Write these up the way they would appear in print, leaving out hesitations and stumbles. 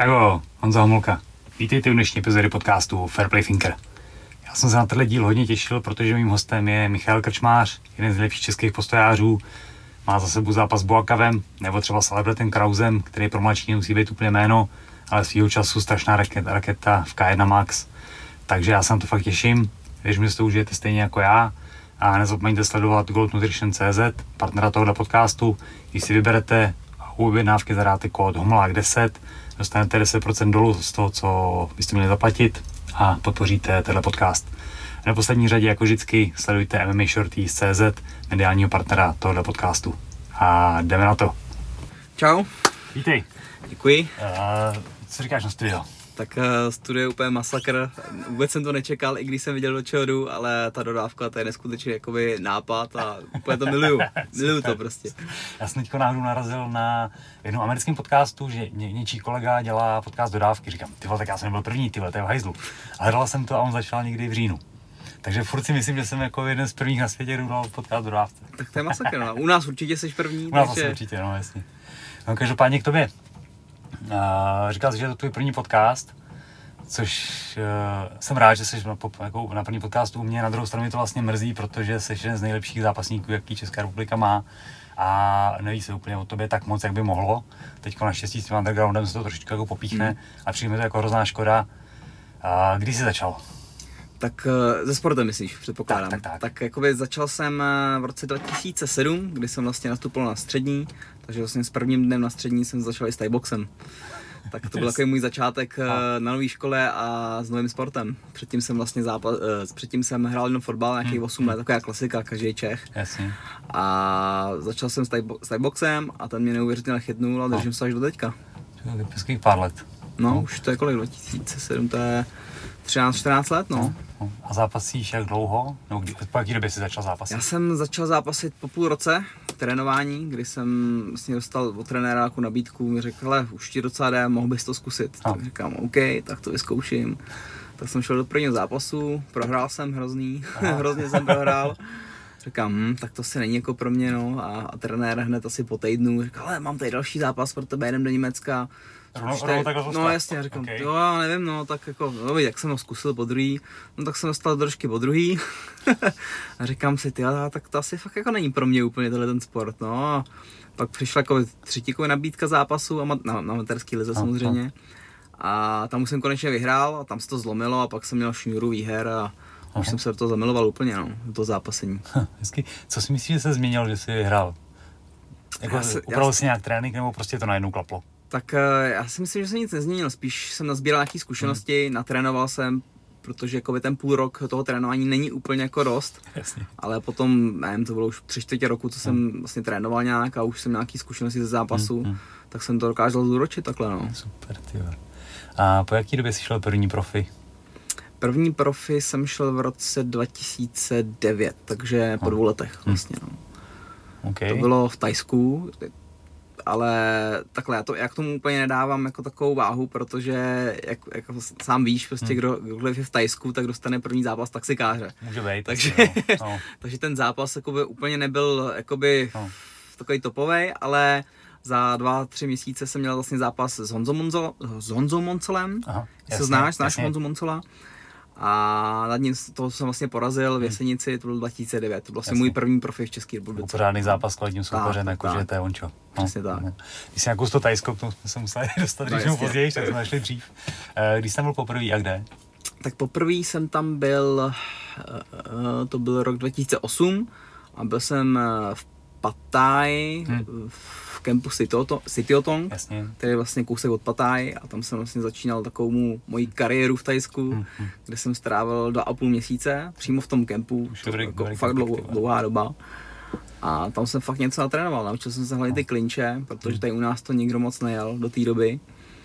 Čau, Honza Homolka. Vítejte u dnešní epizody podcastu Fair Play Thinker. Já jsem se na tenhle díl hodně těšil, protože mým hostem je Michal Krčmář, jeden z nejlepších českých postojářů. Má za sebou zápas s Boakavem, nebo třeba s Albertem Krausem, který pro mladší nemusí být úplně jméno, ale svýho času strašná raketa v K1 Max. Takže já se na to fakt těším. Věřím, že si to užijete stejně jako já. A nezapomeňte sledovat GoldNutrition.cz, partnera tohoto podcastu. Když si vyberete u objednávky zadáte kód HOMOLák10, dostanete 10% dolů z toho, co byste měli zaplatit a podpoříte tenhle podcast. V neposlední řadě, jako vždycky, sledujte MMA Shorties.cz, mediálního partnera tohoto podcastu. A jdeme na to. Čau. Vítej. Děkuji. Co říkáš na studio? Tak studio je úplně masakr. Vůbec jsem to nečekal, i když jsem viděl, do čeho jdu, ale ta dodávka, to je neskutečně jakoby nápad a úplně to miluju. Miluju to prostě. Já jsem teďko náhodou narazil na jednom americkém podcastu, že něčí kolega dělá podcast dodávky. Říkám, tyhle, tak já jsem nebyl první, tyhle, to je v hajzlu. A hledal jsem to a on začal někdy v říjnu. Takže furt si myslím, že jsem jako jeden z prvních na světě, kdo dal podcast dodávce. Tak to je masakr, no. U nás určitě jsi první. U nás takže... určitě, no jasně. No, každopádně k tobě. Říkal jsi, že je to tvůj první podcast, což jsem rád, že jsi na první podcastu u mě. Na druhou stranu mě to vlastně mrzí, protože jsi jeden z nejlepších zápasníků, jaký Česká republika má. A neví se úplně o tobě tak moc, jak by mohlo. Teďko naštěstí s tím undergroundem se to trošičku jako popíchne a přijde mi to jako hrozná škoda. Kdy jsi začal? Tak se sportem myslíš, předpokládám. Tak jakoby začal jsem v roce 2007, kdy jsem vlastně nastupoval na střední, takže vlastně s prvním dnem na střední jsem začal i s thaiboxem. Tak to byl takový můj začátek na nové škole a s novým sportem. Předtím jsem hrál jenom fotbal nějakých 8 let, taková klasika, každý Čech. Jasně. A začal jsem s thaiboxem a ten mě neuvěřitelně chytnul a držím se až do teďka. Typických pár let. No, už to je kolik, 2007, to je 13-14 let, no. A zápasíš jak dlouho? No, po jaký době jsi začal zápasit? Já jsem začal zápasit po půl roce trénování, kdy jsem vlastně dostal od trenéra jako nabídku, mi řekl, hele, už ti docela jde, mohl bys to zkusit. Tak říkám, OK, tak to vyzkouším. Tak jsem šel do prvního zápasu, prohrál jsem hrozně jsem prohrál. Říkám, tak to si není jako pro mě, no. A trenér hned asi po týdnu říkal, ale mám tady další zápas pro tebe, jedem do Německa. No jasně, říkám, okay. Jo, já nevím, no, tak jako, no, jak jsem ho zkusil po druhý, no tak jsem dostal trošku po druhý. A říkám si, tak to asi fakt jako není pro mě úplně ten sport, no. A pak přišla jako třetí nabídka zápasu, na amatérský lize samozřejmě. A tam už jsem konečně vyhrál a tam se to zlomilo a pak jsem měl šňůru výher a už jsem se do toho zamiloval úplně, no, do toho zápasení. Hezky. Co si myslíš, že se změnil, že jsi vyhrál? Jako, upravil jsi nějak trénink nebo prostě to najednou klaplo? Tak já si myslím, že se nic nezměnilo, spíš jsem nazbíral nějaké zkušenosti, natrénoval jsem, protože jako ten půl rok toho trénování není úplně jako dost. Jasně. Ale potom, nevím, to bylo už 3/4 roku, co jsem vlastně trénoval nějak a už jsem nějaký zkušenosti ze zápasu, tak jsem to dokázal zúročit takhle, no. Super, tyjo. A po jaký době jsi šel první profi? První profi jsem šel v roce 2009, takže po 2 letech vlastně, no. Okay. To bylo v Thajsku, ale takhle, já k tomu úplně nedávám jako takovou váhu, protože jako sám víš, prostě kdokoliv je v Thajsku, tak dostane první zápas taxikáře. Může být. Takže, takže ten zápas jakoby úplně nebyl jakoby takový topovej, ale za 2-3 měsíce jsem měl vlastně zápas s Honzou Moncolem. Jestli znáš Honzu Moncola. A nad ním toho jsem vlastně porazil v Jesenici, to byl 2009, to byl vlastně můj první profi v České republice. Pořádný zápas s kvalitním soupeřem, jakože to je ončo. Přesně tak. Když jsi nějakou to Thajsko, k tomu jsme se museli dostat později, tak jsme našli dřív. Když jsi tam byl poprvé a kde? Tak poprvé jsem tam byl, to byl rok 2008 a byl jsem v Pattaya, v kempu Sitiotong, který je vlastně kousek od Pattaya a tam jsem vlastně začínal takovou moji kariéru v Thajsku, kde jsem strávil 2,5 měsíce přímo v tom kempu, fakt dlouhá doba. A tam jsem fakt něco natrénoval, naučil jsem se hlavně ty klinče, protože tady u nás to nikdo moc nejel do té doby.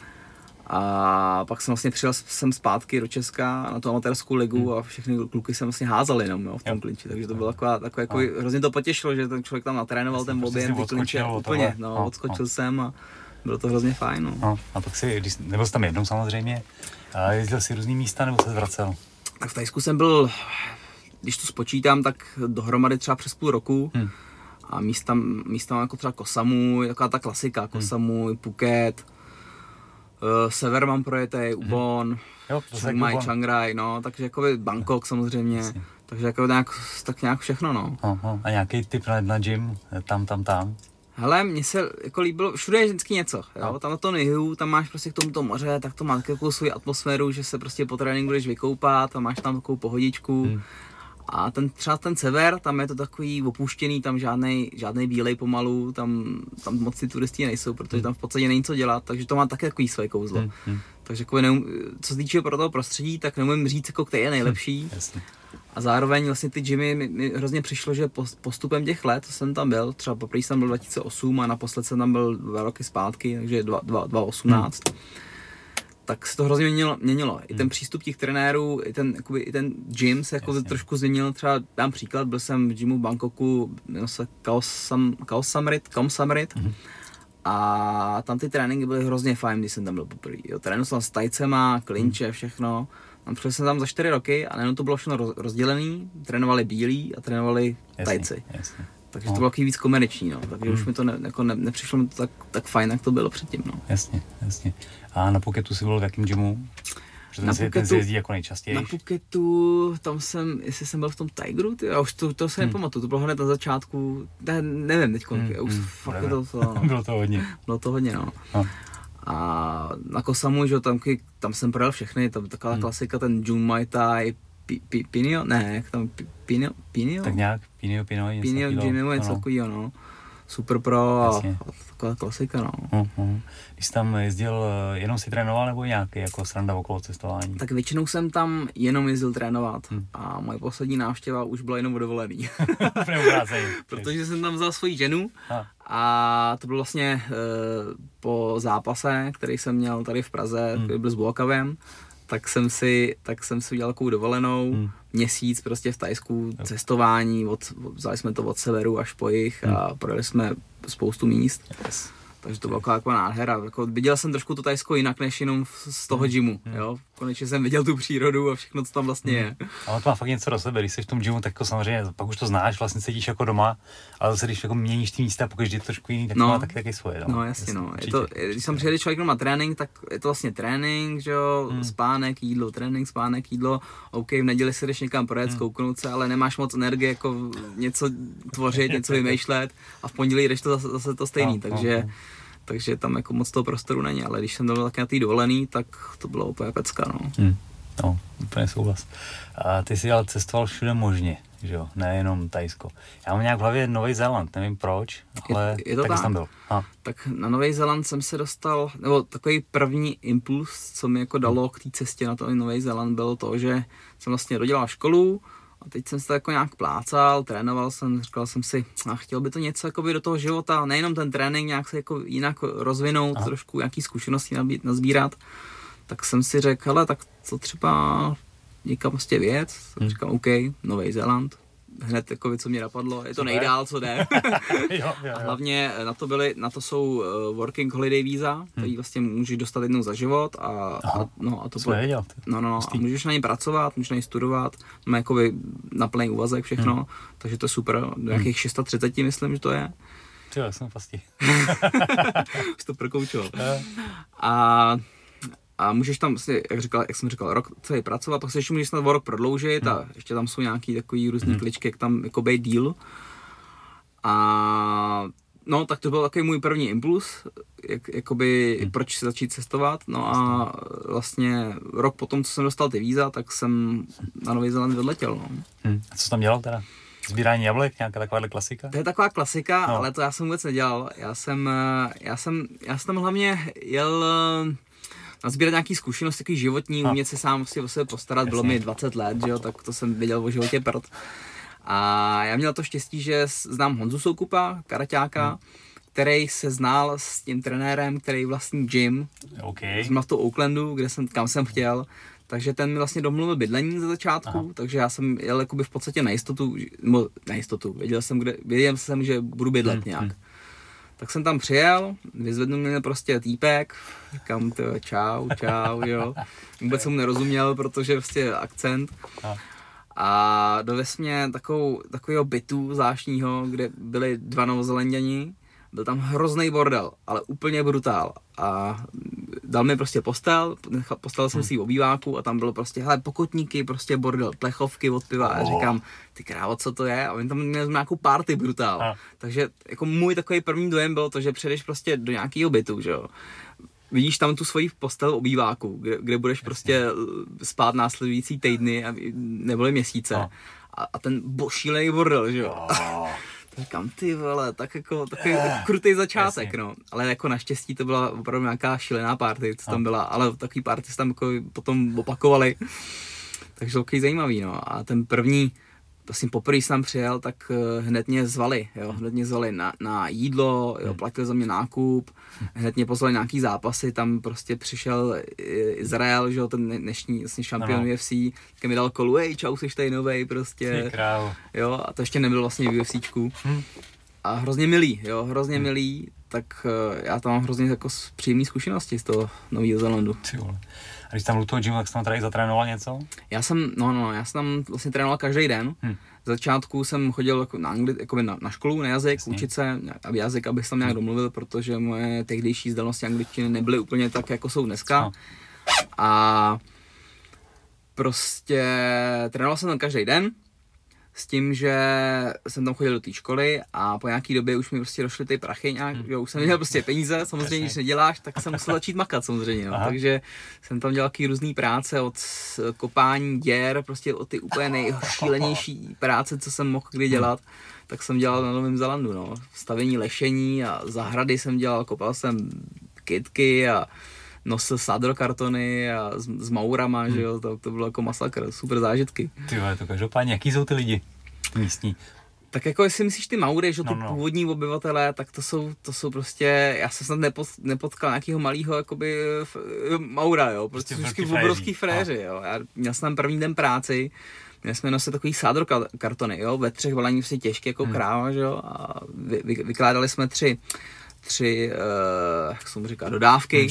A pak jsem vlastně přijel sem zpátky do Česka na tu amatérskou ligu a všechny kluky jsem vlastně házal jenom v tom klinči, takže to bylo takové jako hrozně to potěšilo, že ten člověk tam natrénoval ten objem, ty klinče úplně, odskočil jsem a bylo to hrozně fajn. No. A pak nebyl jsi tam jednou samozřejmě, a jezdil jsi různý místa nebo se zvracel? Tak v Thajsku jsem byl, když to spočítám, tak dohromady třeba přes půl roku. A místa jako třeba Koh Samui, taková ta klasika, Koh Samui, Phuket, Sever mám projetej, Ubon, Chiang Mai, Chiang Rai, no, takže jako Bangkok samozřejmě, jasně. Takže jako tak nějak všechno, no. A nějaký tip na gym, tam? Hele, mně se jako líbilo, všude je vždycky něco, jo, tam na to jihu, tam máš prostě k tomuto moře, tak to má takovou svou atmosféru, že se prostě po tréninku budeš vykoupat a máš tam takovou pohodičku. A třeba ten sever, tam je to takový opuštěný, tam žádnej bílej pomalu, tam moc ty turisty nejsou, protože tam v podstatě není co dělat, takže to má také takový své kouzlo. Takže jako co se týče pro toho prostředí, tak neumím říct, jako který je nejlepší. A zároveň vlastně ty gymy mi hrozně přišlo, že postupem těch let, co jsem tam byl, třeba poprvé jsem byl 2008 a naposled jsem tam byl 2 roky zpátky, takže 2018. Tak se to hrozně měnilo. I ten přístup těch trenérů, i ten gym se jako trošku změnil. Třeba dám příklad, byl jsem v gymu v Bangkoku, jmenuje se Khao Samrit. A tam ty tréninky byly hrozně fajn, když jsem tam byl poprvé. Trénoval jsem s tajcema, klinče, všechno. A přišel jsem tam za 4 roky a najednou to bylo všechno rozdělený. Trénovali bílí a trénovali tajci. Takže to bylo takový víc komerční, no. Takže už mi to nepřišlo mi to tak fajn, jak to bylo předtím, no. Jasně. A na Phuketu jsi byl v jakém gymu? Ten se jezdí jako nejčastěji. Na Phuketu, jestli jsem byl v tom Tigeru, já už to se nepamatuju, to bylo hned na začátku, nevím teďko, už fakt to bylo to hodně. Bylo to hodně, no. A na Koh Samu, že tam jsem projel všechny, tam taková klasika, ten June Muay Thai, Pinio, ne, jak tam, Pinio? Tak nějak, Pinio, něco takového, no. Super Pro a taková klasika, no. Když jsi tam jezdil, jenom si trénoval nebo nějaký jako sranda okolo cestování? Tak většinou jsem tam jenom jezdil trénovat a moje poslední návštěva už byla jenom o dovolený. Protože jsem tam vzal svoji ženu a to bylo vlastně po zápase, který jsem měl tady v Praze, který byl s Buakavem. Tak jsem si udělal takovou dovolenou, měsíc prostě v Thajsku, cestování, vzali jsme to od severu až po jih a projeli jsme spoustu míst. Takže to byla jako nádhera. Jako, viděl jsem trošku to Thajsko jinak než jenom z toho gymu, jo. Konečně jsem viděl tu přírodu a všechno, co tam vlastně je. Ale to má fakt něco do sebe, když jsi v tom gymu, tak jako samozřejmě pak už to znáš, vlastně sedíš jako doma, ale zase když jako měníš ty místa, pokud je to trošku jiný, tak to má taky svoje. No jasně, no. Když jsem přijel člověk na trénink, tak je to vlastně trénink, že jo, spánek, jídlo, trénink, spánek, jídlo. OK, v neděli se jdeš někam projet, zkouknout se, ale nemáš moc energie jako něco tvořit, něco vymýšlet a v pondělí jdeš to zase to stejný, takže tam jako moc toho prostoru není, ale když jsem byl taky na té dovolený, tak to bylo úplně pecka, no. No, úplně souhlas. A ty jsi ale cestoval všude možně, že jo, nejenom Thajsko. Já mám nějak v hlavě Nový Zéland, nevím proč, ale je to taky jsem byl. Tak na Nový Zéland jsem se dostal, nebo takový první impuls, co mi jako dalo k té cestě na to Nový Zéland, bylo to, že jsem vlastně dodělal školu, a teď jsem se to jako nějak plácal, trénoval jsem, říkal jsem si, chtěl by to něco jakoby do toho života, nejenom ten trénink, nějak se jako jinak rozvinout, trošku nějaký zkušenosti nazbírat. Tak jsem si řekl, hele, tak co třeba někam prostě věc, říkám, OK, Nový Zéland, hned jako co mě napadlo, je to nejdál, co jde. jo. A hlavně na to jsou working holiday víza, který vlastně můžeš dostat jednou za život a to nevěděl, a můžeš na ně pracovat, můžeš na ně studovat, má jakoby na plný úvazek všechno, takže to je super, do nějakých 630 myslím, že to je. Jo, jsem pasti. Už to prokoučoval. A můžeš tam, jak jsem říkal, rok celý pracovat, to se ještě můžeš snad o rok prodloužit a ještě tam jsou nějaký takový různý kličky, jak tam jako být díl. A no, tak to byl takový můj první impuls, proč si začít cestovat. No a vlastně rok potom, co jsem dostal ty víza, tak jsem na Nový Zéland odletěl. No. A co jsi tam dělal teda? Sbírání jablek, nějaká taková klasika? To je taková klasika, ale to já jsem vůbec nedělal. Já jsem tam hlavně jel nazbírat nějaký zkušenosti, takový životní, umět se sám o sebe postarat, bylo mi 20 let, že jo, tak to jsem věděl o životě prd. A já měl to štěstí, že znám Honzu Soukupa, karaťáka, který se znal s tím trenérem, který vlastní gym. Jsem na to Oaklandu, kam jsem chtěl. Takže ten mi vlastně domluvil bydlení za začátku, takže já jsem jel jakoby v podstatě na jistotu. Věděl jsem, že budu bydlet nějak. Tak jsem tam přijel, vyzvednul mě prostě týpek, říkám to čau, jo. Vůbec jsem mu nerozuměl, protože prostě akcent. A dovez mě takového bytu zvláštního, kde byli 2 Novozélanďani. Byl tam hrozný bordel, ale úplně brutál. A dal mi prostě postavil jsem si ji v obýváku a tam bylo prostě, hele, pokotníky, prostě bordel, plechovky od piva a říkám, ty krávo, co to je? A oni tam měli nějakou party brutál. Takže jako můj takový první dojem bylo to, že přijdeš prostě do nějakého bytu, že jo. Vidíš tam tu svoji postel v obýváku, kde budeš prostě spát následující týdny nebo měsíce. A ten šílený bordel, že jo. Říkám, ty vole, tak jako takový krutý začátek, no. Ale jako naštěstí to byla opravdu nějaká šílená party, co tam byla, ale takový party se tam jako potom opakovaly. Takže to je zajímavý, no. A ten první, vlastně poprvé jsem přijel, tak hned mě zvali, jo. Hned mě zvali na jídlo, jo, platili za mě nákup, hned mě pozvali nějaký zápasy, tam prostě přišel Izrael, že jo, ten dnešní vlastně šampion UFC, tak mi dal kolu, čau, jsi tady novej, prostě. Jo, a to ještě nebyl vlastně v UFCčku. A hrozně milý, jo, hrozně milý, tak já tam mám hrozně jako příjemné zkušenosti z toho Nového Zélandu. A když tam byl toho gymu, tak jsi tam tady zatrénoval něco? Já jsem tam vlastně trénoval každý den. Z začátku jsem chodil jako na školu, na jazyk, učit se jazyk, abych tam nějak domluvil, protože moje tehdejší znalosti angličtiny nebyly úplně tak, jako jsou dneska. A prostě trénoval jsem tam každý den, s tím, že jsem tam chodil do té školy a po nějaký době už mi prostě došly ty prachy nějak, že už jsem měl prostě peníze, samozřejmě když neděláš, tak jsem musel začít makat samozřejmě, no. Takže jsem tam dělal takový různý práce od kopání děr, prostě od ty úplně nejšílenější práce, co jsem mohl kdy dělat, tak jsem dělal na Novém Zélandu, no. Stavění lešení a zahrady jsem dělal, kopal jsem kytky a nosil sádrokartony a s maurama, že jo, to bylo jako masakr, super zážitky. Ty vole, to každopádně, jaký jsou ty lidi místní? Tak jako jestli myslíš ty Maury, že ty původní obyvatelé, tak to jsou prostě, já jsem snad nepotkal nějakého malého jakoby Maura, jo, prostě vždycky obrovský fréři, jo. Já měl jsem tam první den práci, měli jsme nosit takový sádrokartony, jo, ve 3 balení prostě těžké jako kráva, že jo, a vykládali jsme tři jak jsem říkal, dodávky.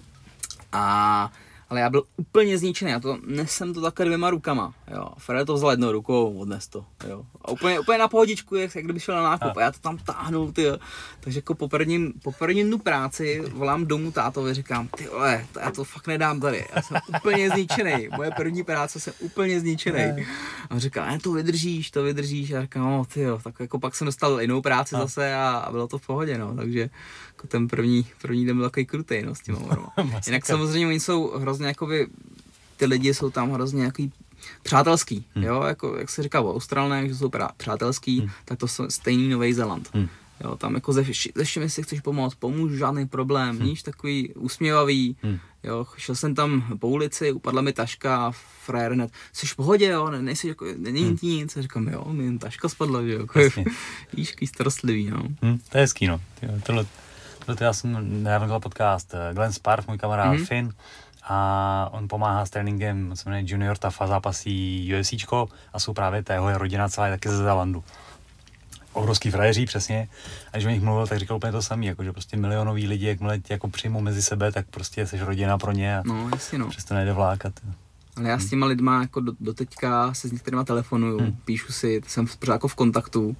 Ale já byl úplně zničený, nesem to takhle 2 rukama, jo. Fred to vzal 1 rukou, odnes to, jo. A úplně na pohodičku, jak kdyby šel na nákup a já to tam táhnul, ty. Takže jako po prvním dnu práci volám domů tátovi, říkám, ty vole, já to fakt nedám tady, já jsem úplně zničený, moje první práce, jsem úplně zničený. A on říkal, to vydržíš, a říkám, ty jo, tak jako pak jsem dostal jinou práci zase a bylo to v pohodě, no, takže jako ten první den byl takový krutej, no, s tím Maurama. Jinak samozřejmě oni jsou hrozně jakoby, ty lidi jsou tam hrozně jaký přátelský, jo, jako jak se říká o Australnech, že jsou přátelský, tak to jsou stejný Nový Zéland. Jo, tam jako ze všem, si chceš pomoct, pomůžu, žádný problém, víš, takový usměvavý, jo, šel jsem tam po ulici, upadla mi taška, frajer hned, jsi v pohodě, jo, nejsi jako, není ti nic, a říkám, jo, mi jen taška spadla, že jo, jako, víš, jaký starostlivý, no. To je hezký, no, tohle já jsem nedávno dělal podcast, Glenn Sparf, můj kamarád Finn, a on pomáhá s tréninkem, co jmenuje Junior Tafa, zápasí UFCčko a jsou právě jeho rodina celá je taky ze Zélandu. Obrovský frajeří, přesně. A když o nich mluvil, tak říkal úplně to samý, jako, že prostě milionoví lidi, jakmile tě jako přijmou mezi sebe, tak prostě jsi rodina pro ně a přesto nejde vlákat. Ale já s těma lidma jako do teďka se s některýma telefonuju, píšu si, jsem pořád jako v kontaktu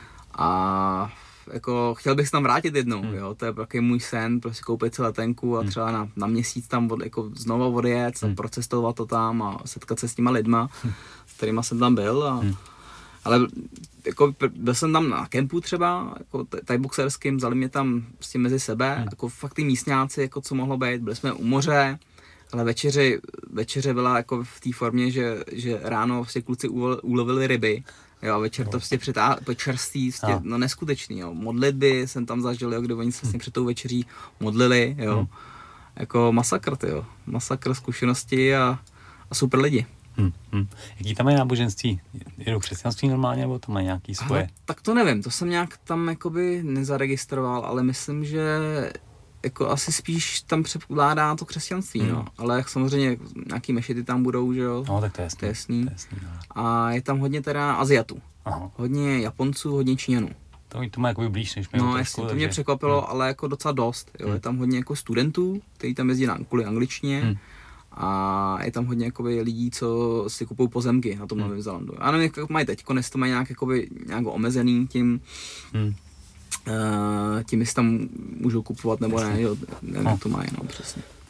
a jako chtěl bych se tam vrátit jednou, jo, to je takový můj sen, prostě koupit si letenku a třeba na měsíc tam jako znovu odjet, procestovat to tam a setkat se s těma lidma, s kterýma jsem tam byl ale jako byl jsem tam na kempu třeba, jako thaiboxerským, vzali mě tam prostě mezi sebe, jako fakt ty místňáci, jako co mohlo být, byli jsme u moře, ale večeře byla jako v té formě, že ráno vlastně kluci ulovili ryby, jo, a večer to prostě čerství, prostě, no neskutečný, jo, modlitby jsem tam zažil, jo, kde oni se vlastně před tou večeří modlili, jo, jako masakr zkušenosti a super lidi. Jaký tam mají náboženství? Jedou křesťanství normálně, nebo to mají nějaký svoje? Ale, tak to nevím, to jsem nějak tam jakoby nezaregistroval, ale myslím, že jako asi spíš tam převládá to křesťanství, no. Ale jak samozřejmě nějaký mešity tam budou, že jo? No, tak to je jasný. A je tam hodně teda Aziatů. Hodně Japonců, hodně Číňanů. To má jakoby blíž, než my. No jasně, to mě překvapilo, ale jako docela dost, jo. Je tam hodně jako studentů, kteří tam jezdí kvůli angličtině. A je tam hodně jakoby lidí, co si kupují pozemky na tom Novém Zélandu. Já nevím, jak mají teď, to mají nějak omezený tím, tím jestli tam můžou kupovat nebo ne, jo, nevím, jak to mají, no, přesně.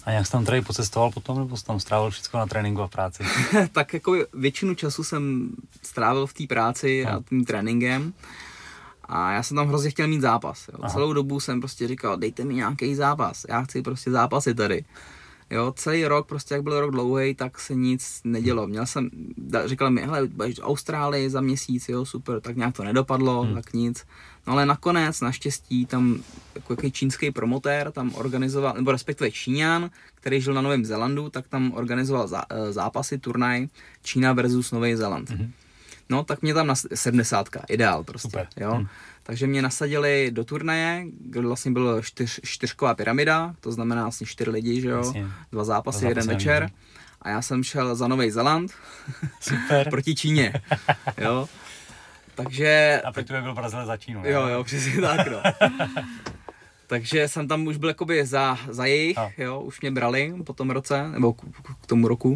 A jak jsi tam tady pocestoval potom, nebo jsi tam strávil všechno na tréninku a v práci? Tak jako většinu času jsem strávil v té práci a tím tréninkem. A já jsem tam hrozně chtěl mít zápas. Jo. Celou dobu jsem prostě říkal, dejte mi nějaký zápas, já chci prostě zápasy tady. Jo, celý rok, prostě jak byl rok dlouhý, tak se nic nedělo. Říkal mi, hele, budeš v Austrálii za měsíc, jo, super, tak nějak to nedopadlo, tak nic. No ale nakonec, naštěstí, tam jako jaký čínský promotér tam organizoval, nebo respektive Číňan, který žil na Novém Zélandu, tak tam organizoval zápasy, turnaj Čína versus Nový Zéland. No, tak mě tam 70, ideál prostě, super. Jo. Takže mě nasadili do turnaje, kde vlastně byla čtyřková pyramida, to znamená vlastně 4 lidi, že jo, vlastně. 2 zápasy, jeden večer. A já jsem šel za Nový Zéland proti Číně, jo. Takže... A pro tebe byl Brazílie za Čínu, ne? Jo, přesně tak, no. Takže jsem tam už byl jakoby za jejich, jo, už mě brali po tom roce, nebo k tomu roku.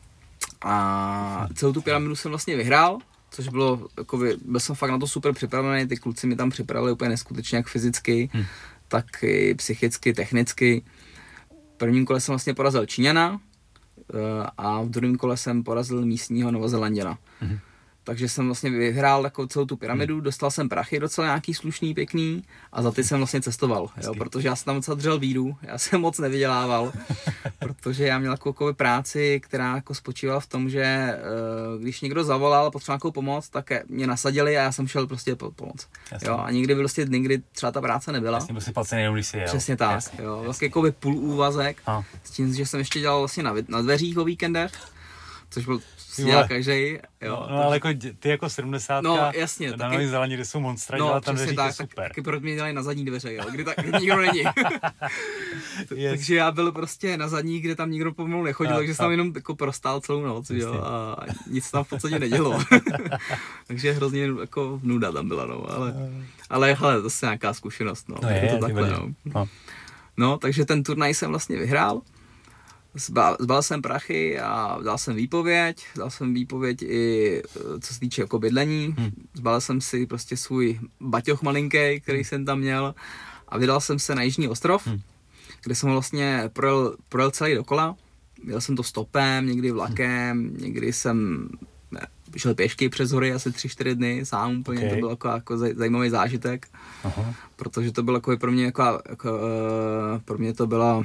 A celou tu pyramidu jsem vlastně vyhrál, což bylo, jakoby, byl jsem fakt na to super připravený, ty kluci mi tam připravili úplně neskutečně jak fyzicky, tak i psychicky, technicky. V prvním kole jsem vlastně porazil Číňana a v druhém kole jsem porazil místního Novozélanděna. Takže jsem vlastně vyhrál jako celou tu pyramidu, dostal jsem prachy docela nějaký slušný, pěkný a za ty jsem vlastně cestoval, jo, protože já jsem tam docela držel víru, já jsem moc nevydělával, protože já měl jako práci, která jako spočívala v tom, že když někdo zavolal, potřeboval nějakou pomoc, tak mě nasadili a já jsem šel prostě pomoct. Jo, a někdy byl prostě dny, kdy třeba ta práce nebyla. Vlastně byl si placený jenom, když si jel. Přesně tak, jo, vlastně jako půl úvazek, s tím, že jsem ještě dělal vlastně na dveřích o víkendech, což byl dělal každej, jo. No ale jako ty jako 70, no, jasně, na Novém Zélandě, kde jsou monstra, dělat tam dveří, tak, super. Taky proto mě dělají na zadní dveře, jo, kdy nikdo není. Takže já byl prostě na zadní, kde tam nikdo pomalu nechodil, takže jsem tam jenom jako prostál celou noc, jo, a nic tam v podstatě nedělo. Takže hrozně jako nuda tam byla, no, ale hele, to je nějaká zkušenost, no. Je to takhle, no. No, takže ten turnaj jsem vlastně vyhrál. Zbal jsem prachy a dal jsem výpověď i co se týče jako bydlení. Zbal jsem si prostě svůj baťoch malinký, který jsem tam měl a vydal jsem se na Jižní ostrov, kde jsem vlastně projel celý dokola. Jel jsem to stopem, někdy vlakem, někdy jsem šel pěšky přes hory asi 3-4 dny sám úplně, to byl jako zajímavý zážitek, protože to bylo jako pro mě pro mě to bylo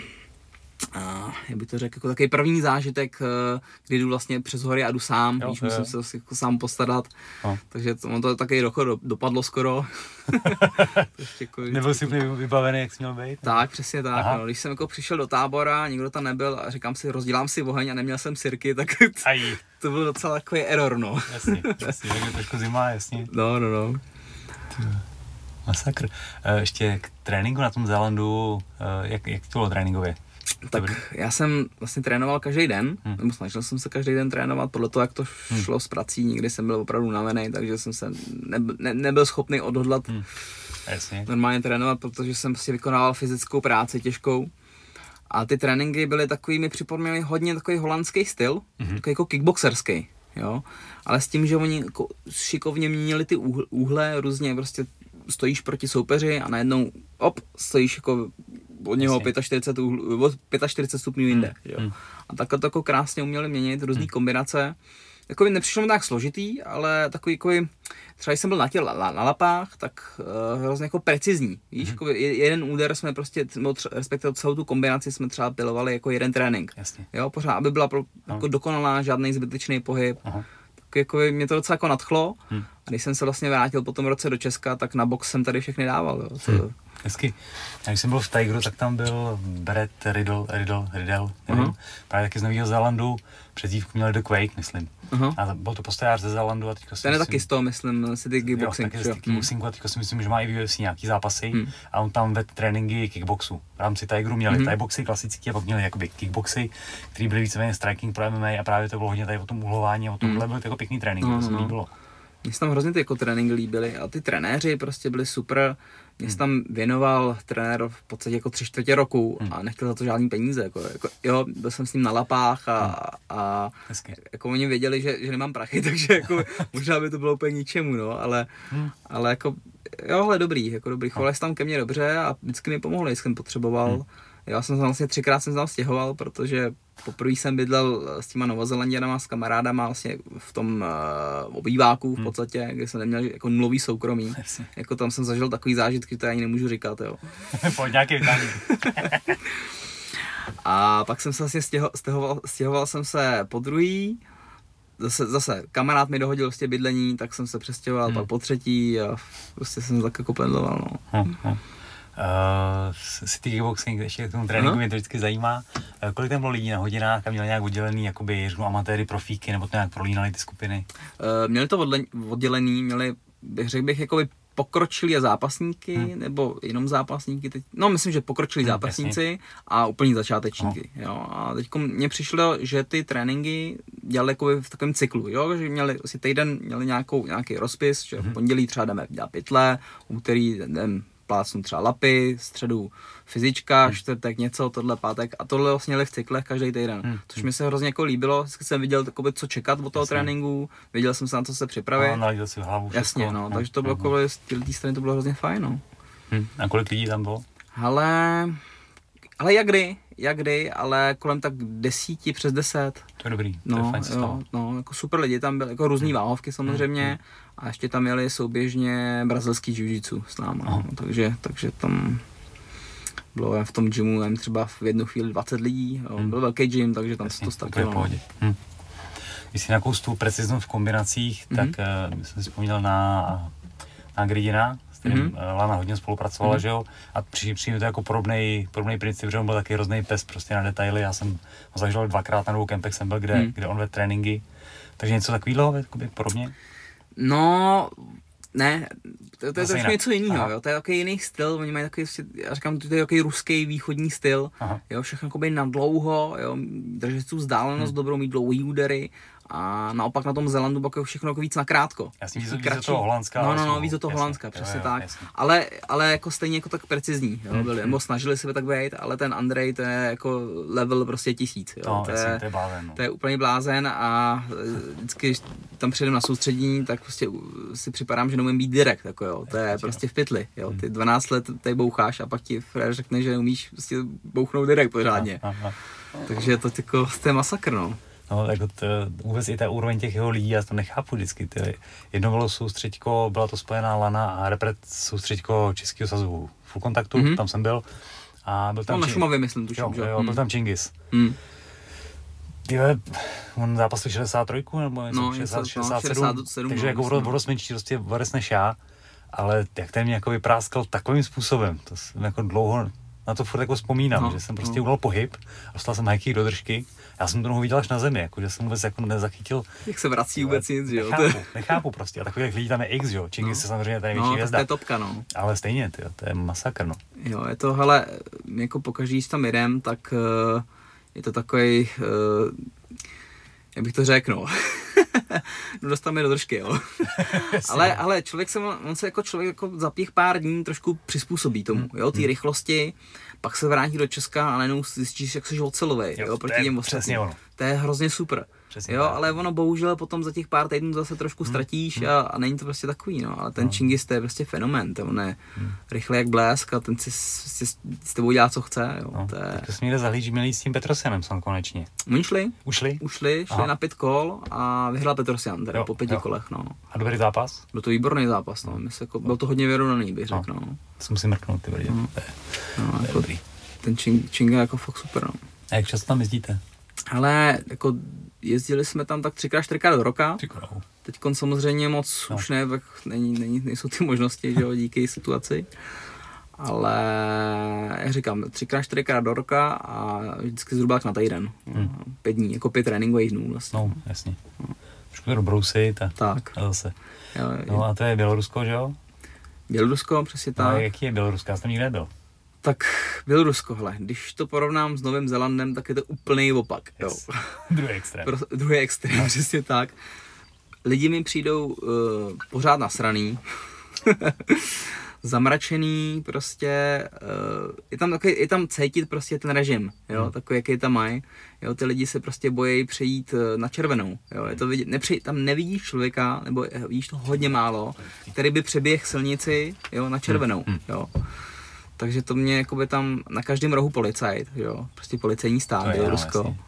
jak bych to řekl, jako takový první zážitek, kdy jdu vlastně přes hory a jdu sám, když musím se jako sám postarat, takže to taky dopadlo skoro. Nebyl jsi úplně vybavený, jak jsi měl být? Tak, přesně tak, no. Když jsem jako přišel do tábora, nikdo tam nebyl a říkám si, rozdělám si oheň a neměl jsem sirky, tak to byl docela takový error, no. Jasně, tak je trošku zima, jasně. No. Masakr. Ještě k tréninku na tom Zélandu, jak to bylo tréninkově? Tak já jsem vlastně trénoval každý den, nebo snažil jsem se každý den trénovat podle toho, jak to šlo s prací, někdy jsem byl opravdu unavený, takže jsem se nebyl schopný odhodlat normálně trénovat, protože jsem prostě vykonával fyzickou práci těžkou. A ty tréninky byly takový, mi připomněly hodně takový holandský styl, takový jako kickboxerský, jo. Ale s tím, že oni jako šikovně měnili ty úhle, různě prostě stojíš proti soupeři a najednou stojíš jako od něho 45 stupňů jinde, jo. A takhle to jako krásně uměli měnit různý kombinace. Takový nepřišlo mi tak složitý, ale takový, třeba když jsem byl na lapách, tak hrozně jako precizní, víš, jako jeden úder jsme prostě, respektive celou tu kombinaci jsme třeba pilovali jako jeden trénink, jo, pořád, aby byla jako dokonalá, žádný zbytečný pohyb. Tak jako mě to docela jako nadchlo a když jsem se vlastně vrátil po tom roce do Česka, tak na box jsem tady všechny dával, jo. Hezky. A když jsem byl v Tigeru, tak tam byl Brett Riddle, nevím, právě taky z Nového Zélandu, přezdívku měl The Quake, myslím. A byl to postojář ze Zélandu a teďka si ten je taky z toho, myslím, City Kickboxing. Jo, taky z kickboxingu a teďka si myslím, že má i UFC nějaký zápasy a on tam vedl tréninky kickboxu. V rámci Tigeru měli thai boxy klasický a pak měli jakoby kickboxy, který byly víceméně striking pro MMA a právě to bylo hodně tady o tom uhlování a o tomhle byl jako pěkný trénink, to se mi líbilo. Mně se tam hrozně ty jako tréninky líbily a ty trenéři prostě byli super. Mě se tam věnoval trenér v podstatě jako 3/4 roku a nechtěl za to žádný peníze. Jako, jo, byl jsem s ním na lapách a jako oni věděli, že nemám prachy, takže jako možná by to bylo úplně ničemu, no, ale jako, jo, dobrý, chovali se tam ke mně dobře a vždycky mi pomohli, když jsem potřeboval. Já jsem vlastně 3krát jsem tam stěhoval, protože poprvé jsem bydlel s těma Novozelanděnama, s kamarádama vlastně v tom obýváku v podstatě, kde jsem neměl jako nulový soukromí. Jako tam jsem zažil takový zážitky, že to ani nemůžu říkat, jo. Pojď nějaký vytání. A pak jsem se vlastně stěhoval jsem se po druhý. Zase kamarád mi dohodil vlastně bydlení, tak jsem se přestěhoval pak po třetí a prostě jsem tak jako pendloval, no. City kickboxing, ještě k tomu tréninku mě to vždycky zajímá. Kolik tam bylo lidí na hodinách a měli nějak oddělený, jakoby, řeknu, amatéry, profíky, nebo to nějak prolínali ty skupiny? Měli to oddělený, měli, řekl bych, jakoby pokročilí a zápasníky, nebo jenom zápasníky, no myslím, že pokročilí zápasníci a úplní začátečníky, jo. A teď mně přišlo, že ty tréninky dělali jakoby v takovém cyklu, jo, že měli asi týden, měli nějaký rozpis, že v pondělí třeba jdeme dělat pytle, úterý jdeme plácnu třeba lapy, středu fyzička, čtvrtek něco, tohle pátek a tohle vlastně jeli v cyklech každý týden, což mi se hrozně jako líbilo, vždycky jsem viděl takové, co čekat od toho tréninku, věděl jsem se na co se připravit. Nalídil si v hlavu všechno. Jasně, no, takže to bylo jako z té strany to bylo hrozně fajn, no. A kolik lidí tam bylo? Ale jak kdy, ale kolem tak 10, přes 10. To je dobrý, to je fajn sestava. No, jako super lidi, tam byly jako různý váhovky samozřejmě a ještě tam jeli souběžně brazilský jiu-jitsu s náma, no, takže tam bylo v tom gymu jen třeba v jednu chvíli 20 lidí, jo, byl velký gym, takže tam se to startilo. Když jsi nějakou tu preciznost v kombinacích, tak jsem si vzpomněl na Gridina, s kterým Lana hodně spolupracovala, že jo, a přijde to jako podobný princip, že on byl taky hrozný pes prostě na detaily, já jsem ho zažil 2krát na 2 kempech jsem byl, kde on vedl tréninky, takže něco takového, podobně? No, ne, to je trošku něco jiného, jo, to je takový jiný styl, oni mají takový, já říkám, to je takový ruský východní styl, jo, všechno jakoby na dlouho, jo, držet tu vzdálenost dobrou, mít dlouhý údery a naopak na tom Zélandu pak je všechno jako víc nakrátko. Jasně, víc do toho Holandska. No, víc do toho Holandska, přesně tak. Jasně. Ale jako stejně jako tak precizní, jo, byli, nebo snažili se tak být, ale ten Andrej, to je jako level prostě 1000, jo. No, to je blázen, no. To je úplně blázen a vždycky, když tam přijdem na soustředění, tak prostě si připadám, že neumím být direkt, jako jo, to je prostě v pytli, jo, ty 12 let tady boucháš a pak ti frér řekne, že neumíš prostě bouchnout direkt pořádně. Takže to je masakr, no. No, jako vůbec i ta úroveň těch jeho lidí, já to nechápu vždycky. Jedno bylo soustřeďko, byla to spojená Lana a repret soustřeďko Českého svazu Full Kontaktu, tam jsem byl. A byl tam na Šumavě, myslím, tuším, že? Jo, byl tam Čingis. On zápasil 63, nebo něco, 67, takže jako o dost menší prostě vůbec než já, ale jak ten mě jako vypráskal takovým způsobem, to jsem jako dlouho na to furt jako vzpomínám, že jsem prostě udělal pohyb a dostal jsem high kick do držky. Já jsem to viděl až na zemi, jako, že jsem vůbec jako nezachytil. Jak se vrací vůbec nic, jo? Nechápu prostě. A takových lidí tam je x, jo. Čingis je samozřejmě tady větší hvězda. To je topka, no. Ale stejně, to je masakr, no. Jo, je to, hele, jako pokaždé, když tam jdem, tak je to takový, jak bych to řekl, no. Dostáváme do držky, jo. ale on se jako člověk jako za těch pár dní trošku přizpůsobí tomu, jo, té rychlosti, pak se vrátí do Česka a najednou zjistíš, jak jsi ocelovej, jo, proti těm ostatním. To je hrozně super. Přesně jo, tak. Ale ono bohužel potom za těch pár týdnů zase trošku ztratíš a není to prostě takový, no, ale ten Čingis, to je prostě fenomén, on je rychle jak blesk a ten si s tebou dělá, co chce, jo. No, to jsme někde zahlíží, měli s tím Petrosianem konečně. Oni šli Aha. na 5 kol a vyhrál Petrosian, teda po 5 kolech, no. A dobrý zápas? Byl to výborný zápas, no, byl to hodně vyrovnaný, bych řekl, no. To si musím mrknout, ty brdě. To je dobrý. Ten Činga je jako fakt super, no. A jak často tam jezdíte? Ale jako jezdili jsme tam tak 3x4 do roka. Teďkon samozřejmě moc už ne, nejsou ty možnosti, že jo, díky situaci. Ale jak říkám, 3x4 do roka a vždycky zhruba na týden. 5 dní, jako 5 tréninkových dnů vlastně. No, jasně. Trošku to brousit a zase. Jo. No a to je Bělorusko, že jo? Bělorusko, přesně tak. No, jaký je Bělorusko? Já jsem tam nikdy nebyl. Tak Bělorusko, hele, když to porovnám s Novým Zélandem, tak je to úplný opak. Yes. Jo. Druhý extrém. Přesně tak. Lidi mi přijdou pořád nasraný, zamračený, prostě, je tam cítit prostě ten režim, jo, takový, jaký tam mají. Jo, ty lidi se prostě bojí přejít na červenou, jo, je to vidět, tam nevidíš člověka, nebo vidíš to hodně málo, který by přeběhl silnici, jo, na červenou, jo. Takže to mě jakoby tam na každém rohu policajt, jo, prostě policejní stát, Bělorusko. Jasně.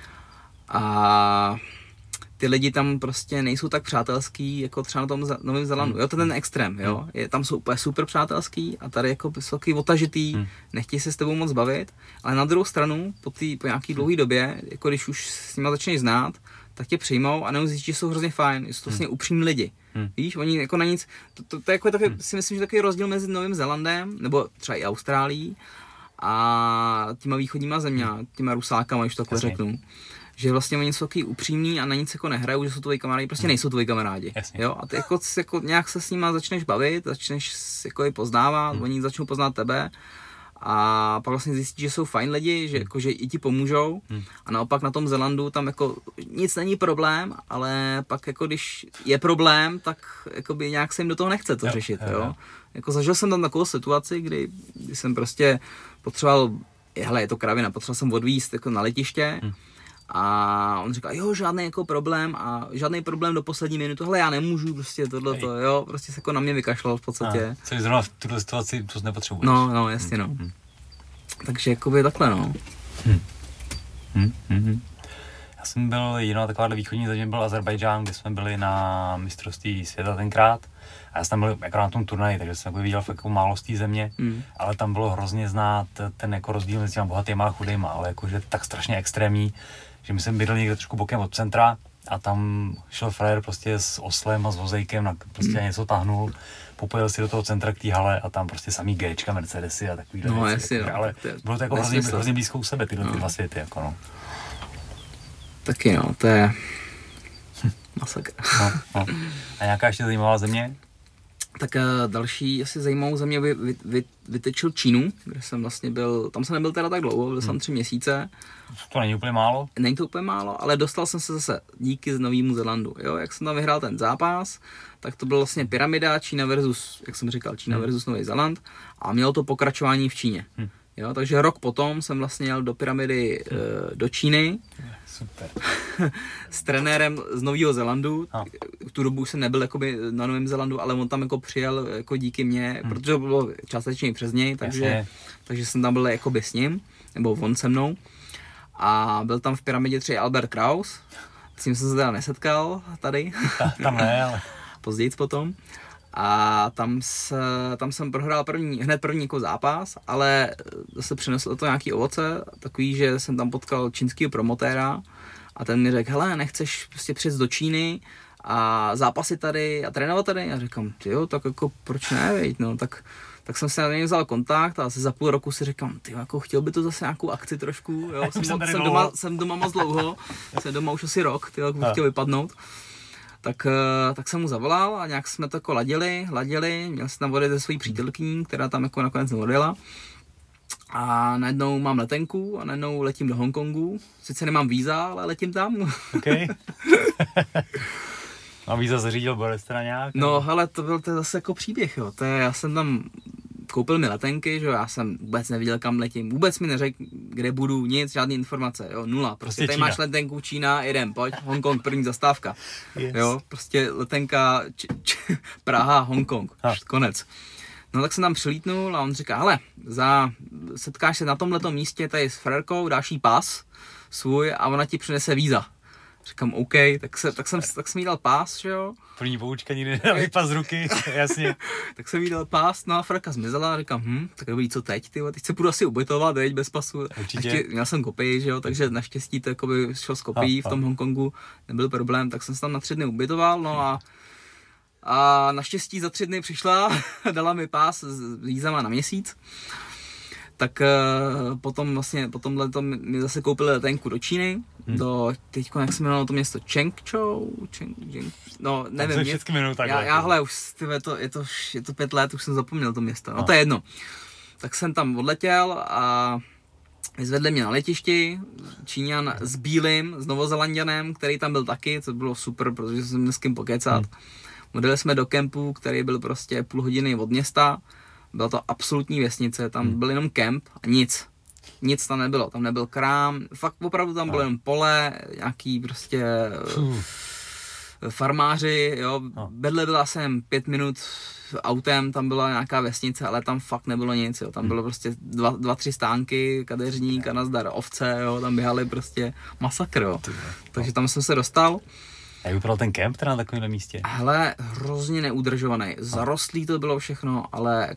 A ty lidi tam prostě nejsou tak přátelský, jako třeba na tom Novém Zélandu. Jo, to je ten extrém, jo. Tam jsou úplně super přátelský a tady jako vysoký otažitý, nechtějí se s tebou moc bavit, ale na druhou stranu, po nějaký dlouhé době, jako když už s nima začneš znát, tak tě přijmou a neuzíš, že jsou hrozně fajn, jsou to vlastně upřímní lidi. Víš, oni jako na nic, to je jako takový, si myslím, že takový rozdíl mezi Novým Zélandem, nebo třeba i Austrálií a těma východníma zeměma, těma Rusákama, když takhle řeknu. Že vlastně oni jsou takový upřímní a na nic jako nehrajou, že jsou tvoji kamarádi, prostě nejsou tvoji kamarádi. Jo? A ty jako nějak se s nima začneš bavit, začneš jako je poznávat, oni začnou poznat tebe a pak vlastně zjistíš, že jsou fajn lidi, že, jako, že i ti pomůžou a naopak na tom Zélandu tam jako nic není problém, ale pak jako když je problém, tak jakoby nějak se jim do toho nechce to řešit. Jo? Jako zažil jsem tam takovou situaci, kdy jsem prostě potřeboval, hele, je to kravina, potřeboval jsem odvízt jako na letiště. A on říkal, jo, žádný jako problém a žádný problém do poslední minuty, hele, já nemůžu prostě tohleto, jo, prostě se jako na mě vykašlal v podstatě. Což zrovna v tuto situaci to nepotřebuješ. No, jasně, no. Takže jakoby takhle, no. Já jsem byl, jiná takováhle východní země byl Azerbajdžán, kde jsme byli na mistrovství světa tenkrát. A já jsem tam byl jako na tom turnaji, takže jsem jako viděl jako málo z té země, ale tam bylo hrozně znát ten jako rozdíl mezi těma bohatýma a chudejma, ale jakože tak strašně extrémní, že my jsem bydlel někde trošku bokem od centra a tam šel frajer prostě s oslem a s vozejkem, prostě něco tahnul, popojil si do toho centra k té hale a tam prostě samý Gčka, Mercedesy a takovýhle věci. Jasně, jako, ale bylo to jako hrozně blízko u sebe, tyhle ty dva světy, jako no. Taky no, to je masakr. No. A nějaká ještě zajímavá země? Tak další asi zajímavou země vytečil Čínu, kde jsem vlastně byl, tam jsem nebyl teda tak dlouho, byl jsem 3 měsíce. To není úplně málo? Není to úplně málo, ale dostal jsem se zase díky z Novému Zélandu. Jo, jak jsem tam vyhrál ten zápas, tak to byla vlastně pyramida Čína versus, jak jsem říkal, Čína versus Nový Zéland a mělo to pokračování v Číně. Jo, takže rok potom jsem vlastně jel do pyramidy do Číny. Super. S trenérem z Nového Zélandu. V tu dobu už jsem nebyl jakoby na Novém Zélandu, ale on tam jako přijel jako díky mně, protože to bylo částečně přes něj, takže jsem tam byl jakoby s ním, nebo on se mnou. A byl tam v pyramidě třeba Albert Kraus, s ním jsem se teda nesetkal tady. Tam ne, ale... Později potom. A tam jsem prohrál hned první jako zápas, ale zase přineslo to nějaký ovoce, takový, že jsem tam potkal čínského promotéra a ten mi řekl, hele, nechceš prostě přijet do Číny a zápasy tady a trénovat tady? A říkám, jo, tak jako proč ne, veď, no, tak jsem si na něj vzal kontakt a asi za půl roku si říkám, ty jako chtěl by to zase nějakou akci trošku, jo, jsem doma moc dlouho, jsem doma už asi rok, ty jako bych chtěl vypadnout. Tak jsem mu zavolal a nějak jsme to jako ladili, měl jsem tam odjet ze svojí přítelkyní, která tam jako nakonec neodjela. A najednou mám letenku a najednou letím do Hongkongu. Sice nemám víza, ale letím tam. Okay. A víza zařídil Boris teda nějak? No hele, to byl zase jako příběh, jo. Já jsem tam koupil mi letenky, že jo, já jsem vůbec neviděl, kam letím, vůbec mi neřekl, kde budu, nic, žádný informace, jo, nula, prostě tady máš letenku, Čína, jedem, pojď, Hongkong, první zastávka, jo, prostě letenka Praha, Hongkong, konec. No tak jsem tam přilítnul a on říká, hele, setkáš se na tomhletom místě tady s frérkou, dáš jí pas svůj a ona ti přinese víza. Říkám, OK, tak jsem jí dal pás, že jo. První poučka, nikdy nedal pas z ruky, jasně. Tak jsem jí dal pás, no a frka zmizela a říkám, tak dobrý, co teď, ty teď se budu asi ubytovat, teď bez pasu. Určitě. Měl jsem kopii, že jo, takže naštěstí to jakoby šel z kopií v tom Hongkongu, nebyl problém, tak jsem se tam na 3 dny ubytoval, no a naštěstí za 3 dny přišla, dala mi pás s vízama na měsíc. Tak potom mi zase koupili letenku do Číny, do teďko, jak se jmenovalo to město, Chengzhou, no nevím. Já hele, už je to 5 let, už jsem zapomněl to město, no to je jedno. Tak jsem tam odletěl a vyzvedli mě na letišti, Číňan s bílým, s Novozelanďanem, který tam byl taky, to bylo super, protože jsem měl s kým pokecat. Odjeli jsme do kempu, který byl prostě půl hodiny od města. Byla to absolutní vesnice, tam byl jenom kemp a nic tam nebylo, tam nebyl krám, fakt opravdu tam bylo jenom pole, nějaký prostě farmáři, jo, vedle byla jsem 5 minut autem, tam byla nějaká vesnice, ale tam fakt nebylo nic, jo, tam bylo prostě 2-3 stánky, kadeřník a nazdar, ovce, jo, tam běhali prostě masakr, jo. Takže tam jsem se dostal. A jak vypadal ten kemp teda na takovémhle místě? Hele, hrozně neudržovaný, zarostlý to bylo všechno, ale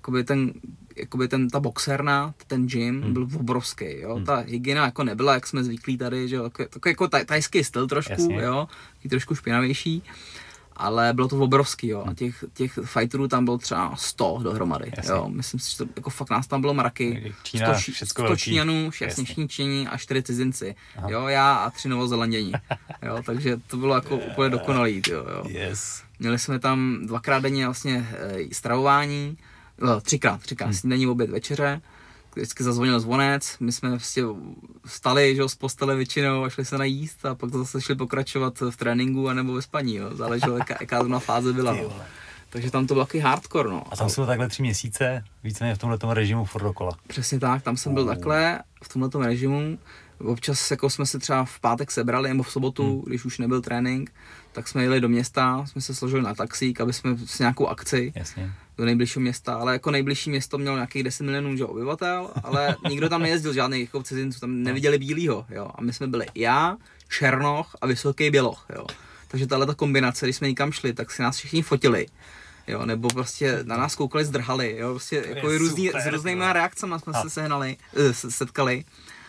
ta boxerna, ten gym byl obrovský, jo, ta hygiena jako nebyla, jak jsme zvyklí tady, že jo, takový jako tajský styl trošku, jasně. Jo, trošku špinavější, ale bylo to obrovský, jo, a těch fighterů tam bylo třeba 100 dohromady, jasně. Jo, myslím si, že to, jako fakt nás tam bylo mraky, Čína, 100 Číňanů, 6 Číňani a 4 cizinci, jo, já a 3 Novozelanděni, jo, takže to bylo jako úplně dokonalý, jo. Yes. Měli jsme tam 2krát denně vlastně stravování, 3krát, snídaní, oběd, večeře, vždycky zazvonil zvonec, my jsme prostě vstali, že, z postele většinou a šli se najíst a pak zase šli pokračovat v tréninku anebo ve spaní, jo. Záleželo, jaká zrovna fáze byla. No. Takže tam to byl takový hardcore, no. A tam jsem byl takhle 3 měsíce, víceméně v tomhletom režimu furt dokola. Přesně tak, tam jsem byl takhle, v tomhletom režimu. Občas jako jsme se třeba v pátek sebrali, nebo v sobotu, když už nebyl trénink, tak jsme jeli do města, jsme se složili na taxík, aby jsme s nějakou akci. Jasně. Do nejbližšího města, ale jako nejbližší město mělo nějakých 10 milionů obyvatel, ale nikdo tam nejezdil, žádný jako cizinců, tam neviděli bílýho, jo. A my jsme byli já, Černoch a vysoký běloch, jo. Takže tahle kombinace, když jsme někam šli, tak si nás všichni fotili, jo, nebo prostě na nás koukali, zdrhali, jo, prostě jako s různýma reakcemi jsme se setkali.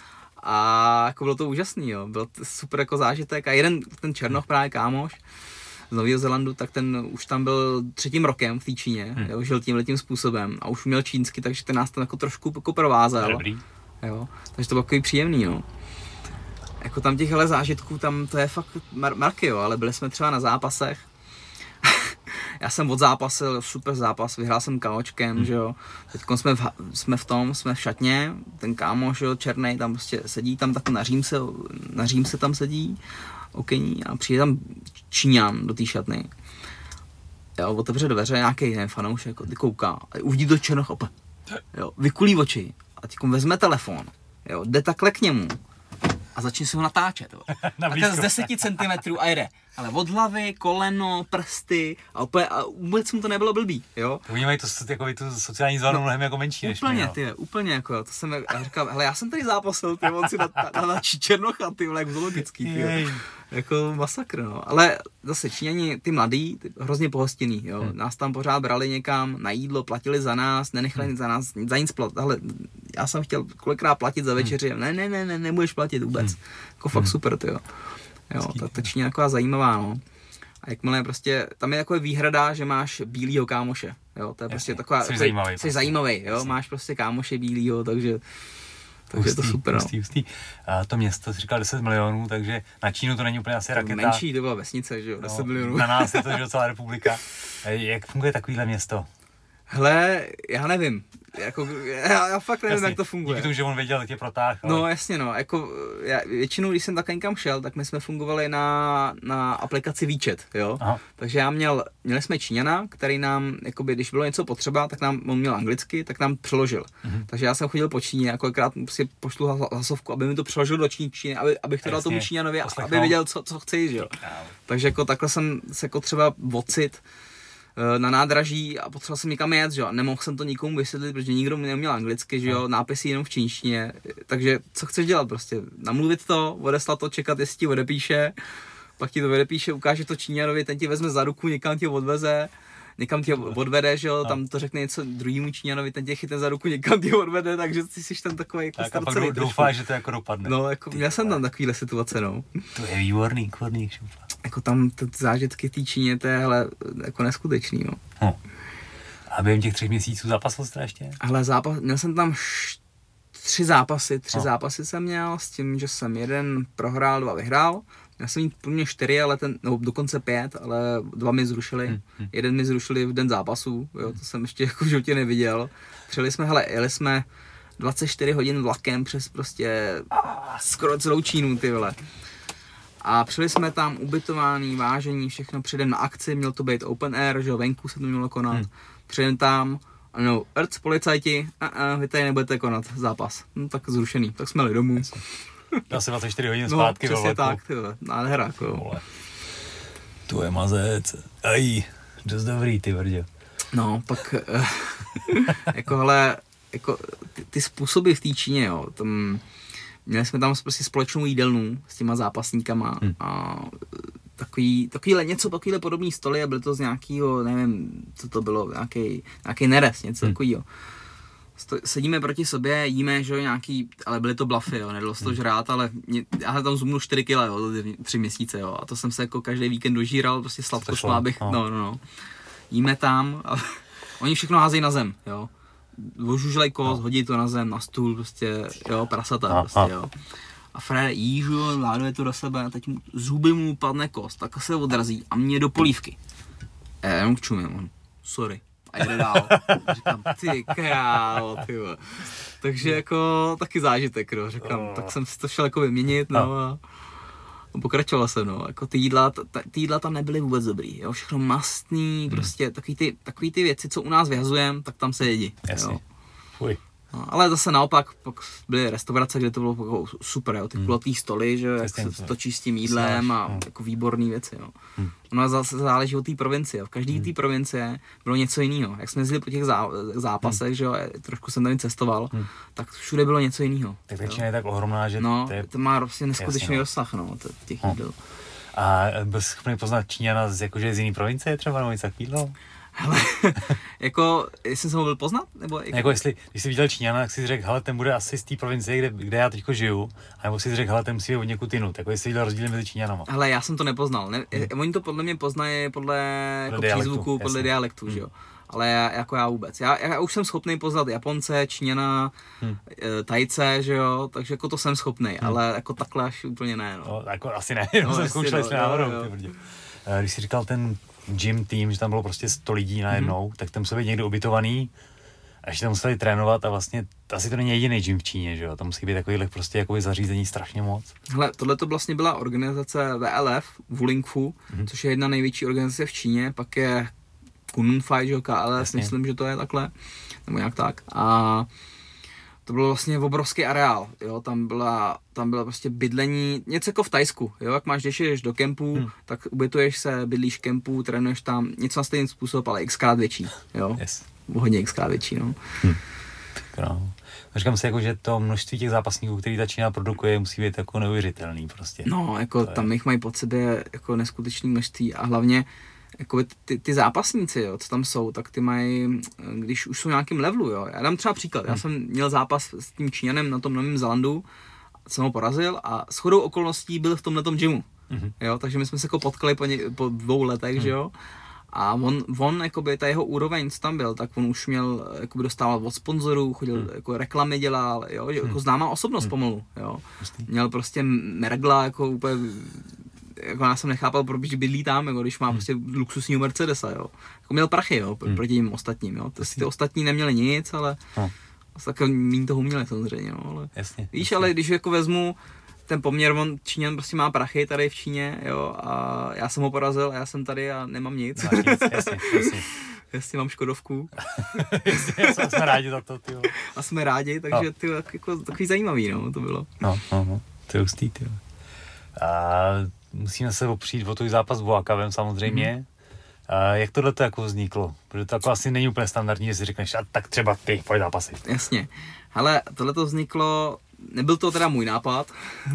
A jako bylo to úžasný, jo, byl to super jako zážitek a jeden, ten Černoch právě kámoš z Nového Zélandu, tak ten už tam byl 3. rokem v té Číně, jo, žil tímhletím způsobem a už uměl čínsky, takže ten nás tam jako trošku jako provázel. Dobrý. Jo, takže to bylo takový příjemný, no. Jako tam těch zážitků, tam to je fakt marky, jo, ale byli jsme třeba na zápasech. Já jsem odzápasil, super zápas, vyhrál jsem KOčkem, že jo. Teď jsme v šatně, ten kámoš, jo, černej, tam prostě sedí, tam tak na řím se tam sedí, okení a přijde tam Číňan do té šatny. Jo, otevře dveře, nějaký fanoušek, kouká, a uvidí do Černoch, jo, vykulí oči a teď vezme telefon, jo, jde takhle k němu a začne se ho natáčet. A z 10 cm a jede. Ale od hlavy, koleno, prsty a vůbec mu to nebylo blbý, jo. Oni mají tu sociální zónu mnohem jako menší než my, úplně jako, to jsem říkal, hele, já jsem tady zápasil, ty, on si natáčí Černocha, ty vole, jak zoologický, ty, jako masakr, no. Ale zase Číňani, ty mladí, ty, hrozně pohostinný, jo. Nás tam pořád brali někam na jídlo, platili za nás, nenechali za nás za nic platit. Hele, já jsem chtěl kolikrát platit za večeři, ne, nebudeš platit vůbec. Jako fakt super, ty, jo. Jo, ta Čína je taková zajímavá, no. A jakmile prostě, tam je taková výhrada, že máš bílýho kámoše, jo, to je prostě taková, jsi zajímavý, jo, máš prostě kámoše bílýho, takže je to super, no. Hustý. A to město, jsi říkal 10 milionů, takže na Čínu to není úplně asi raketa. Menší, to byla vesnice, že jo, 10 milionů. Na nás je to, že celá republika. Jak funguje takovýhle město? Hele, já nevím, jako, já fakt nevím, jak to funguje. Díky tomu, že on věděl, jak tě protáhl. No jasně, no, jako většinou, když jsem tak někam šel, tak my jsme fungovali na aplikaci WeChat, jo. Aha. Takže měli jsme Číňana, který nám, jakoby, když bylo něco potřeba, tak on měl anglicky, tak nám přeložil. Takže já jsem chodil po Číně, kolikrát si pošlu hlasovku, aby mi to přeložil do čínštiny, abych to dal tomu Číňanovi, aby věděl, co chci, jo. Takže jako takhle jsem se jako třeba vocit na nádraží a potřeboval jsem někam jet, že jo, nemohl jsem to nikomu vysvětlit, protože nikdo neměl anglicky, že jo, nápisy jenom v čínštině, takže co chceš dělat prostě, namluvit to, odeslat to, čekat, jestli ti odepíše, pak ti to odepíše, ukáže to Číňanovi, ten ti vezme za ruku, někam tě odveze, někam tě odvede, že jo, tam to řekne něco druhýmu Číňanovi, ten tě chytne za ruku, někam tě odvede, takže jsi tam takový jako tak a pak doufáš, že to jako dopadne. No, jako měl jsem tam takovýhle situace, no. To je výborný. Jako tam ty zážitky v té Číně, to je hele, jako neskutečný, no. A během těch 3 měsíců zápasil jste ještě? Ale měl jsem tam 3 zápasy jsem měl, s tím, že jsem 1 prohrál, 2 vyhrál. Já jsem mít pro mě 4, ale dokonce 5, ale 2 mi zrušili. 1 mi zrušili v den zápasu, jo, to jsem ještě jako v životě neviděl. Jeli jsme 24 hodin vlakem přes prostě skoro celou Čínu, ty vole. A přijeli jsme tam ubytování, vážení, všechno, přijdem na akci, měl to být open air, že jo, venku se to mělo konat. Přijdem tam, ano, policajti, vy tady nebudete konat zápas. No tak zrušený, tak jsme jeli domů. Dal se 24 hodin zpátky ve vlaku. Tak, tyhle, nádhera, jako. To je mazec. Aj, dost dobrý, ty brdě. No, pak jako ty způsoby v té Číně, jo, měli jsme tam prostě společnou jídelnu s těma zápasníkama a takovýhle podobný stoly a byly to z nějakého, nevím, co to bylo, nějaký neres, něco takovýho. Sedíme proti sobě, jíme, že jo, nějaký, ale byly to blafy, jo, nedalo se to žrát, ale já jsem tam zumnul 4 kg, jo, 3 měsíce, jo, a to jsem se jako každý víkend dožíral, prostě sladko abych, no. Jíme tam a oni všechno házejí na zem, jo. Vožužlej kost, hodí to na zem, na stůl, prostě, jo, prasata, prostě, jo. A Fred jížu, láduje to do sebe a teď zuby mu padne kost, tak se odrazí a mě do polívky. Já jenom čumím, on, sorry. A jde dál. A říkám, ty králo, ty vole. Takže jako taky zážitek, no. Říkám, tak jsem si to šel jako vyměnit, no a pokračoval jsem, no. Jako ty jídla tam nebyly vůbec dobrý, jo. Všechno mastný, prostě takový ty věci, co u nás vyhazujeme, tak tam se jedí. Jasně. Jo. Fuj. No, ale zase naopak pak byly restaurace, kde to bylo jako super, jo, ty kulatý stoly, že jak se točí s tím jídlem a jako výborný věci, jo. Ono zase záleží od té provincie, v každé té provincie bylo něco jiného. Jak jsme jezdili po těch zápasech, že jo, trošku jsem tady cestoval, tak všude bylo něco jiného. Tak většina je tak ohromná, že to má prostě neskutečný rozsah, no, těch jídel. A byl schopný poznat Číňana jakože z jiný provincie třeba, nebo něco takového? Hele, jako, jestli jsem ho byl poznat? Nebo jako jestli, když jsi viděl Číňana, tak jsi řekl, hele, ten bude asi z té provincie, kde já teďko žiju, nebo jsi řekl, hele, ten musí být od někud jinut, jako jestli viděl rozdíly mezi Číňanama. Hele, já jsem to nepoznal, oni to podle mě poznají podle jako přízvuku, podle dialektu, že jo. Ale já vůbec. Já už jsem schopný poznat Japonce, Číňana, Tajce, že jo, takže jako to jsem schopný, ale jako takhle až úplně ne, no. No, jako asi ne, jenom jsem zkoušel, jestli náhodou, když jsi říkal ten gym tým, že tam bylo prostě 100 lidí najednou, tak tam musel být někdo ubytovaný a ještě tam museli trénovat a vlastně asi to není jediný gym v Číně, že jo, tam musí být takovýhle prostě jakoby zařízení strašně moc. Hele, tohle to vlastně byla organizace WLF, Wulingfu, což je jedna největší organizace v Číně, pak je Kununfai, že jo, KLF, jasně. Myslím, že to je takhle, nebo nějak tak. A to bylo vlastně obrovský areál, jo, tam byla prostě bydlení, něco jako v Thajsku, jo, jak máš, když jdeš do kempu, tak ubytuješ se, bydlíš v kempu, trénuješ tam, něco na stejný způsob, ale xkrát větší, jo, hodně xkrát větší, no. No. Říkám si, jako, že to množství těch zápasníků, který ta Čína produkuje, musí být jako neuvěřitelný prostě. No, jako to tam jich mají pod sebe jako neskutečné množství a hlavně jako ty zápasníci, jo, co tam jsou, tak ty mají, když už jsou v nějakém levelu, jo. Já dám třeba příklad, já jsem měl zápas s tím Číňanem na tom Novém Zélandu, jsem ho porazil a shodou okolností byl v tomhletom gymu, jo, takže my jsme se jako potkali po 2 letech, že jo. A on jakoby, ta jeho úroveň, co tam byl, tak on už měl, jakoby dostával od sponzorů, chodil, jako reklamy dělal, jo, jako známá osobnost pomalu, jo. Měl prostě Mergla, jako úplně, jako já jsem nechápal, proč bydlí tam, jako když má prostě luxusního Mercedesa, jo. Jako měl prachy, jo, proti těm ostatním, jo. Ty ostatní neměli nic, ale tak míň toho uměli samozřejmě, no, ale víš, ale když jako vezmu ten poměr, Číňan prostě má prachy tady v Číně, jo, a já jsem ho porazil a já jsem tady a nemám nic. Jasně. Jasně, mám Škodovku. Jasně, jsme rádi za to, tyjo. A jsme rádi, takže ty jako takový zajímavý, no, to bylo. No, to je hustý, tyjo. A musíme se opřít o tvůj zápas s Boakavem samozřejmě. A jak tohle to jako vzniklo? Protože to jako asi není úplně standardní, že si řekneš, a tak třeba ty, pojď zápasit. Jasně. Hele, tohle to vzniklo, nebyl to teda můj nápad,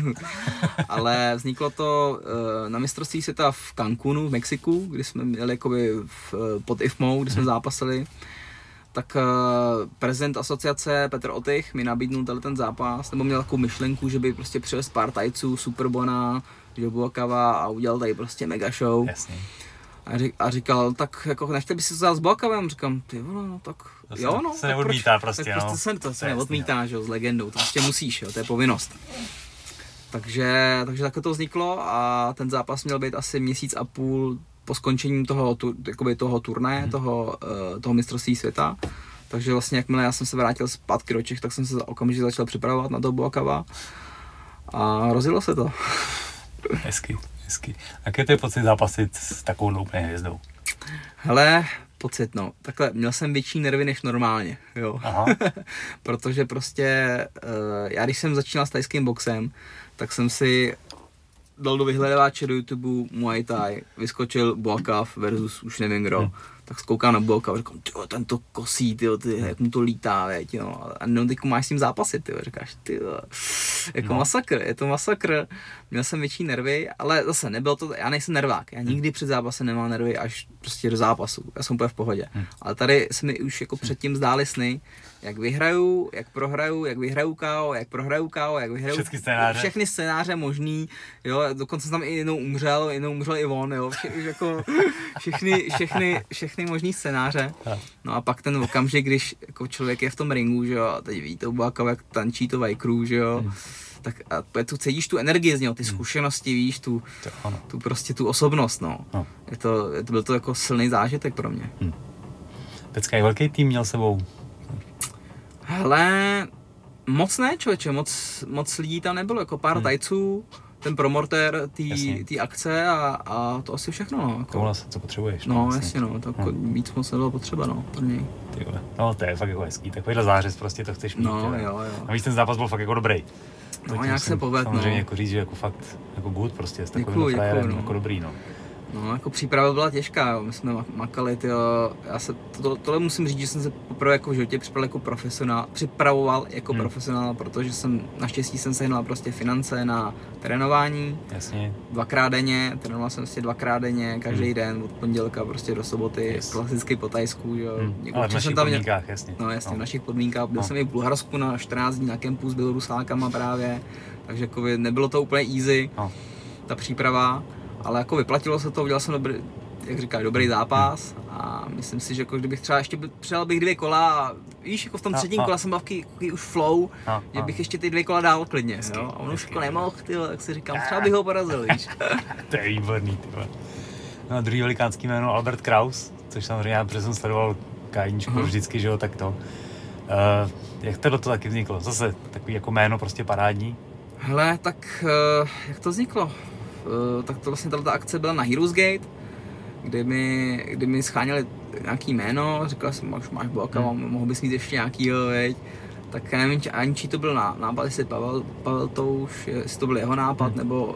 ale vzniklo to na mistrovství světa v Cancúnu v Mexiku, kdy jsme měli jakoby pod IFMou, kdy jsme zápasili. Tak prezident asociace Petr Otych mi nabídnul ten zápas, nebo měl takovou myšlenku, že by prostě přivez pár Tajců, Superbona, do Boakava a udělal tady prostě mega show. Jasně. A říkal, tak jako nechtěl bys si to vzát s Boakavem? Říkám, ty vole, no tak to jo, no. se neodmítá prostě, tak no. Prostě to se neodmítá, že jo, s legendou, to prostě musíš, jo, to je povinnost. Takže takhle to vzniklo a ten zápas měl být asi 1,5 měsíce po skončení toho turnaje, toho mistrovství světa. Takže vlastně jakmile já jsem se vrátil zpátky do Čech, tak jsem se okamžitě začal připravovat na toho Boakava a rozjelo se to. Hezky. Jaký to je pocit zápasit s takovou úplně hvězdou? Hele, pocit, no. Takhle, měl jsem větší nervy než normálně, jo. Aha. Protože prostě, já když jsem začínal s thajským boxem, tak jsem si dal do vyhledávače do YouTube Muay Thai, vyskočil Buakav versus už nevím kdo, tak zkoukám na Buakav a říkám, tyjo, ten to kosí, tyjo, jak mu to lítá, veď, jo. A no, teď máš s tím zápasy, tyjo, říkáš, tyjo, jako masakr, je to masakr, měl jsem větší nervy, ale zase nebylo to, já nejsem nervák, já nikdy před zápasem nemám nervy až prostě do zápasu, já jsem úplně v pohodě, ale tady se mi už jako předtím zdály sny, jak vyhraju, jak prohraju, jak vyhraju KO, jak prohraju KO, jak vyhraju, všechny scénáře možný, jo, dokonce jsem tam i jednou umřel i on, jo, všechny možný scénáře. No a pak ten okamžik, když jako člověk je v tom ringu, že jo, a teď ví to Buakav, jak tančí to vajkru, že jo, tak a tu cítíš tu energii z něho, ty zkušenosti, víš, tu prostě tu osobnost, no. Byl to jako silný zážitek pro mě. Pecka, jak velký tým měl sebou? Hele, moc ne, člověče, moc lidí tam nebylo, jako pár tajců, ten promotér té akce a to asi všechno, no. Jako. Tohle se, co potřebuješ. No, jasně, no, tak víc moc nebylo potřeba, no, pro něj. No, to je fakt jako hezký, takovýhle zářez prostě to chceš mít. No, jo. A víš, ten zápas byl fakt jako dobrý. No, nějak se povedl, no. Samozřejmě jako říct, že jako fakt, jako good prostě, s takovým frérem, no. Jako dobrý, no. No, jako příprava byla těžká, jo. My jsme makali, tyjo. Tohle musím říct, že jsem se poprvé jako v životě připravoval jako profesionál, protože naštěstí jsem sehnal prostě finance na trénování. Jasně. 2x denně, trénoval jsem prostě 2x denně, každý den, od pondělka prostě do soboty, klasicky po tajsku, jo. Ale v našich podmínkách, jasně. No jasně, v našich podmínkách. Byl jsem i v Bulharsku na 14 dní na kempu s Bělorusákama právě, takže jako nebylo to úplně easy, ta příprava. Ale jako vyplatilo se to, udělal jsem dobrý zápas a myslím si, že jako kdybych třeba ještě přijel bych 2 kola a víš, jako v tom třetím kole jsem byl už flow, že bych ještě ty 2 kola dál klidně, jo? A on už jako nemohl, tak si říkám, třeba bych ho porazil, víš. To je výborný, tyhle. No a druhý velikánský jméno Albert Kraus, což samozřejmě já jsem sledoval K1 vždycky, že jo, tak to. Jak to taky vzniklo? Zase takový jako jméno prostě parádní. Hele, tak jak to vzniklo? Tak to vlastně tato akce byla na Heroes Gate, kdy mi scháněli nějaký jméno, říkal jsem, už máš Buakava, mohl bys mít ještě nějakýho, veď. Tak já nevím, ani či to byl nápad, jestli Pavel Touš, jestli to byl jeho nápad, nebo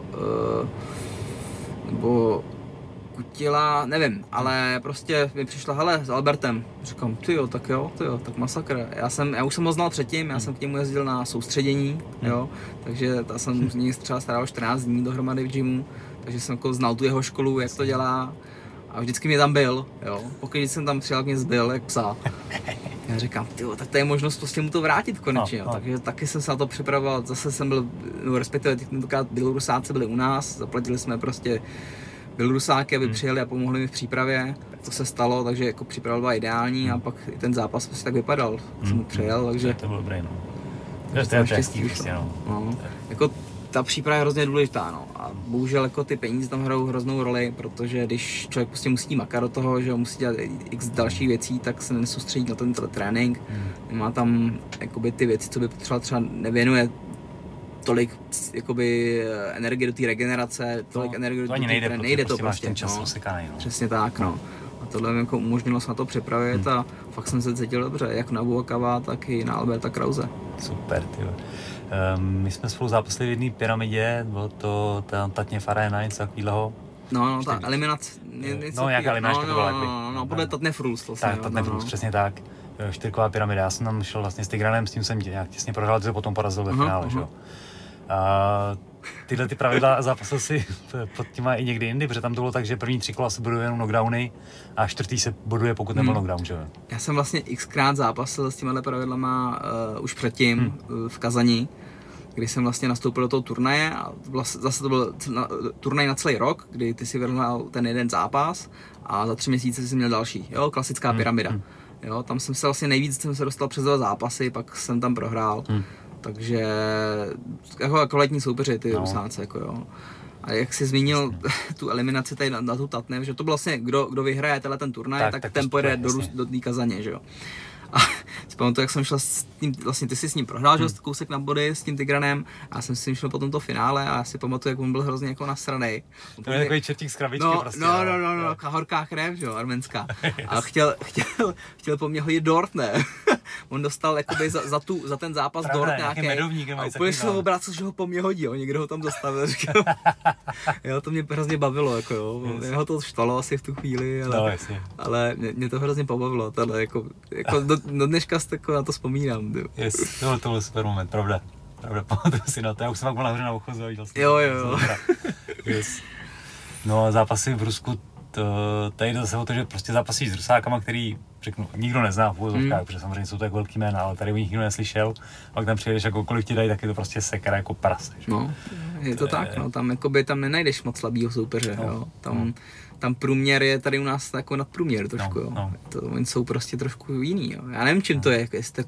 Kutila, nevím, ale prostě mi přišla, hele, s Albertem, říkám, tyjo, tak masakr. Já už jsem ho znal předtím, já jsem k němu jezdil na soustředění, jo, takže já jsem z něj třeba staral 14 dní dohromady v gymu, takže jsem jako znal tu jeho školu, jak to dělá a vždycky mě tam byl, jo, pokud jsem tam přijel, mě zbyl, jak psa. Já říkám, tyjo, tak to je možnost prostě mu to vrátit konečně, takže taky jsem se na to připravoval, zase jsem byl, respektive tentokrát Bělorusáci byli u nás, zaplatili jsme prostě Bělorusáky, aby přijeli a pomohli mi v přípravě, to se stalo, takže jako příprava byla ideální a pak ten zápas prostě tak vypadal, jsem přijel, takže... To bylo dobré, no. To je štěstí, prostě, no. Jako ta příprava je hrozně důležitá, no. A bohužel jako ty peníze tam hrajou hroznou roli, protože když člověk prostě musí makat do toho, že musí dělat x dalších věcí, tak se nesoustředí na ten trénink. Má tam jakoby ty věci, co by potřeboval, třeba nevěnuje tolik jakoby energie do té regenerace, tolik energie do té nejde to prostě. Ten čas osekaný, no. Přesně tak, no. A tohle mi jako umožnilo se na to připravit a fakt jsem se cítil dobře, jak na Buakava, tak i na Alberta Krause. Super, tyjo. My jsme spolu zápasili v jedné pyramidě, bylo to Tatně Arena, něco takového. No, ta eliminace. No, nějaká eliminačka to byla. No, podle Tatne Fruls vlastně. Tak, Tatne Fruls, přesně tak. 4ková pyramida, já jsem tam šel vlastně s Tigranem, s tím jsem nějak těsně prohrál, že potom porazil ve finále, že jo. Tyhle ty pravidla zápasil si pod těma i někdy jindy, protože tam to bylo tak, že první 3 kola se bodují jenom knockdowny a 4. se boduje, pokud nebyl knockdown, že jo? Já jsem vlastně xkrát zápasil s těmihle pravidlama už předtím v Kazani, kdy jsem vlastně nastoupil do toho turnaje a zase to byl turnaj na celý rok, kdy ty si vyhrál ten jeden zápas a za 3 měsíce jsi měl další, jo, klasická pyramida. Jo, tam jsem se vlastně nejvíc dostal přes 2 zápasy, pak jsem tam prohrál. Takže jako letní soupeři ty Rusáci, jako jo. A jak jsi zmínil tu eliminaci tady na tu Tatne, že to byl vlastně, kdo vyhraje ten turnaj, tak ten pojede do té Kazaně, že jo. A si pamatuju, jak jsem šel s tím, vlastně ty jsi s ním prohrál, že kousek na body s tím Tigranem a já jsem s ním šel potom to finále a já si pamatuju, jak on byl hrozně jako nasranej. To je takový čertík z krabičky prostě. No, horká krev, že jo, arménská. A chtěl po mně hodit dort, ne? on dostal jakoby za ten zápas dort nějaký. A úplně se ho obrácel, že ho po mně hodí, jo, někdo ho tam zastavil, říkal. Jo, to mě hrozně bavilo, jako jo, jeho to štvalo asi v tu chvíli, ale mě to hrozně pobavilo, tohle, jako do dneška jako na to vzpomínám. To byl super moment, pravda, pamatuju si na to, já už jsem pak byl nahoře na Ochozu a viděl jsem. Jo. Yes. No a zápasy v Rusku, tady jde zase o to, že prostě zápasíš s Rusákama, který, řeknu, nikdo nezná v úvozovkách, protože samozřejmě jsou to jako velký jména, ale tady o nich nikdo neslyšel, pak tam přijedeš a kolik ti dají, tak je to prostě sekera jako prase. Že? No, je to tak, no, tam nenajdeš moc slabýho soupeře, jo, tam průměr je tady u nás jako nadprůměr trošku, jo. Oni jsou prostě trošku jiný, jo. Já nevím, čím to je, jestli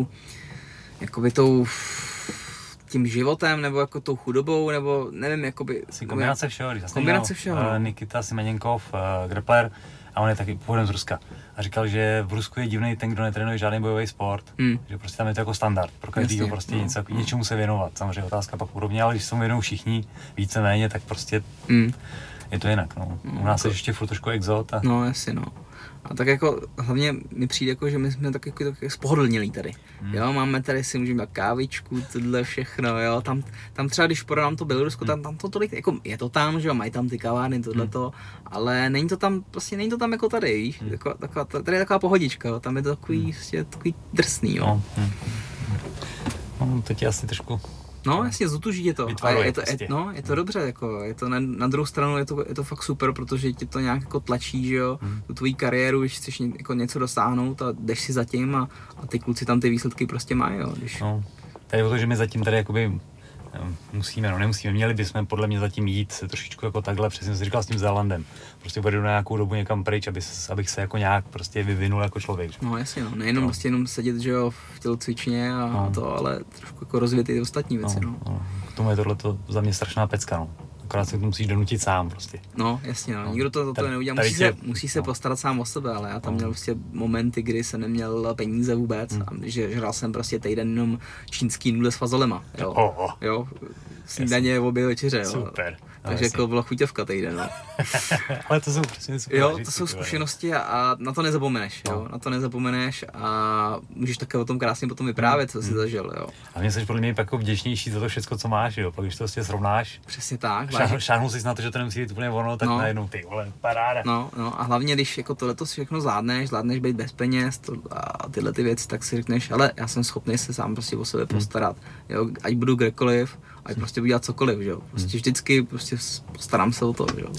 tou tím životem, nebo jako tou chudobou, nebo nevím, jakoby... Kombinace všeho, kombinace všeho. Nikita Semeněnkov, grappler, a on je taky původem z Ruska. A říkal, že v Rusku je divný ten, kdo netrénuje žádný bojový sport, že prostě tam je to jako standard, pro každýho prostě něčemu se věnovat. Samozřejmě otázka pak podobně, ale když se věnují všichni víceméně, tak prostě je to jinak, no. U nás je ještě furt trošku exot. No, jasně, no. A tak jako hlavně mi přijde jako, že my jsme tak spohodlnělí tady. Jo, máme tady si můžeme dát kávičku, tohle všechno, jo. Tam třeba, když porovnám to Bělorusko, tam to tolik, jako je to tam, že jo, mají tam ty kavárny, tohleto, ale není to tam jako tady, víš, tady je taková pohodička, jo. Tam je to takový drsný, jo. No, teď je asi trošku... No, jasně, zutuží je to. Je to dobře, jako, je to na druhou stranu je to fakt super, protože ti to nějak jako tlačí, že jo, tu tvoji kariéru, když chceš jako něco dosáhnout a jdeš si zatím a ty kluci tam ty výsledky prostě mají, jo. No, tady je to, že my zatím tady jakoby nemusíme, měli bychom podle mě zatím jít se trošičku jako takhle, přesně jsem říkal s tím Zélandem. Prostě pojedu na nějakou dobu někam pryč, abych se jako nějak prostě vyvinul jako člověk. Že? No jasně, no, nejenom prostě jenom sedět, že jo, v tělocvičně a to, ale trošku jako rozvíjet ty ostatní věci, no. K tomu je tohleto za mě strašná pecka, no. Akorát se to musíš donutit sám prostě. No, jasně, no. Nikdo to neudělá, musí se postarat sám o sebe, ale já tam měl prostě momenty, kdy jsem neměl peníze vůbec a že žral jsem prostě týden jenom čínský nudle s fazolema, jo. Snídaně, oběd, večeře, jo. Super. Takže jako byla chuťovka týden, no. Ale to jsou přesně super. Jo, to jsou zkušenosti a na to nezapomeneš, jo. Na to nezapomeneš a můžeš také o tom krásně potom vyprávět, co jsi zažil, jo. A mě jsi podle mě jako vděčnější za to všechno, co máš, jo. Pak když to prostě srovnáš. Přesně tak. Šáhnul jsi na to, že to nemusí být úplně ono, tak najednou ty vole, paráda. No, a hlavně když jako tohleto všechno zvládneš být bez peněz a tyhle ty věci, tak si řekneš, ale já jsem schopný se sám prostě o sebe postarat, jo, ať budu kdekoliv, ať prostě budu dělat cokoliv, že jo. Prostě vždycky prostě postarám se o to, že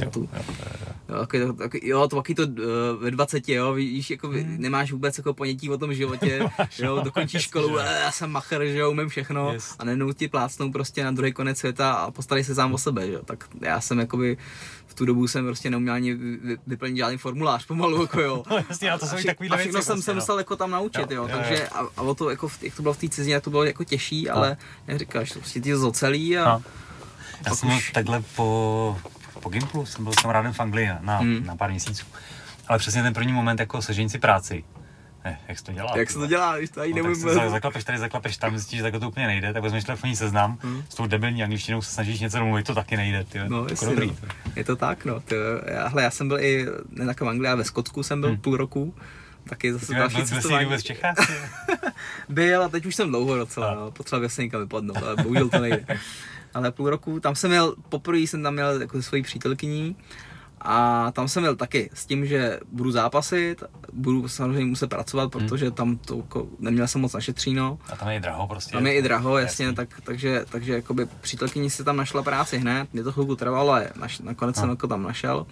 jo. To taky to ve 20, jo, víš, jako nemáš vůbec jako ponětí o tom životě, jo, dokončíš školu, já jsem macher, že jo, umím všechno a nejednou ti plácnou prostě na druhý konec světa a postarej se sám o sebe, že jo. Tak já jsem jakoby v tu dobu jsem prostě neuměl ani vyplnit žádný formulář pomalu, jako jo. No jasně, a to jsou i takovýhle věci. A všechno jsem musel jako tam naučit, jo, takže a o to jako, jak to bylo v té cizině, to bylo jako těžší, ale jak říkáš, to prostě ty zocelí a... Já jsem takhle po Gimplu, jsem byl kamarádem v Anglii na pár měsíců. Ale přesně ten první moment jako sežení si práci. Jak se to dělá? Jak se to dělá, když to ani nevím. Zaklapeš tam, zjistíš, že takhle to úplně nejde, tak vezmeš telefonní seznam, s tou debilní angličtinou se snažíš něco domluvit, to taky nejde, tyjo. No, jestli, dobrý. No. Je to tak, no. Já jsem byl i, ne tak v Anglii, ale ve Skotsku jsem byl půl roku. Taky zase další cestování. Byl jsi Čechách? Byl, a teď už jsem dlouho docela, no. Potřeba se někam vypadnout, ale bohužel to nejde. Ale půl roku, tam jsem měl, poprvé jsem tam měl jako se svojí přítelkyní a tam jsem měl taky s tím, že budu zápasit, budu samozřejmě muset pracovat, protože tam to jako, neměl jsem moc našetříno. A tam je i draho prostě. Tam je i draho, jasně, takže jakoby přítelkyni si tam našla práci hned, mě to chvilku trvalo, ale nakonec jsem jako tam našel.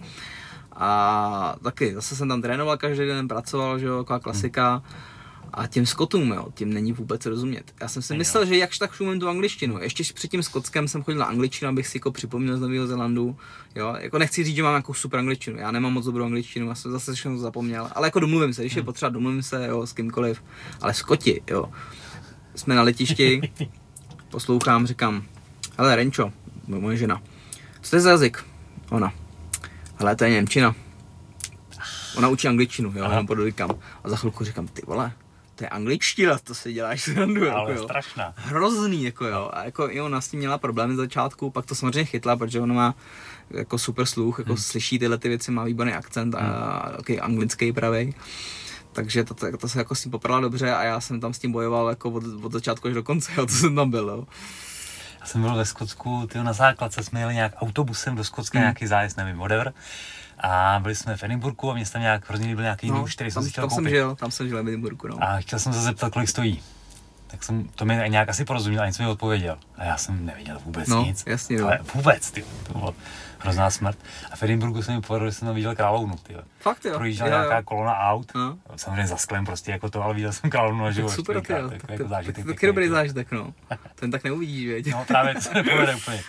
A taky zase jsem tam trénoval každý den, pracoval, že jo, taková klasika. A těm Skotům, jo, tím není vůbec rozumět. Já jsem si myslel, že jakž tak umím tu angličtinu. Ještě před tím Skotskem jsem chodil na angličtinu, abych si jako připomněl z Nového Zélandu. Jo, jako nechci říct, že mám jako super angličtinu. Já nemám moc dobrou angličtinu, já jsem zase všechno zapomněl. Ale jako domluvím se, když je potřeba, domluvím se, jo, s kýmkoliv. Ale Skoti, jo. Jsme na letišti, poslouchám, říkám, hele Renčo, moje žena, co to je za jazyk? Ona, hele, to je němčina. Ona učí angličtinu, jo, jenom podotýkám. A za chvilku říkám, ty vole, to je angličtina, to si děláš srandu, jako ale jo. Strašná. Hrozný, jako jo. A jako i ona s tím měla problémy z začátku, pak to samozřejmě chytla, protože ona má jako super sluch, jako slyší tyhle ty věci, má výborný akcent a takový anglický pravej. Takže to se jako s tím poprala dobře a já jsem tam s tím bojoval jako od začátku až do konce, jo, to jsem tam byl, jo. Já jsem byl ve Skotsku, na základce jsme jeli nějak autobusem do Skotska, nějaký zájezd, nevím, whatever. A byli jsme v Edinburghu a mě tam nějak hrozně byl nějaký nůž, který jsem si chtěl koupit. Tam jsem žil v Edinburghu, no. A chtěl jsem se zeptat, kolik stojí. Tak jsem to mi nějak asi porozuměl a nic mi odpověděl. A já jsem nevěděl vůbec nic. Jasně, no. Ale vůbec, ty, to bylo hrozná smrt. A v Edinburghu jsem mi povedl, že jsem tam viděl královnu, ty. Fakt jo. Projížděla nějaká kolona aut, samozřejmě za sklem prostě jako to, ale viděl jsem královnu na život. Super, ty jo. Jako zážitek. Taky dobrý zážitek, no. Ten tak neuvidíš, věď. No právě, to se nepovede úplně.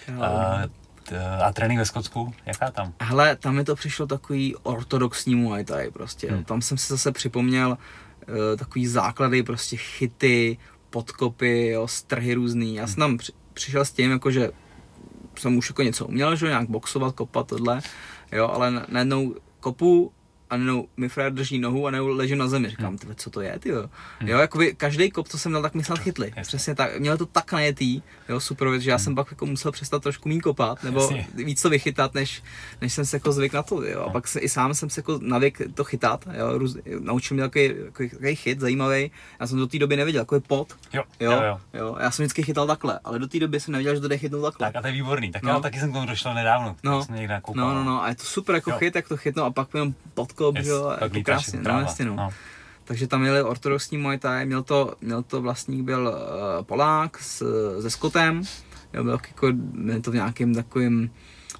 A trénink ve Skotsku, jaká tam? Hele, tam mi to přišlo takový ortodoxní Muay Thai prostě. Tam jsem si zase připomněl takový základy, prostě chyty, podkopy, jo, strhy různý. Já jsem tam přišel s tím, jako, že jsem už jako něco uměl, že nějak boxovat, kopat, tohle, jo, ale najednou kopu a najednou mi frajer drží nohu a najednou ležím na zemi. Říkám, tyhle, co to je, tyjo. Jo, jakoby každý kop, co jsem dal, tak myslel chytli. Přesně tak, měl to tak najetý, jo, super věc, že já jsem pak jako musel přestat trošku míň kopat, nebo víc to vychytat, než jsem se jako zvyk na to, jo. A pak i sám jsem se jako navyk to chytat, jo, naučil mě takový chyt zajímavý. Já jsem do té doby nevěděl, jako je pot. Jo. Já jsem vždycky chytal takhle, ale do té doby jsem nevěděl, že to jde chytnout takhle. Tak a to je výborný, tak já taky jsem k tomu došel nedávno. No, a je to super jako chyt, jak to chytnout a pak jenom podkop, jo, jako krásně, no, jasně, no. Takže tam měli ortodoxní Muay Thai, měl to vlastník byl Polák se Skotem, jo, byl to v nějakým takovým,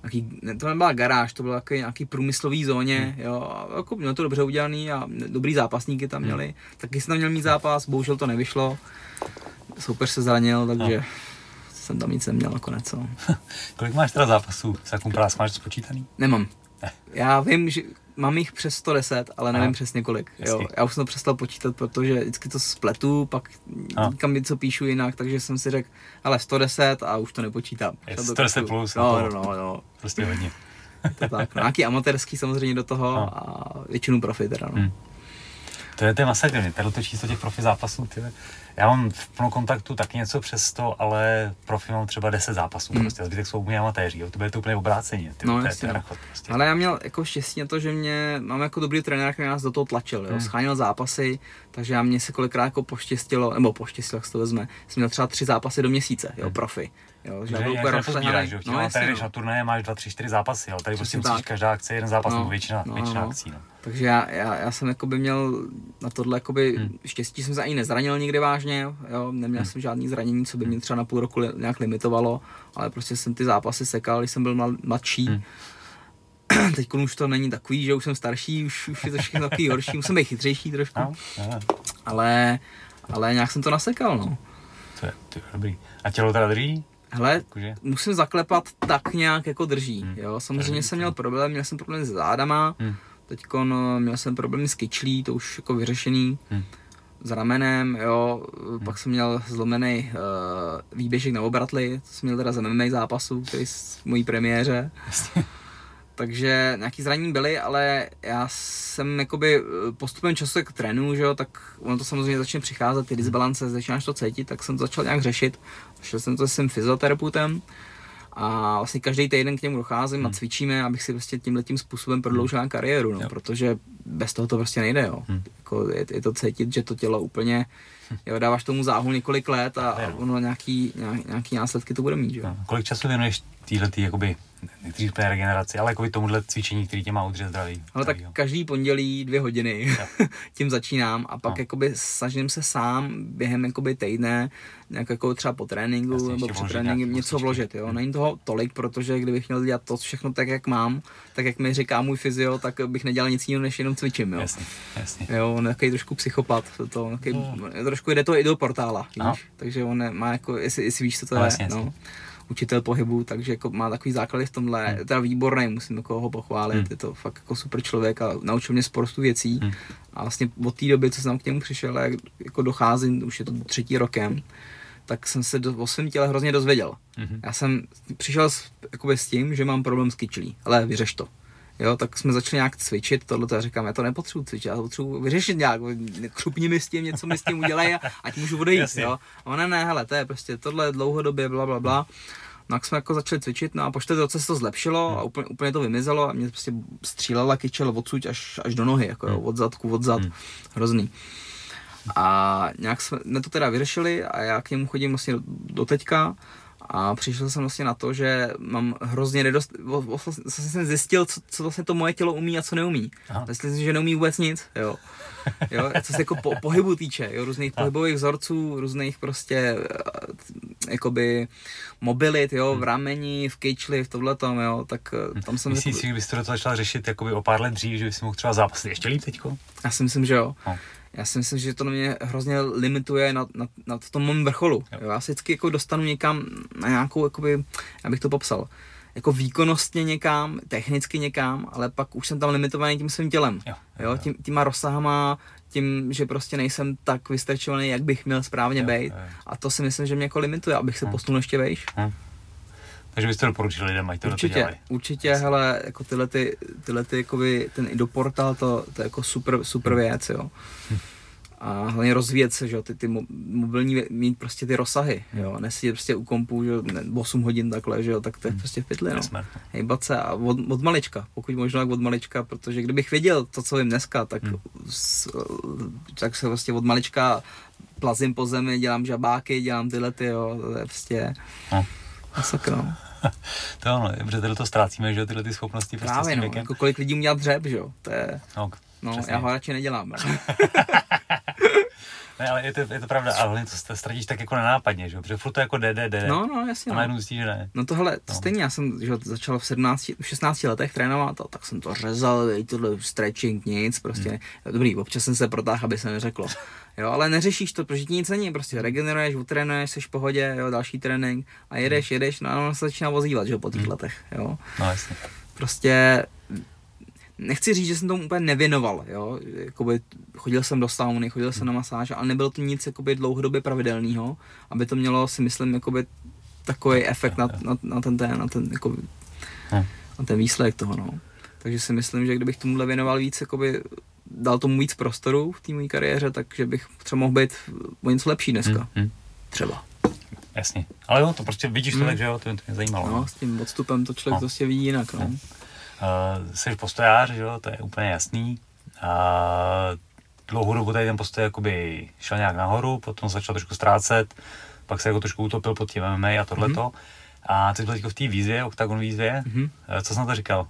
to nebyla garáž, to bylo takový nějaký průmyslový zóně, jo, a jako měl to dobře udělaný a dobrý zápasníky tam měli, taky jsem tam měl mít zápas, bohužel to nevyšlo, soupeř se zranil, takže jsem tam nic neměl nakonec, no. Kolik máš teda zápasů s jakým prás, máš to spočítaný? Nemám. Já vím, že mám jich přes 110, ale nevím přesně kolik. Jo. Já už jsem to přestal počítat, protože vždycky to spletu, pak kam něco píšu jinak, takže jsem si řekl, ale 110 a už to nepočítám. 110 plus. No. Prostě hodně. To tak. No, nějaký amatérský samozřejmě do toho a většinu profi teda, no. To je masakr, to číslo těch profi zápasů, tyhle. Já mám v plnou kontaktu taky něco přes 100, ale profi mám třeba 10 zápasů, prostě, a zbytek jsou úplně amatéři, jo, to bude to úplně obráceně, no, jasně, prostě. Ale já měl jako štěstí na to, že mám jako dobrý trenér, který nás do toho tlačil, jo, scháněl zápasy, takže mě se kolikrát jako poštěstilo, jak se to vezme, jsem měl třeba 3 zápasy do měsíce, jo, profi. Jo, že úplně rozpozbíráš, jo, tady jdeš na turnaje, máš 2, 3, 4 zápasy, ale tady prostě musíš každá akce jeden zápas, nebo většina akcí, no. Takže já jsem jakoby měl na tohle jakoby štěstí, jsem se ani nezranil nikdy vážně, jo, neměl jsem žádný zranění, co by mě třeba na půl roku nějak limitovalo, ale prostě jsem ty zápasy sekal, když jsem byl mladší. Teď už to není takový, že už jsem starší, už je to všechno takový horší, musím být chytřejší trošku, ale nějak jsem to nasekal, no. To je dobrý. A tělo teda drží? Hele, musím zaklepat, tak nějak jako drží, jo, samozřejmě jsem měl problém s zádama, teďkon měl jsem problém s kyčlí, to už jako vyřešený, s ramenem, jo, pak jsem měl zlomený výběžek na obratli, to jsem měl teda z MMA zápasu, který s mojí premiéře. Takže nějaký zranění byly, ale já jsem jakoby postupem času jak trénuju, že jo, tak ono to samozřejmě začne přicházet, ty disbalance, začínáš to cítit, tak jsem to začal nějak řešit. Šel jsem to s tím fyzioterapeutem a vlastně každý týden k němu docházím a cvičíme, abych si prostě tímhletím způsobem prodloužil kariéru, no, protože bez toho to prostě nejde, jo. Jako je to cítit, že to tělo úplně, jo, dáváš tomu záhu několik let a ono nějaký následky to bude mít, jo. Kolik času věnuješ týhletý, jakoby, nechci úplně regeneraci, ale jakoby tomuhle cvičení, který tě má udržet zdravý? Ale tak každý pondělí 2 hodiny tím začínám a pak jakoby snažím se sám během jakoby týdne nějak jako třeba po tréninku nebo při tréninku něco vložit, jo. Není toho tolik, protože kdybych měl dělat to všechno tak, jak mám, tak jak mi říká můj fyzio, tak bych nedělal nic jiného, než jenom cvičím, jo. Jasně. Jo, on je takový trošku psychopat, trošku jde to i do portála, víš, takže on má jako, jestli víš, co to je, no. Učitel pohybu, takže jako má takový základy v tomhle, teda výborný, musím jako ho pochválit, je to fakt jako super člověk a naučil mě spoustu věcí a vlastně od té doby, co jsem k němu přišel, jak jako docházím, už je to 3. rokem, tak jsem se o svém těle hrozně dozvěděl. Já jsem přišel s tím, že mám problém s kyčlí, ale vyřeš to. Jo, tak jsme začali nějak cvičit, tohleto já říkám, já to nepotřebuji cvičit, já to potřebuji vyřešit nějak, křupni mi s tím, něco mi s tím udělej a ať můžu odejít, jo. A ona ne, hele, to je prostě tohle dlouhodobě, blablabla. No jak jsme jako začali cvičit, no a po 4 roce se to zlepšilo a úplně to vymizelo a mě prostě střílela kyčel odsud až do nohy, jako jo, od zadku, od zad, hrozný. A nějak jsme to teda vyřešili a já k němu chodím vlastně do teďka a přišel jsem vlastně na to, že mám hrozně vlastně jsem zjistil, co vlastně to moje tělo umí a co neumí. Myslím si, že neumí vůbec nic, jo. Co se jako pohybu týče, jo, různých pohybových vzorců, různých prostě jakoby mobilit, jo, v rameni, v kyčli, v tohletom, jo, tak tam jsem... Myslíš si, že byste to začal řešit jakoby o pár let dřív, že bys mohl třeba zápasit ještě líp teďko? Já si myslím, že jo. Já si myslím, že to na mě hrozně limituje na tom mém vrcholu. Jo. Já se vždycky jako dostanu někam na nějakou, jakoby, já bych to popsal, jako výkonnostně někam, technicky někam, ale pak už jsem tam limitovaný tím svým tělem. Jo. Těma rozsahama, tím, že prostě nejsem tak vystrčovaný, jak bych měl správně být. A to si myslím, že mě jako limituje, abych se posunul ještě vejš. Takže byste doporučili lidem, ať to dělají. Určitě, hele, jako tyhle jakoby, ten idoportal, to je jako super věc, jo. A hlavně rozvíjet se, že jo, ty mobilní mít prostě ty rozsahy, jo, nesedět prostě u kompu, že 8 hodin takhle, že jo, tak to je prostě v pytli, no. Hejbat se a od malička, pokud možno tak od malička, protože kdybych věděl to, co vím dneska, tak se prostě od malička plazím po zemi, dělám žabáky, dělám tyhle ty, jo, to je prostě masakra. To ano, protože to ztrácíme, že jo, tyhle ty schopnosti prostě právě, no, jako kolik lidí uměl dřep, že jo, to je, já ho radši nedělám. Ne, ale je to pravda, ale hlavně to ztratíš tak jako nenápadně, že jo, protože furt to jako jde. No, jasně. A najednou zjistíš, že ne. No tohle, stejně, já jsem že začal v 16 letech trénovat, tak jsem to řezal, tohle stretching, nic, prostě, dobrý, občas jsem se protáhl, aby se neřeklo. Jo, ale neřešíš to, protože ti nic není, prostě regeneruješ, utrénuješ, jsi v pohodě, jo, další trénink a jedeš, no a ono se začíná vozívat, že jo, po těch letech, jo. No, jasně. Prostě nechci říct, že jsem tomu úplně nevěnoval, jo, jakoby chodil jsem do sauny, chodil jsem na masáž, ale nebylo to nic jakoby dlouhodobě pravidelného, aby to mělo, si myslím, jakoby takový efekt na ten výsledek toho, no. Takže si myslím, že kdybych tomuhle věnoval víc, jakoby dal tomu víc prostoru v té mojí kariéře, takže bych třeba mohl být o něco lepší dneska. Třeba. Jasně. Ale jo, to prostě vidíš to tak, že jo, to mě zajímalo. No, s tím odstupem to člověk prostě vidí jinak, no. Jsi postojář, že jo, to je úplně jasný. Dlouhou dobu tady ten postoj jakoby šel nějak nahoru, potom začal trošku ztrácet, pak se jako trošku utopil pod tím MMA a tohleto. A ty byl v té výzvě, Octagon výzvě, co jsi na to říkal?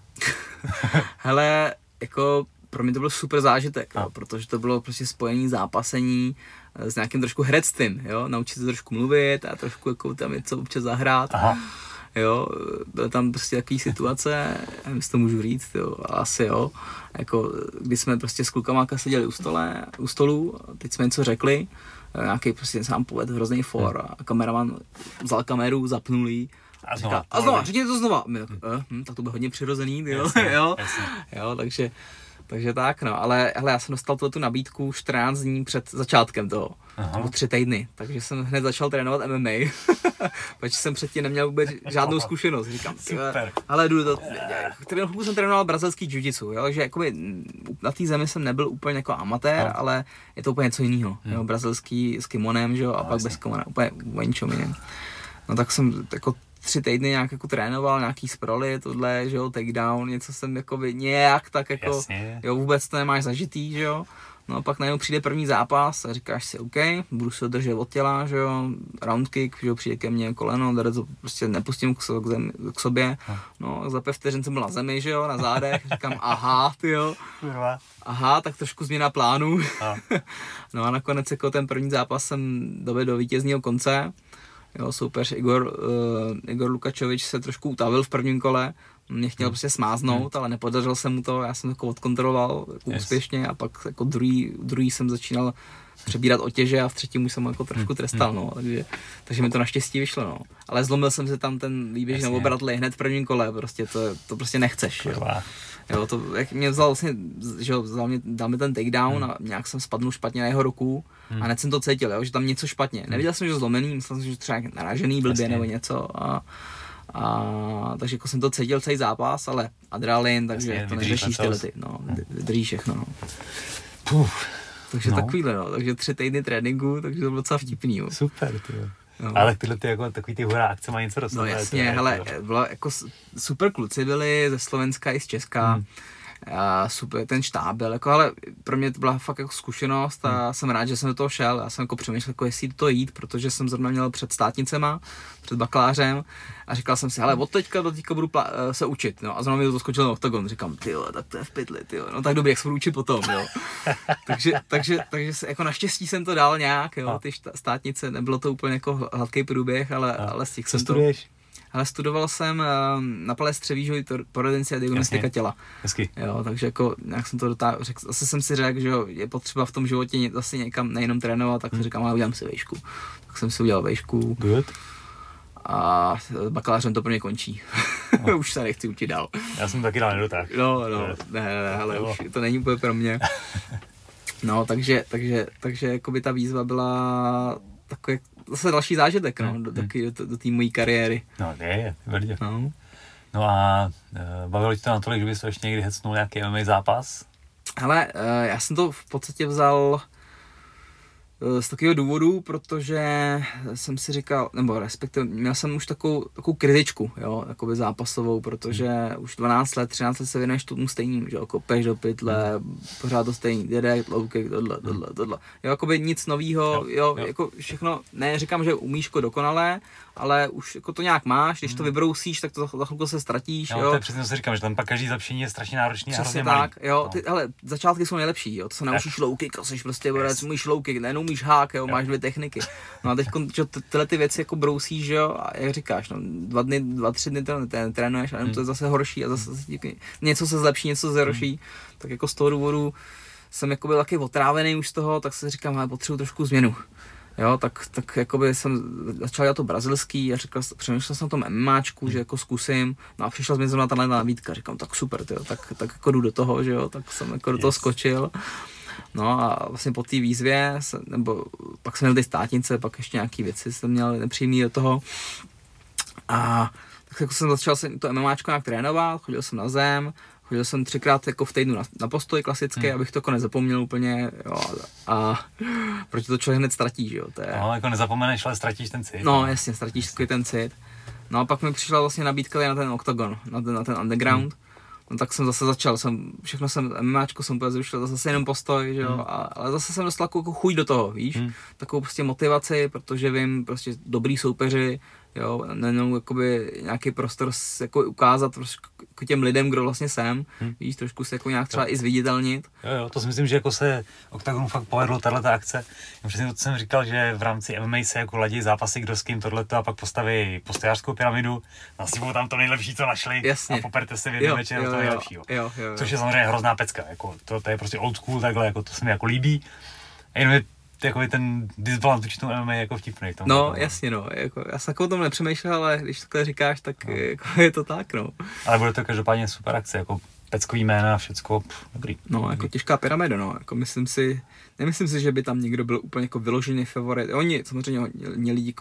Hele, jako pro mě to byl super zážitek, jo, protože to bylo prostě spojení zápasení s nějakým trošku herectvím, jo, naučit se trošku mluvit a trošku jako tam něco občas zahrát. Jo, byly tam prostě takové situace, nevím, jestli to můžu říct, jo, asi jo, jako když jsme prostě s klukama seděli u stolu, teď jsme něco řekli, nějaký prostě sám povedl hrozný for a kameraman vzal kameru, zapnul jí a znova, řekněte to znova. Tak to bylo hodně přirozený, jo, jo, takže tak, no, ale já jsem dostal tu nabídku 14 dní před začátkem toho, nebo 3 týdny, takže jsem hned začal trénovat MMA, protože jsem předtím neměl vůbec žádnou zkušenost, říkám, ale jdu to, chvilku jsem trénoval brazilský jiu-jitsu, jo, takže jakoby na té zemi jsem nebyl úplně jako amatér, ale je to úplně něco jiného, jo, brazilský s kimonem, že jo, a pak bez kimona, úplně ničem jiným. No tak jsem jako 3 týdny nějak jako trénoval, nějaký sproly, tohle, že jo, takedown, něco jsem jakoby nějak tak jako, jasně. Jo, vůbec to nemáš zažitý, že jo. No a pak najednou přijde první zápas a říkáš si, OK, budu se držet od těla, že jo, round kick, že jo, přijde ke mně koleno, to prostě nepustím k sobě, no za 5 vteřin jsem byl na zemi, že jo, na zádech, říkám, aha, tyjo, tak trošku změna plánu, no a nakonec jako ten první zápas jsem dovedl do vítězního konce. Jo, soupeř Igor Lukačovič se trošku utavil v prvním kole, mě chtěl prostě smáznout, ale nepodařilo se mu to, já jsem jako odkontroloval jako úspěšně a pak jako druhý jsem začínal přebírat otěže a v třetím už jsem jako trošku trestal, no, takže mi to naštěstí vyšlo, no. Ale zlomil jsem se tam ten výběž na obratli hned v prvním kole, prostě to prostě nechceš, jo. Jo, to, jak mě vzal vlastně, že jo, dal mi ten takedown a nějak jsem spadnul špatně na jeho ruku a hned jsem to cítil, jo, že tam něco špatně. Neviděl jsem, že zlomený, myslel jsem, že třeba naražený blbě nebo něco a takže jako jsem to cítil celý zápas, ale adrenalin, takže to neřešíš ty lety, no, vydržíš všechno, no. Takže takovýhle, no, takže 3 týdny tréninku, takže to bylo docela vtipný, jo. Super, tyjo. No. Ale tyhle jako takový ty hurá akce mají něco dostat. No jasně, hele, bylo jako super kluci byli ze Slovenska i z Česka. A super, ten štáb byl, jako, ale pro mě to byla fakt jako zkušenost a jsem rád, že jsem do toho šel. Já jsem jako přemýšlel, jako jestli do toho jít, protože jsem zrovna měl před státnicema, před bakalářem a říkal jsem si, hele, od teďka do teďka budu se učit, no a zrovna mi to skočil na oktagon, říkám, tyjo, tak to je v pytli, tyjo, no tak dobrý, jak se budu učit potom, jo. takže se, jako naštěstí jsem to dal nějak, jo, ty státnice, nebylo to úplně jako hladký průběh, ale stihl jsem to. Studuješ? Ale studoval jsem na Palestře výživový poradenství a diagnostika těla. Hezky. Jo, takže jako nějak jsem to řekl, zase jsem si řekl, že je potřeba v tom životě zase někam nejenom trénovat, tak si říkám, ale udělám si vejšku. Tak jsem si udělal vejšku. Good. A bakalářem to pro mě končí. Už se nechci učit dál. Já jsem taky dal nedotáhl. No, ne, ale už to není úplně pro mě. No, takže jakoby ta výzva byla takový zase další zážitek, no, do té mojí kariéry. No, je, tvrdě. No a bavilo tě to natolik, že bys to ještě někdy hecnul nějaký MMA zápas? Hele, já jsem to v podstatě vzal z takového důvodu, protože jsem si říkal, nebo respektive měl jsem už takovou kritičku, jo, jakoby zápasovou, protože už 12 let, 13 let se věnuješ tomu stejným, že jo, kopeš do pytle, pořád to stejný, jede, low kick, tohle. Jo, jakoby nic novýho, jo, jako všechno, ne, říkám, že umíš jako dokonale, ale už jako to nějak máš, když to vybrousíš, tak to za chvilku se ztratíš, jo. To je přesně, co si říkám, že tam pak každý zlepšení je strašně náročný a hrozně tak, malý. jo, hele, začátky jsou nejlepší, jo, to se naučíš low kick, a jsi prostě borec, umíš low kick, nejenom umíš hák, jo, máš 2 techniky. No a teď tyhle ty věci jako brousíš, jo, a jak říkáš, no, 2-3 dny trénuješ, a to je zase horší a zase něco se zlepší, něco se zhorší, tak jako z toho důvodu jsem jako byl taky otrávený už z toho, tak si říkám, ale potřebuji trošku změnu. Jo, tak jakoby jsem začal dělat to brazilský a přemýšlel jsem o tom MMAčku, že jako zkusím, no a přišla mi zrovna tahle nabídka, říkám, tak super, tyjo, tak jako jdu do toho, že jo, tak jsem jako do toho skočil. No a vlastně po té výzvě, nebo pak jsem měl ty státnice, pak ještě nějaký věci jsem měl nepříjemný do toho. A tak jako jsem začal to MMAčko nějak trénovat, chodil jsem na zem, chodil jsem 3krát jako v týdnu na postoj klasický, abych to jako nezapomněl úplně, jo, a protože to člověk hned ztratí, že jo, to je... No, jako nezapomeneš, ale ztratíš ten cit. No, jasně, ztratíš takový ten cit. No a pak mi přišla vlastně nabídka na ten oktagon, na ten underground. No tak jsem zase začal, všechno jsem, MMAčko jsem úplně zrušil, zase jenom postoj, že jo, ale zase jsem dostal jako chuť do toho, víš, takovou prostě motivaci, protože vím, prostě dobrý soupeři, jo, nejenom jakoby nějaký prostor jako ukázat jako těm lidem, kdo vlastně jsem, víš, trošku se jako nějak třeba i zviditelnit. Jo, to si myslím, že jako se Oktagonu fakt povedlo tato akce. Přesně to, co jsem říkal, že v rámci MMA se jako ladí zápasy, kdo s kým tohleto a pak postaví postojářskou pyramidu, nasypou tam to nejlepší, co našli. Jasně. A poperte se v jednom večeru to nejlepšího. Jo. Což je samozřejmě hrozná pecka, jako to je prostě old school takhle, jako to se mi jako líbí. A jenom je takový ten disbalans vůči tomu MMA jako vtipný. No, jasně, no, jako, já jsem o tom nepřemýšlel, ale když takhle říkáš, tak jako je to tak, no. Ale bude to každopádně super akce, jako peckový jména a všecko, dobrý. No, jako těžká pyramida, no, jako nemyslím si, že by tam někdo byl úplně jako vyložený favorit. Oni samozřejmě hodně lidí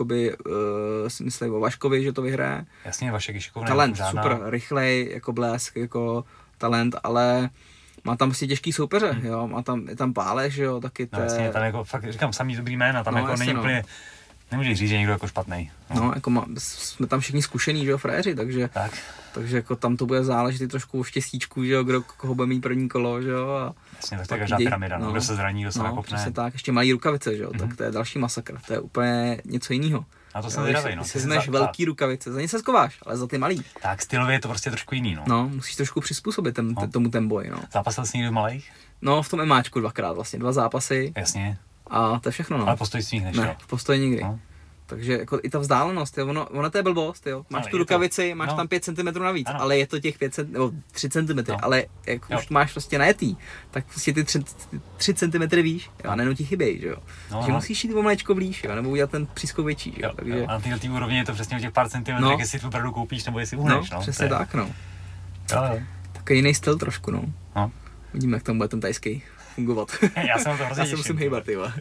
si myslí o Vaškovi, že to vyhraje. Jasně, Vašek je šikovný. Talent, super, rychlej, jako blesk, jako talent, ale má tam prostě těžký soupeře, jo, je tam Páleš, jo, taky to. No jasně, tam jako fakt, říkám, samý dobrý jména, tam jako není úplně, nemůžeš říct, že někdo jako špatný. No, jako jsme tam všichni zkušený, že jo, fréři, takže jako tam to bude záležet i trošku o štěstíčku, že jo, koho bude mít první kolo, že jo. A jasně, tak to je každá pyramida, kdo se zraní, kdo se nakopne. Přesně tak, ještě malý rukavice, že jo, tak to je další masakr, to je úplně něco jiného. A to jsem zvědavej, no. Když si vezmeš velký rukavice, za ně se skováš, ale za ty malý. Tak stylově je to prostě trošku jiný, no. No, musíš trošku přizpůsobit tomu ten boj, no. Zápasil jsi někdy v malých? No, v tom MMAčku 2krát vlastně, 2 zápasy. Jasně. A to je všechno, no. Ale postoj svých nešel. Ne, v postoji nikdy. No. Takže jako i ta vzdálenost, jo, ono to je blbost, jo. Máš tu rukavici, máš tam 5 cm navíc, ale je to těch 5 cm, nebo 3 cm, ale jako už máš prostě najetý, tak prostě ty 3 cm víš, jo, a nejenom ti chybějí, že jo. Takže musíš jít o mléčko blíž, jo, nebo udělat ten přískok větší, jo. Takže... A na této úrovni je to přesně o těch pár centimetrech, jestli tu bradu koupíš, nebo jestli uhneš, no. Přesně tak, no. Jo. Takový jiný styl trošku, no. Vidíme, jak tam bude ten tajský fungovat. Já jsem to hrozně těším. Já se musím hejbat, ty vole.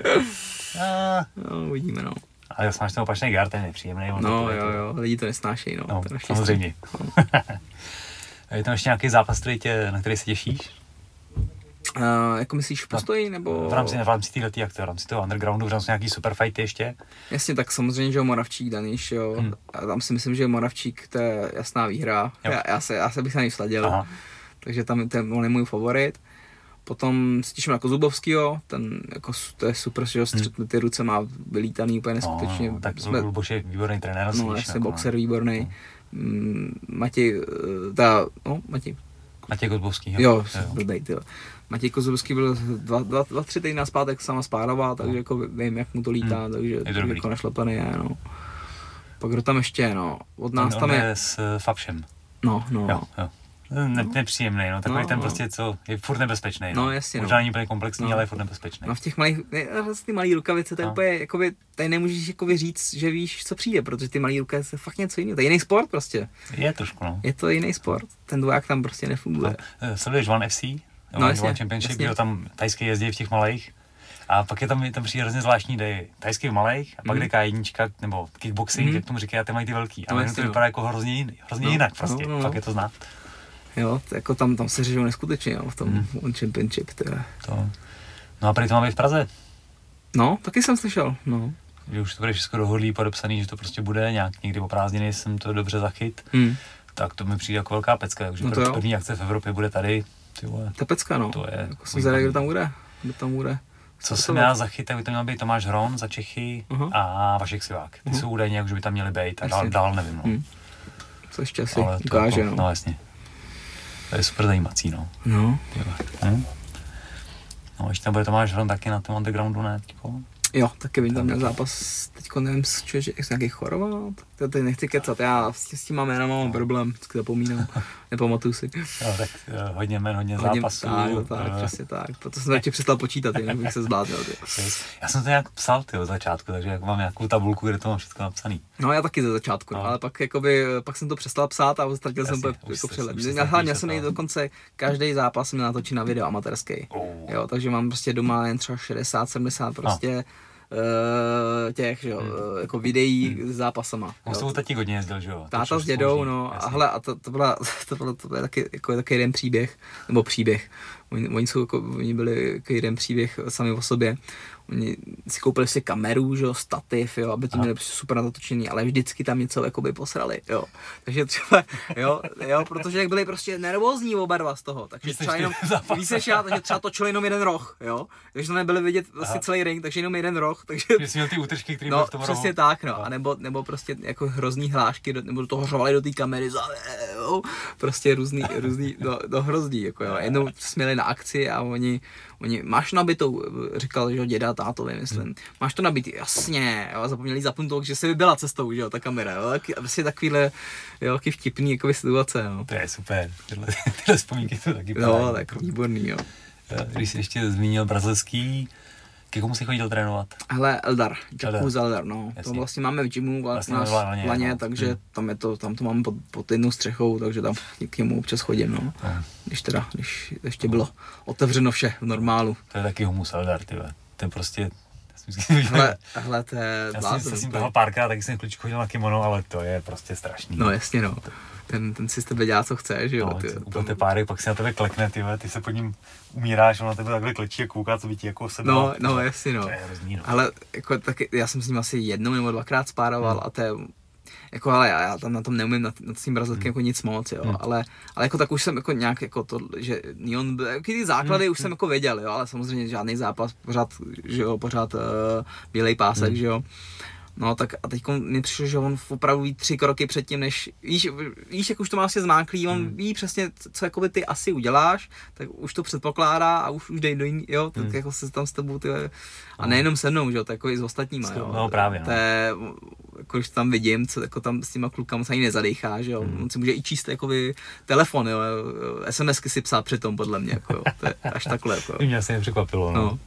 No, uvidíme, no. Ale máš ten opačný gard, ten je nepříjemný. No jo, lidi to nesnášejí, no. Samozřejmě. Je tam ještě nějaký zápas, na který se těšíš? Jako myslíš v postoji, nebo... V rámci této akce, v rámci toho undergroundu, v rámci nějaký super fighty ještě? Jasně, tak samozřejmě, že Moravčík, Daniš, jo. A tam si myslím, že Moravčík, to je jasná výhra. Já se bych na něj vsadil. Aha. Takže tam on je můj favorit. Potom se těším na Kozubovskýho, ten jako, to je super, že střetne ty ruce, má vylítaný úplně neskutečně. Tak Luboš je výborný trenér. No, jasně, boxer výborný. Matěj Kozubovský. Jo, blbej, tyhle. Matěj Kozubovský byl 2-3 týdny zpátek sama spároval, takže jako vím, jak mu to lítá, takže jako našlapaný je, no. Pak kdo tam ještě, no, od nás tam je... s Fabšem. No. Jo. Nepříjemný, no, takový ten prostě, co je furt nebezpečný. No, jasně, možná není úplně komplexní, ale je furt nebezpečný. No, v těch malých, ty malý rukavice, to je úplně, jakoby, tady nemůžeš jakoby říct, že víš, co přijde, protože ty malý rukavice je fakt něco jiného, to je jiný sport prostě. Je trošku, no. Je to jiný sport, ten dvoják tam prostě nefunguje. No, sleduješ One FC? No, jasně, One Championship, kde tam tajský jezdí v těch malých. A pak je tam přijde hrozně zvláštní, jde tajský v malých, a pak jde K1, nebo kickboxing, jak tomu říkají, a ty mají ty velký. A to vypadá jako hrozně jinak prostě, fakt je to znát. Jo, jako tam se řežou neskutečně, jo, v tom One Championship, to. No a prý to má být v Praze. No, taky jsem slyšel, no. Že už to bude všechno dohodlý, podepsaný, že to prostě bude někdy po prázdniny, jsem to dobře zachyt. Tak to mi přijde jako velká pecka, takže první akce v Evropě bude tady. Ta pecka, no. To je jako jsem zvědavý, kdo tam bude. Co jsem já zachyt, tak by to měl být Tomáš Hron za Čechy a Vašek Sivák. Ty jsou údajně, jak by tam měli být, a dál nevím, no. Co ještě asi ukáže, no. No jasně. To je super zajímací, no. No. No, ještě tam bude Tomáš Hron taky na tom undergroundu, ne? Jo, taky vím, tam měl zápas, teďko nevím, z nějakých Chorvat, to teď nechci kecat, já s tím mám problém, vždycky zapomínám, nepamatuju si. Jo, tak hodně zápasů. Tak, přesně tak, proto jsem radši přestal počítat, jinak bych se zbláznil. Já jsem to nějak psal, od začátku, takže jako mám nějakou tabulku, kde to mám všechno napsaný. No, já taky ze začátku, ale pak jsem to přestal psát a ztratil jsem jako přehled. Měl jsem nejít dokonce, každý zápas jsem natočil na video amatérský, jo, takže mám prostě doma jen třeba 60-70 prostě těch, že jo, jako videí s zápasama. On s tou taky hodně jezdil, že jo? Táta s dědou, no, a hele, a to byl taky jeden příběh, nebo příběh. Oni byli jako jeden příběh sami o sobě. Oni si koupili si kameru, že jo, stativ, jo, aby to měli super natočený, ale vždycky tam něco jakoby posrali, jo. Takže třeba, jo, protože jak byli prostě nervózní oba dva z toho, takže třeba jenom, víc než já, takže třeba točili jenom jeden roh, jo. Takže to nebyli vidět vlastně celý ring, takže jenom jeden roh, takže... Jsi měl ty útržky, které byly v tom rohu. Přesně tak, no, a nebo prostě jako hrozný hlášky, nebo do toho řovali do té kamery, jo, prostě různý, hrozný, jako jo. Jednou směli na akci a oni máš nabitou, říkal, že děda, tátovi, myslím. Máš to nabitý, jasně, jo, zapomněli zapnout, že se vybila cestou, že jo, ta kamera, jo, vlastně takovýhle, jo, taky vtipný, jako situace, jo. To je super, tyhle vzpomínky to taky padají. Jo, tak výborný, jo. Když jsi ještě zmínil brazilský, ke komu jsi chodil trénovat? Hele, Eldar, no. Jasně. To vlastně máme v gymu v Laně, takže tam to máme pod jednou střechou, takže tam k němu občas chodím, no. Když ještě bylo otevřeno vše v normálu. To je taky humus Eldar, tyhle. Ten prostě... Hele, to je blázen. Já jsem byl párkrát, taky jsem klučku chodil na kimono, ale to je prostě strašný. No jasně, no. Ten si z tebe dělá, co chce, že jo. No, úplně párek, pak si na tebe klekne, ty se pod ním umíráš, on na tebe takhle klečí a kouká, co by ti jako sedlo. No, jasně, no. To je hrozný, no. Ale jako taky, já jsem s ním asi jednou nebo dvakrát spároval a to je, jako, ale já tam na tom neumím nad tím brazilským jako nic moc, jo, ale jako tak už jsem jako nějak jako to, že Neon, ty základy už jsem jako věděl, jo, ale samozřejmě žádný zápas, pořád bílej pásek, že jo. No tak a teď mi přišlo, že on opravdu ví 3 kroky předtím, než víš, jak už to má vlastně zmáklý, on ví přesně, co jakoby ty asi uděláš, tak už to předpokládá a už dej do jiný, jo, tak jako se tam s tebou, ty, a nejenom se mnou, že jo, tak jako i s ostatníma, jo. No právě, no. To je, jako když tam vidím, co jako tam s těma klukama se ani nezadechá, že jo, on si může i číst jakoby telefon, jo, SMSky si psát přitom, podle mě, jako jo, to je až takhle, jako jo. Mě asi nepřekvapilo, no.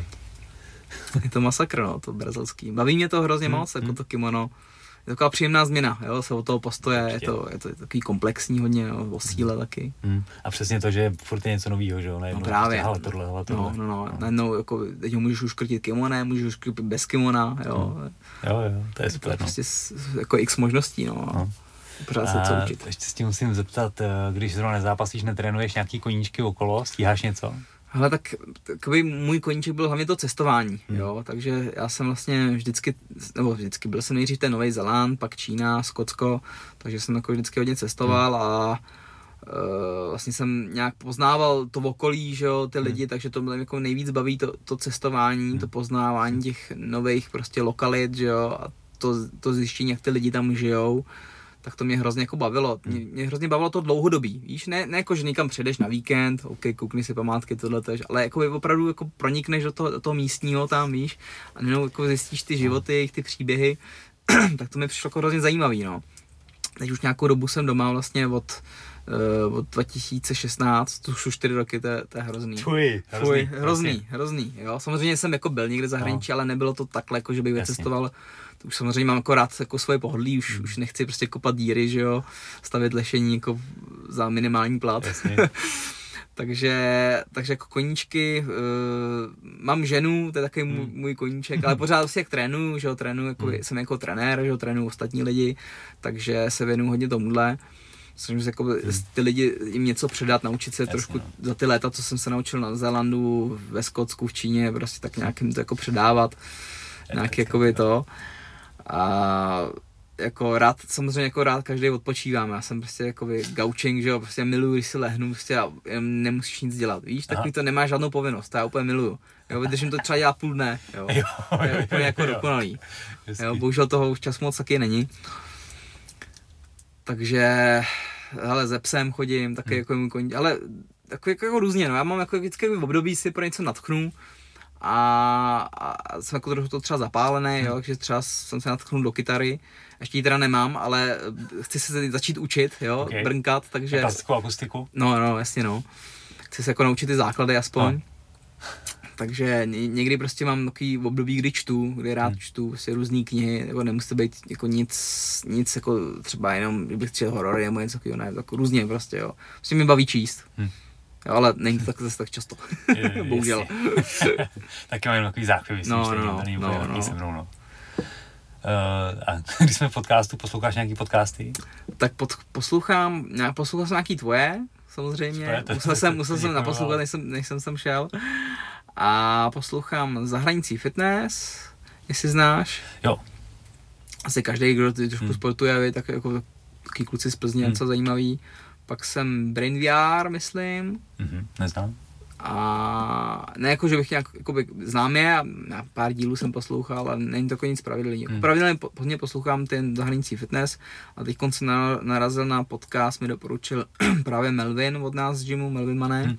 Je to masakr, no, to brazilský. Baví mě to hrozně moc, jako to kimono. Je taková příjemná změna, jo, se od toho postoje, je to takový komplexní hodně, jo, o síle taky. A přesně to, že furt je něco novýho, že jo, no právě. Hele tohle. No. Najednou, jako, teď ho můžeš uškrtit kimonem, můžeš uškrtit bez kimona, jo. Jo, to je super, to prostě jako x možností, no. Pořád se co učit. Ještě s tím musím zeptat, když zrovna nezápasíš, netrénuješ nějaký koníčky okolo, stíháš něco? Hele, tak takový můj koníček byl hlavně to cestování, jo, takže já jsem vlastně vždycky, byl jsem nejdřív ten Nový Zéland, pak Čína, Skotsko, takže jsem jako vždycky hodně cestoval a vlastně jsem nějak poznával to okolí, že jo, ty lidi, takže to mě jako nejvíc baví to cestování, to poznávání těch nových prostě lokalit, že jo, a to zjištění, jak ty lidi tam žijou. Tak to mě hrozně jako bavilo. Mě hrozně bavilo to dlouhodobí, víš, ne jako, že někam přijdeš na víkend, ok, koukni si památky, tohleto, ale jako opravdu jako pronikneš do toho místního tam, víš, a jenom jako zjistíš ty životy, ty příběhy, tak to mi přišlo jako hrozně zajímavý, no. Teď už nějakou dobu jsem doma vlastně od 2016, to už 4 roky, to je hrozný. Hrozný, jo. Samozřejmě jsem jako byl někde v zahraničí, ale nebylo to takhle, jako že bych vycestoval. To už samozřejmě mám jako rád jako svoje pohodlí, už nechci prostě kopat díry, že jo, stavět lešení jako za minimální plat. takže jako koníčky, mám ženu, to je takový můj koníček, ale pořád si jak trénuju, že jo, jsem jako trenér, že jo, trénuju ostatní lidi, takže se věnuju hodně tomuhle. Snažím se jako ty lidi jim něco předat, naučit se trošku za ty léta, co jsem se naučil na Zélandu, ve Skotsku, v Číně, prostě tak nějak jim to jako předávat, nějaký jakoby to. A jako samozřejmě jako rád každý odpočívám, já jsem prostě jakoby gaučing, že jo, prostě miluju, když si lehnu, prostě a nemusíš nic dělat, víš, takový to nemá žádnou povinnost, to já úplně miluju, jo, vydržím to třeba dělat půl dne, jo, to je úplně jako dokonalý, jo, bohužel toho už čas moc taky není. Takže, hele, ze psem chodím, taky jako můj koníček, ale jako různě, no, já mám jako vždycky v období si pro něco natchnu a jsem jako trochu to třeba zapálený, jo, takže třeba jsem se natchnul do kytary, ještě ji teda nemám, ale chci se začít učit, jo, brnkat, takže... Klasickou akustiku? No, jasně, no. Chci se jako naučit ty základy aspoň. Takže někdy prostě mám takový období, kdy čtu, kdy rád čtu si různý knihy, jako nemusí být jako nic jako třeba jenom, kdybych četl horory nebo něco takového, ne, jako různě prostě, jo. Prostě mi baví číst. Jo, ale není to tak zase tak často, bohužel. Taky mám takový záchvěvy, se mnou, no. A když jsme v podcastu, posloucháš nějaký podcasty? Tak poslouchal jsem nějaký tvoje, samozřejmě, musel jsem naposlouchat, než jsem sem šel. A poslouchám Zahranící fitness, jestli znáš. Jo. Asi každý, kdo trošku sportuje, tak jako taky kluci z Plzně, něco zajímavý. Pak jsem Brain VR, myslím. Neznám. A ne jako, že bych nějak, jakoby, znám je, a pár dílů jsem poslouchal, ale není to jako nic pravidelný. Pravidelně hodně poslouchám ten Zahranící fitness a teď jsem narazil na podcast, mi doporučil právě Melvin od nás z gymu, Melvin Mané.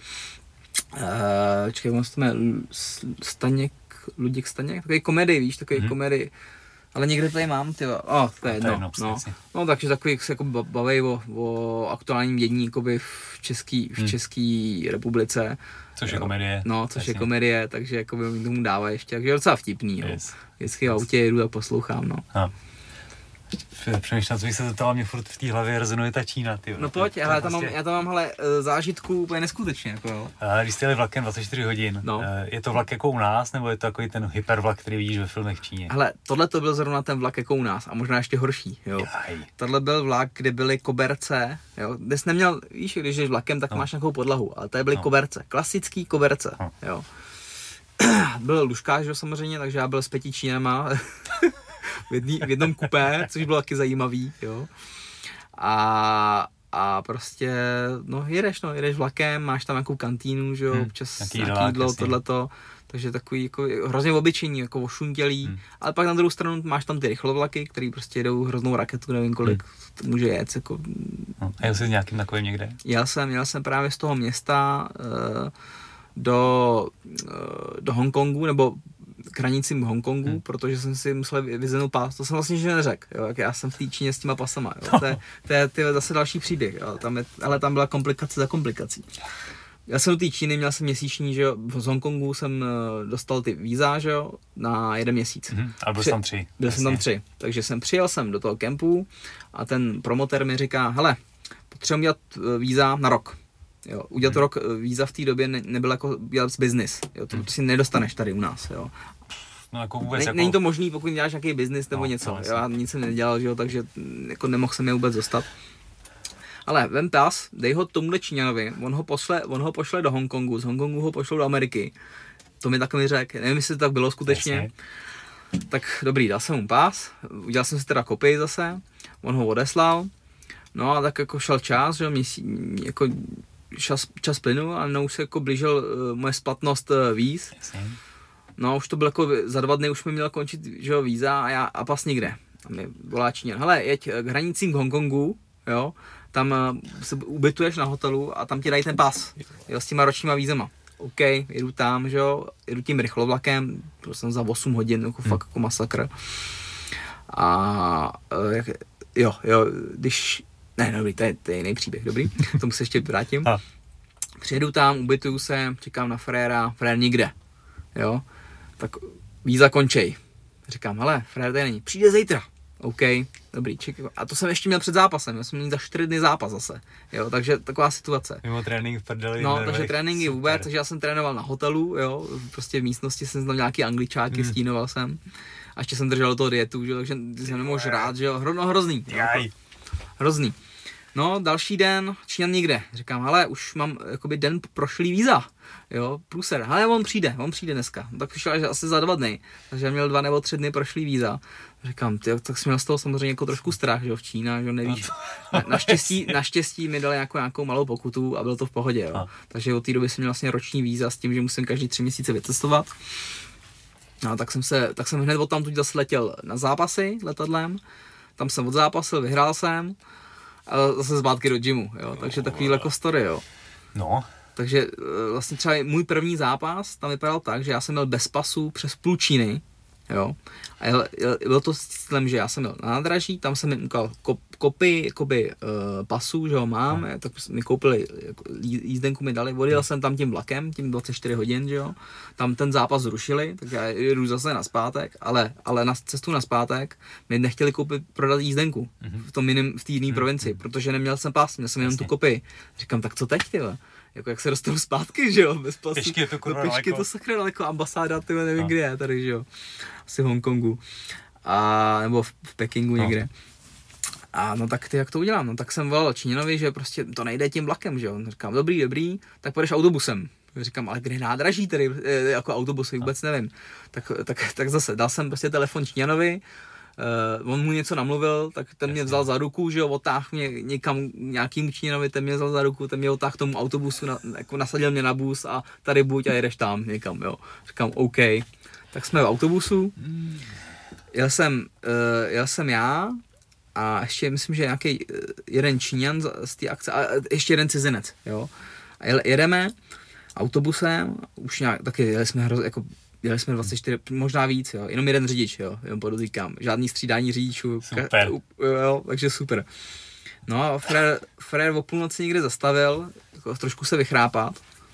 On se to jmenuje Luděk Staněk, takový komedii, víš, takový komedii. Ale někde tady mám, tyjo, to je jedno, no, takže takový se jako baví o aktuálním dění jakoby v České republice. Což je komedie. No, což je komedie, takže jakoby mi tomu dává ještě, takže je docela vtipný, jo. Vždycky v autě jedu a poslouchám, no. Přemýšlám, co bych se zeptal, mě furt v té hlavě rezonuje ta Čína, tyjo. No pojď, já tam mám hele, zážitku úplně neskutečně, jako jo. Když jste jeli vlakem 24 hodin, je to vlak jako u nás, nebo je to takový ten hypervlak, který vidíš ve filmech v Číně? Hele, tohle to byl zrovna ten vlak jako u nás a možná ještě horší, jo. Tohle byl vlak, kde byly koberce, jo. Dnes neměl, víš, když jdeš vlakem, tak máš nějakou podlahu, ale tady byly koberce, klasický koberce, jo. Byl lůžkář, jo, samozřejmě, takže já byl s 5 Čínama. v jednom kupé, což bylo taky zajímavý, jo. A prostě, jedeš vlakem, máš tam nějakou kantýnu, že jo, občas nějaký jídlo, tohleto, takže takový jako hrozně obyčejný, jako ošuntělý, ale pak na druhou stranu máš tam ty rychlovlaky, který prostě jedou hroznou raketu, nevím kolik to může jet, jako. A jel jsi s nějakým takovým někde? Jel jsem právě z toho města do Hongkongu, nebo k hranicím Hongkongu, protože jsem si musel vyzvednout pás, to jsem vlastně že neřekl, jo, jak já jsem v té Číně s těma pasama, jo. To je zase další příběh, jo. Tam byla komplikace za komplikací. Já jsem do té Číny, měl jsem měsíční, že jo, z Hongkongu jsem dostal ty víza, že jo, na 1 měsíc. A byl jsem 3. Byl jsem tam 3, takže přijel jsem do toho kempu a ten promotér mi říká, hele, potřebuji dělat víza na rok. Jo, udělat rok víza v té době nebyl jako dělat business, jo, to si nedostaneš tady u nás, jo. No, jako vůbec není to možný, pokud děláš nějaký business nebo něco, jo, já nic jsem nedělal, že jo, takže jako nemohl jsem je vůbec dostat. ale vem pas, dej ho tomuhle Číňanovi, on ho pošle do Hongkongu, z Hongkongu ho pošlou do Ameriky. To mi takový řekl, nevím, jestli to tak bylo skutečně. Jasně. Tak dobrý, dal jsem mu pás, udělal jsem si teda kopii zase, on ho odeslal, no a tak jako šel čas, že jako čas plynul a už se jako blížil moje splatnost víz. Jasně. No už to bylo jako za 2 dny už mi měl končit, že jo, víza a pas nikde. A mě volá Číňan, hele, jeď k hranicím k Hongkongu, jo, tam se ubytuješ na hotelu a tam ti dají ten pas, jo, s těma ročníma vízama. OK, jedu tam, že jo, jedu tím rychlovlakem, byl jsem za 8 hodin, jako fakt jako masakr. A jo, když, ne, dobrý, to je jiný příběh, dobrý, k tomu se ještě vrátím. Přijedu tam, ubytuju se, čekám na fréra, frér nikde, jo, tak víza končej. Říkám, hele, frér tady není, přijde zítra. OK, dobrý, čekám. A to jsem ještě měl před zápasem, já jsem měl za 4 dny zápas zase, jo, takže taková situace. Mimo trénink v prdeli. No, takže tréninky vůbec, takže já jsem trénoval na hotelu, jo, prostě v místnosti jsem znal nějaký angličáky, stínoval jsem. A ještě jsem držel toho dietu, že, takže jsem nemohl žrát, že jo, hrozný. Hrozný. No, další den, Číňan nikde. Říkám, hele, už mám jakoby den prošlý víza, jo, pluser. Hele, on přijde dneska. No, tak přišel až asi za 2 dny, takže já měl 2 nebo 3 dny prošlý víza. Říkám, tak jsem měl z toho samozřejmě jako trošku strach, že jo, v Čína, že jo, nevíš. Naštěstí mi dali nějakou malou pokutu a bylo to v pohodě, jo. Takže od té doby jsem měl vlastně roční víza s tím, že musím každý 3 měsíce vycestovat. No, tak jsem hned odtamtud zase letěl na zápasy letadlem, tam jsem odzápasil, vyhrál jsem a zase zpátky do gymu, jo, takže takový jako story, jo. No. Takže vlastně třeba můj první zápas tam vypadal tak, že já jsem měl bez pasu přes půl Číny, jo, a bylo to s tím, že já jsem měl na nádraží, tam jsem mi ukal kopii jakoby pasů, že ho mám, tak mi koupili, jízdenku mi dali, odjel jsem tam tím vlakem, tím 24 hodin, že jo, tam ten zápas zrušili, tak já jedu zase nazpátek, ale na cestu nazpátek mi nechtěli prodat jízdenku v té jiné provincii, protože neměl jsem pas, měl jsem jenom tu kopii. Říkám, tak co teď, tyhle? Jako jak se dostanu zpátky, že jo, bez pasu. Pěšky je to kurva daleko. Pěšky to sakra daleko, ambasáda, tyhle nevím kde je tady, že jo. Asi v Hongkongu. Nebo v Pekingu někde. A no tak ty, jak to udělám? No tak jsem volal Číňanovi, že prostě to nejde tím vlakem, že jo. Říkám, dobrý, tak půjdeš autobusem. Říkám, ale kde nádraží tady, jako autobusy, vůbec nevím. Tak zase dal jsem prostě telefon Číňanovi, on mu něco namluvil, tak ten mě vzal za ruku, že jo, otáhl mě někam nějakým Číňanovi, ten mě vzal za ruku, ten mě otáhl k tomu autobusu, jako nasadil mě na bus a tady buď a jedeš tam někam, jo. Říkám, OK. Tak jsme v autobusu, jel jsem já a ještě myslím, že nějaký jeden Číňan z té akce a ještě jeden cizinec, jo. A jedeme autobusem, už nějak, taky jeli jsme 24, možná víc, jo, jenom jeden řidič, jo, jenom podotýkám, žádný střídání řidičů, super. Jo, takže super. No a frér o půlnoci někde zastavil, jako trošku se vychrápat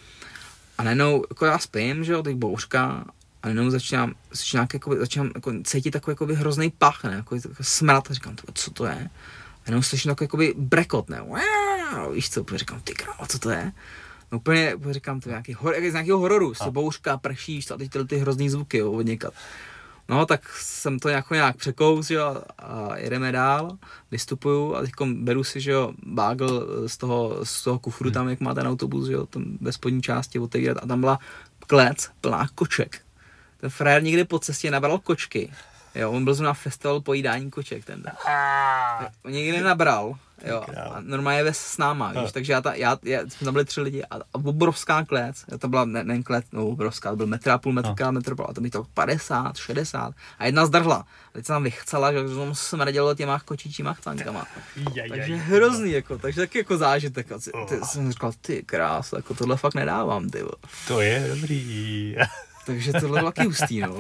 a najednou, jako já spím, že jo, teď bouřka a najednou začínám jako cítit takový jakoby hrozný pach, ne, jako smrad, a říkám, co to je? A najednou slyším takový jakoby brekot, ne, víš co, říkám, ty králo, co to je? No úplně říkám, to je z nějakého hororu, se bouřka, pršíš a teď ty hrozný zvuky, jo, odněkat. No tak jsem to nějak překous, jo, a jedeme dál, vystupuju a teď beru si, že jo, bágl z toho kufru tam, jak má ten autobus, že jo, tam ve spodní části otevírat a tam byla klec plná koček. Ten frér někde po cestě nabral kočky, jo, on byl na festival pojídání koček ten. On někde nabral. Jo, a normálně je s náma, víš, takže jsme tam byli 3 lidi a obrovská klec, to byla ne klec, no obrovská, to byl 1,5 metr, a to mi to 50, 60 a jedna zdrhla. A teď se tam vychcela, že jsem smrdělo těma kočičíma chcankama. Takže hrozný, jako, takže taky jako zážitek. A jsem říkal, ty krása, jako tohle fakt nedávám, ty. To je dobrý. Takže tohle bylo taky hustý, no.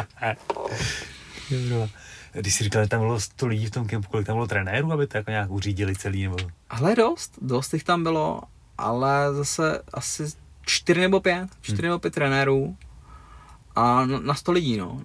Když jsi říkal, že tam bylo 100 lidí v tom kempu, kolik tam bylo trenérů, aby to jako nějak uřídili celý, nebo? Ale dost jich tam bylo, ale zase asi 4 nebo 5 trenérů a na 100 lidí, no.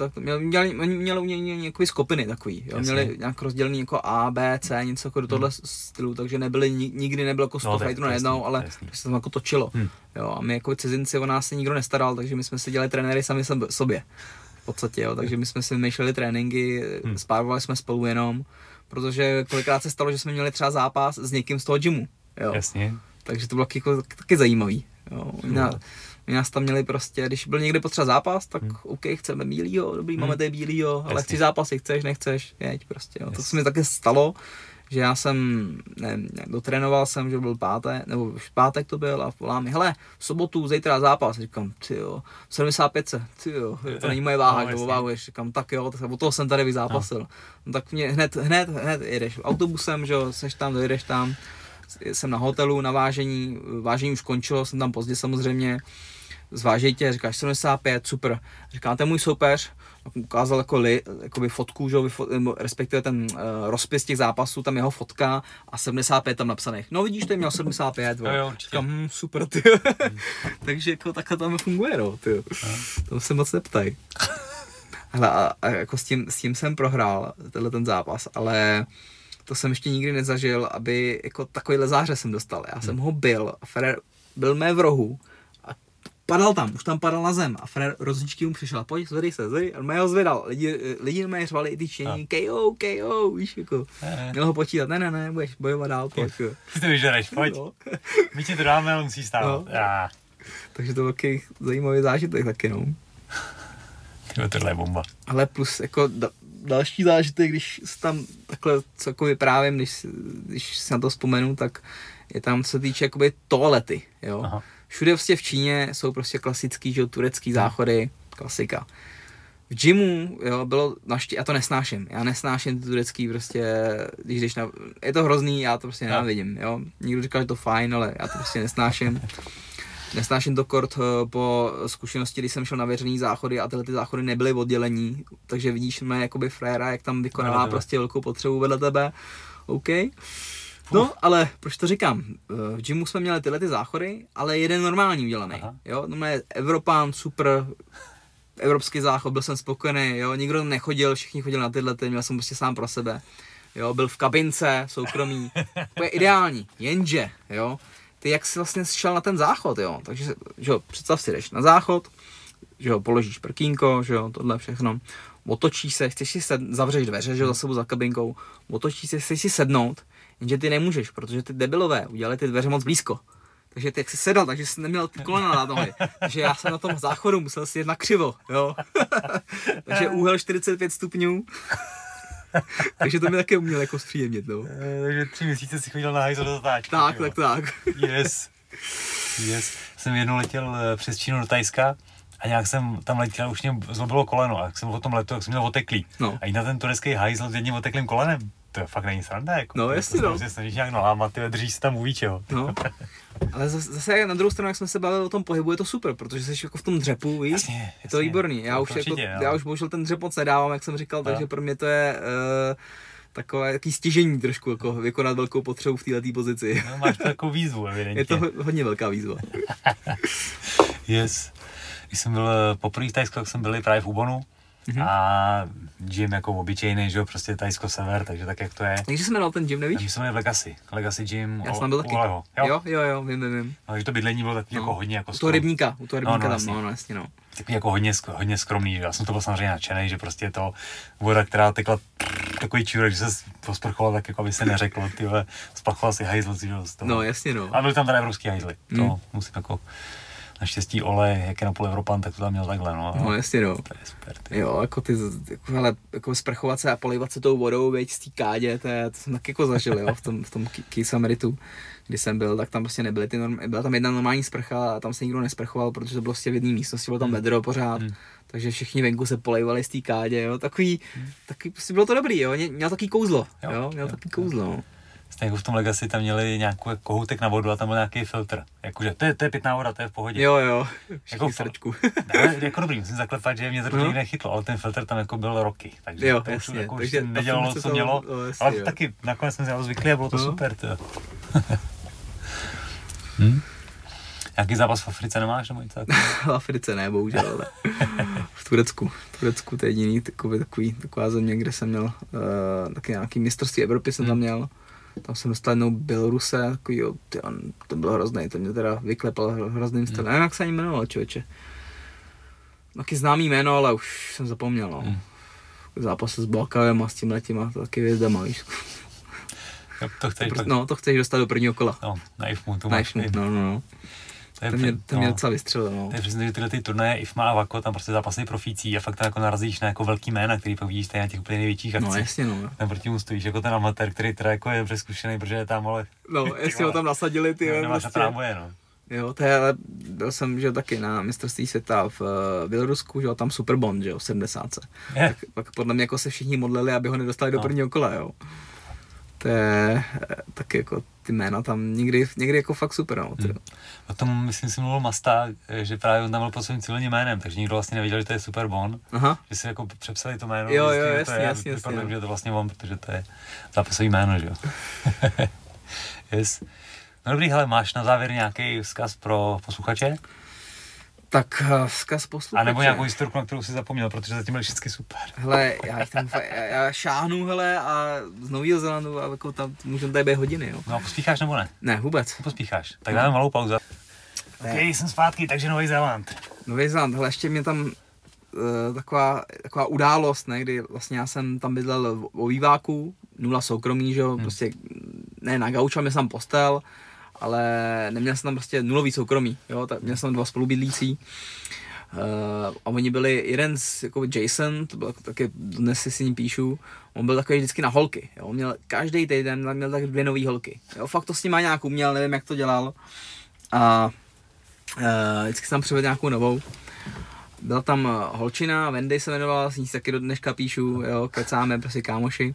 Měli nějaké skupiny takový, jo. Měli nějak rozdělený jako A, B, C, něco jako do tohle stylu, takže nikdy nebylo jako 100 fighterů najednou, ale se tam jako točilo, jo. A my jako cizinci o nás se nikdo nestaral, takže my jsme si dělali trenéry sami sobě. V podstatě, jo, takže my jsme si vymýšleli tréninky, spávali jsme spolu jenom, protože kolikrát se stalo, že jsme měli třeba zápas s někým z toho gymu, jo. Jasně. Takže to bylo taky zajímavý, jo. My nás tam měli prostě, když byl někde potřeba zápas, tak OK, chceme bílýho, dobrý, máme tady bílýho, ale chci zápasy, chceš, nechceš, jeď prostě, jo. To se mi taky stalo, že já jsem, nevím, dotrénoval jsem, že byl pátek to byl a volá mi, hele, v sobotu, zítra zápas, říkám, tyjo, 75, tyjo, to není moje váha, že ováhuješ, říkám, tak jo, tak od toho jsem tady vyzápasil. No tak mě hned jedeš autobusem, že jo, seš tam, dojedeš tam, jsem na hotelu, na vážení už končilo, jsem tam pozdě samozřejmě, zvážej tě, říkáš 75, super, říkám, to je můj soupeř, ukázal jakoby fotku, že, respektive ten rozpis těch zápasů, tam jeho fotka a 75 tam napsaných. No vidíš, to je měl 75, jo, říkám, super, ty. Takže jako takhle tam funguje, no, ty. To se moc neptaj. Hele, a jako s tím jsem prohrál, ten zápas, ale to jsem ještě nikdy nezažil, aby jako takovýhle záře jsem dostal. Já jsem ho byl a Ferrer byl mé v rohu a padal tam, už tam padal na zem a Ferrer rozličky mu přišel, pojď, zvedej se, a mě ho zvedal. Lidi mě řvali i ty činění, KO, víš, jako. Měl ho počítat, ne, budeš bojovat dál, pojď. Ty to vyžereš, pojď. No. My ti to dáme, ale musíš stát. No. Takže to byl takový zajímavý zážitek taky, no. Tohle je bomba. Ale plus jako další zážitek, když se tam takhle celkově vyprávím, když si na to vzpomenu, tak je tam, co se týče jakoby toalety, jo. Aha. Všude prostě v Číně jsou prostě klasický, že turecký záchody, klasika. V gymu, jo, bylo já to nesnáším. Já nesnáším ty turecký prostě, když jdeš je to hrozný, já to prostě nenávidím, jo. Někdo říkal, že to fajn, ale já to prostě nesnáším. Nesnáším to kort po zkušenosti, když jsem šel na věřený záchody a tyhle ty záchody nebyly oddělení, takže vidíš mě jakoby fréra, jak tam vykonává prostě velkou potřebu vedle tebe. OK. No, ale proč to říkám? V gymu jsme měli tyhle ty záchody, ale jeden normální udělaný. Jo, no je Evropán, super, evropský záchod, byl jsem spokojený, jo, nikdo nechodil, všichni chodili na tyhle, měl jsem prostě sám pro sebe. Jo, byl v kabince, soukromý, to je ideální, jenže, jo, ty jak jsi vlastně šel na ten záchod, jo, takže že jo, představ si, jdeš na záchod, že jo, položíš prkínko, že jo, tohle všechno, otočíš se, chceš si zavřeš dveře, že jo, za sebou za kabinkou, otočíš se, chceš si sednout, jenže ty nemůžeš, protože ty debilové udělali ty dveře moc blízko. Takže ty jak jsi sedal, takže jsi neměl ty kolena na nohy. Takže já jsem na tom záchodu musel si jet na křivo, jo. Takže úhel 45 stupňů. Takže to mi také uměl jako zpříjemnit, no. Takže 3 měsíce si chodil na hajzl do zatáčky. Tak. Yes. Jsem jednou letěl přes Čínu do Thajska a nějak jsem tam letěl, už mě zlobilo koleno a jak jsem o tom letu, jak jsem měl oteklý. No. A jít na ten turecký hajzl s jedním oteklým kolenem. To fakt není sranda, jako. No jasně, no. Se snažíš nějak nalámat, ty držíš se tam u víčeho. No. Ale zase na druhou stranu, jak jsme se bavili o tom pohybu, je to super, protože jsi jako v tom dřepu, víš? Jasně, je to výborný. Já už bohužel ten dřep moc nedávám, jak jsem říkal, takže pro mě to je takové jaký stěžení trošku, jako vykonat velkou potřebu v této pozici. No, máš to takovou výzvu, evidentně. Je to hodně velká výzva. Yes. Když jsem byl poprvé v Thajsku, tak jsem byl právě v Ubonu. A gym jako obyčejný, že jo, prostě Thajsko sever, takže tak jak to je. Takže se jmenoval ten gym, nevíš? Takže se jmenuje Legacy Gym. Já jsem tam byl taky. Jo, vím. No, takže to bydlení bylo takový jako hodně jako U toho rybníka tam, vlastně. no, jasně, no. Takový jako hodně skromný, že já jsem to byl samozřejmě nadšenej, že prostě je to voda, která tekla takový čurek, že se posprchoval tak, jako aby se neřeklo, tyhle, splachoval si hajzl, že jo, z toho. No, jasně, no. A byly tam tady evropský hajzly, to musím jako... Naštěstí Ole, jak je na půl Evropan, tak to tam měl takhle, no. No jasně, no. To je super, Jo, jako ty, jako sprchovat se a polivat se tou vodou, veď, z té kádě, to jsem tak jako zažil, jo, v tom Kisameritu, kdy jsem byl, tak tam prostě nebyly byla tam jedna normální sprcha a tam se nikdo nesprchoval, protože to bylo prostě v jedné místnosti, bylo tam vedro pořád, takže všichni venku se polejvali z té kádě, jo, takový, prostě bylo to dobrý, jo, měl takový kouzlo, takový kouzlo, no. Stejně jako v tom Legacy tam měli nějakou kohoutek na vodu a tam byl nějaký filtr. Jakože to je pitná voda, to je v pohodě. Jo, jako srdčku. Jako dobrý, musím zaklepat, že mě to nikdy nechytlo, ale ten filtr tam jako byl roky. Takže jo, to jasně, jako takže nedělalo, co mělo, ale taky nakonec jsme si zvykli a bylo to super. Nějaký zápas v Africe nemáš nebo něco takového? V Africe ne, bohužel, ale v Turecku to je jediný taková země, kde jsem měl taky nějaký mistrovství Evropy jsem tam měl. Tam jsem dostal jednou Běloruse, takový, jo, to bylo hrozný, to mě teda vyklepal hrozným stylem. Nevím, jak se ani jmenoval, člověče. Taky známý jméno, ale už jsem zapomněl, no. zápase s Boakavem a s tímhletím a taky hvězdama, víš. To chceš dostat do prvního kola. No, na IFMu, no. To mě docela vystřelilo, no. To je přesně, že tyhle ty turnaje IFMA a VAKO, tam prostě zápasy profící a fakt tam jako narazíš na jako velký jména, který pak vidíš tady na těch úplně největších akcích. No jasně, no. Tam proti mu stojíš jako ten amatér, který teda jako je přeskušený, protože je tam, ale... No, jestli ho tam nasadili, ty no, nemáš prostě... Nemáš no. Jo, to je, ale byl jsem, že taky na mistrovství světa v Bělorusku, že jo, tam Superbond, že jo, 70. Tak pak podle mě jako se všichni modlili, aby ho nedostali do prvního kola, jo. To je taky jako ty jména tam někdy jako fakt super, no. O tom, myslím, si mluvil Masta, že právě on tam byl pod svým civilním jménem, takže nikdo vlastně nevěděl, že to je Superbond. Aha. Že si jako přepsali to jméno. Jo, jasně. Vypadlo, že je to vlastně on, protože to je zápasový jméno, že jo. Yes. No dobrý, hele, máš na závěr nějaký vzkaz pro posluchače? Tak vzkaz posluchače. A nebo nějakou historku, na kterou jsi zapomněl, protože zatím byly všechny super. Hele, já šáhnu, hele, a z Nového Zélandu a jako tam můžeme tady být hodiny, jo. No a pospícháš nebo ne? Ne, vůbec. Pospícháš. Tak dáme malou pauzu. Ok, jsem zpátky, takže Nový Zéland. Nový Zéland, hele, ještě mě tam taková událost, ne, kdy vlastně já jsem tam bydlel o výváku, 0 soukromí, že jo, prostě ne na gauču, měl jsem tam postel, ale neměl jsem tam prostě nulový soukromí, jo, tak měl jsem tam 2 spolubydlící. A oni byli, jeden z, jako Jason, to byl taky, dnes si s ním píšu, on byl takový vždycky na holky, jo, on měl každý týden, měl tak 2 nový holky, jo, fakt to s ním má nějak uměl, nevím jak to dělal a vždycky jsem tam přivedl nějakou novou. Byla tam holčina, Wendy se jmenovala, s ní si taky do dneška píšu, jo, kecáme, prostě kámoši.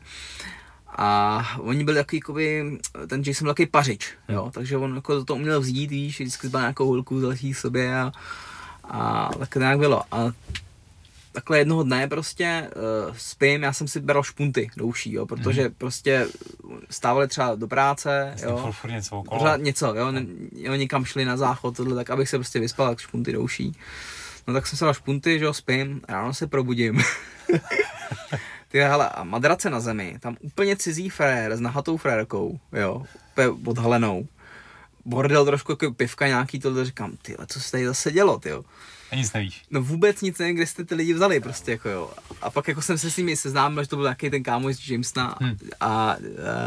A oni byli takový, jakoby, ten Jason byl takový pařič, jo, takže on jako to uměl vzít, víš, vždycky zbal nějakou holku, zalesí sobě a tak to nějak bylo. A takhle jednoho dne prostě spím, já jsem si beral špunty do uší, jo, protože prostě stávali třeba do práce, jo, pořád něco, jo, někam šli na záchod, tohle, tak abych se prostě vyspal, tak špunty do uší. No tak jsem se dal špunty, že jo, spím, ráno se probudím. Ty hele, a madrace na zemi, tam úplně cizí frér s nahatou frérkou, jo, úplně odhalenou. Bordel trošku jako pivka nějaký, tohle říkám, tyhle, co se tady zase dělo, tyjo. A nic nevíš. No vůbec nic nevím, kde jste ty lidi vzali prostě, jako jo. A pak jako jsem se s nimi seznámil, že to byl nějaký ten kámoš z Jamesona a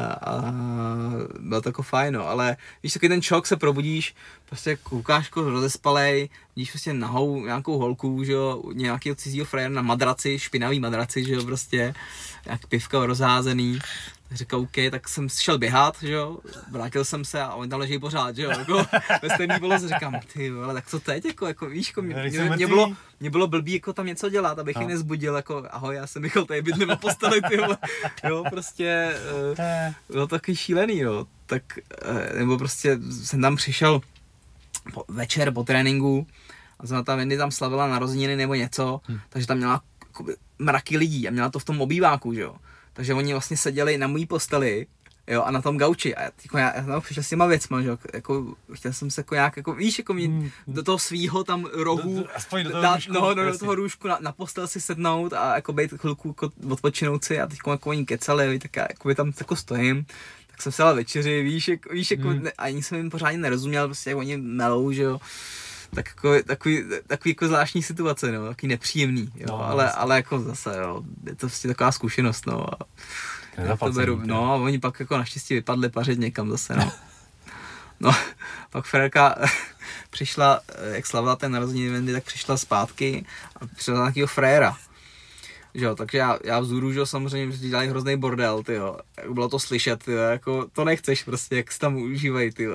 bylo to jako fajn, no, ale víš, takový ten šok, se probudíš, prostě koukáš jako rozespalej, vidíš prostě nahou nějakou holku, že jo, nějakého cizího frajera na madraci, špinavý madraci, že jo, prostě, jak pivka rozházený. Tak říkal, OK, tak jsem šel běhat, že jo, vrátil jsem se a oni tam leží pořád, že jo, jako ve stejný poloze, říkám, ty vole, tak co teď, jako víš, jako mě bylo blbý jako tam něco dělat, abych ji nezbudil, jako ahoj, já jsem Michal, tady bydlím na posteli, ty vole, jo, prostě, bylo to takový šílený, no, tak, nebo prostě jsem tam přišel večer po tréninku a zrovna ta Wendy tam slavila narozeniny nebo něco, takže tam měla jakoby mraky lidí a měla to v tom obýváku, že jo. Takže oni vlastně seděli na mojí posteli, jo, a na tom gauči a já tam přišel s těma věcma, že jo, jako chtěl jsem se jako nějak, jako víš, jako mít do toho svýho tam rohu, do toho růžku na postel si sednout a jako bejt chvilku jako odpočinout si a teď jako oni kecali, tak já jako tam jako stojím, tak jsem se dal večeři, víš, jako ani jsem jim pořádně nerozuměl, prostě jak oni melou, že jo. Tak jako, takový jako zvláštní situace, no, takový nepříjemný, jo, no, ale jako zase, jo, je to prostě taková zkušenost, no, a to beru, no, a oni pak jako naštěstí vypadli pařit někam zase, no. No, pak Frérka přišla, jak slavila ten narozeniny Wendy, tak přišla zpátky a přišla nějakýho fréra, že jo, takže já vzůru, že jo, samozřejmě, že dělají hrozný bordel, tyjo, bylo to slyšet, tyjo, jako to nechceš prostě, jak se tam užívají, tyjo.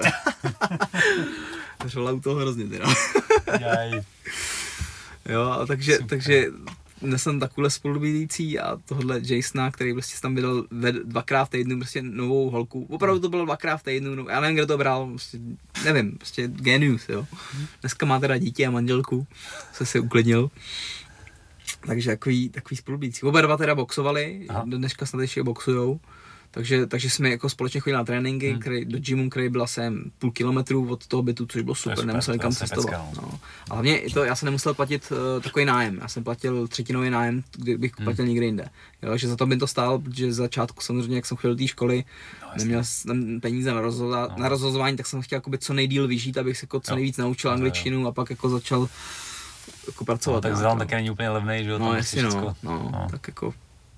Řvala u toho hrozně teda. Jo, a takže dnes jsem takovýhle spolubydlící a tohle Jasona, který prostě tam bydlel 2krát v týdnu prostě novou holku. Opravdu to bylo 2krát v týdnu, já nevím, kde to bral, prostě, nevím, prostě genius, jo. Dneska má teda dítě a manželku, se uklidnil. Takže takový spolubydlící. Oba dva teda boxovali, do dneška snad ještě boxujou. Takže jsme jako společně chodili na tréninky, do gymu, který byl asi půl kilometru od toho bytu, což bylo super, nemusel nikam cestovat. No. A hlavně já jsem nemusel platit takový nájem, já jsem platil 3tinový nájem, kdybych platil někde jinde. Jo, že za to by to stálo, protože z začátku samozřejmě, jak jsem chodil do té školy, neměl jsem peníze na rozhazování, tak jsem chtěl co nejdýl vyžít, abych se jako co nejvíc naučil angličtinu a pak jako začal jako pracovat. Tak Zéland taky není úplně levnej, že jo? No jasně, no, tak jako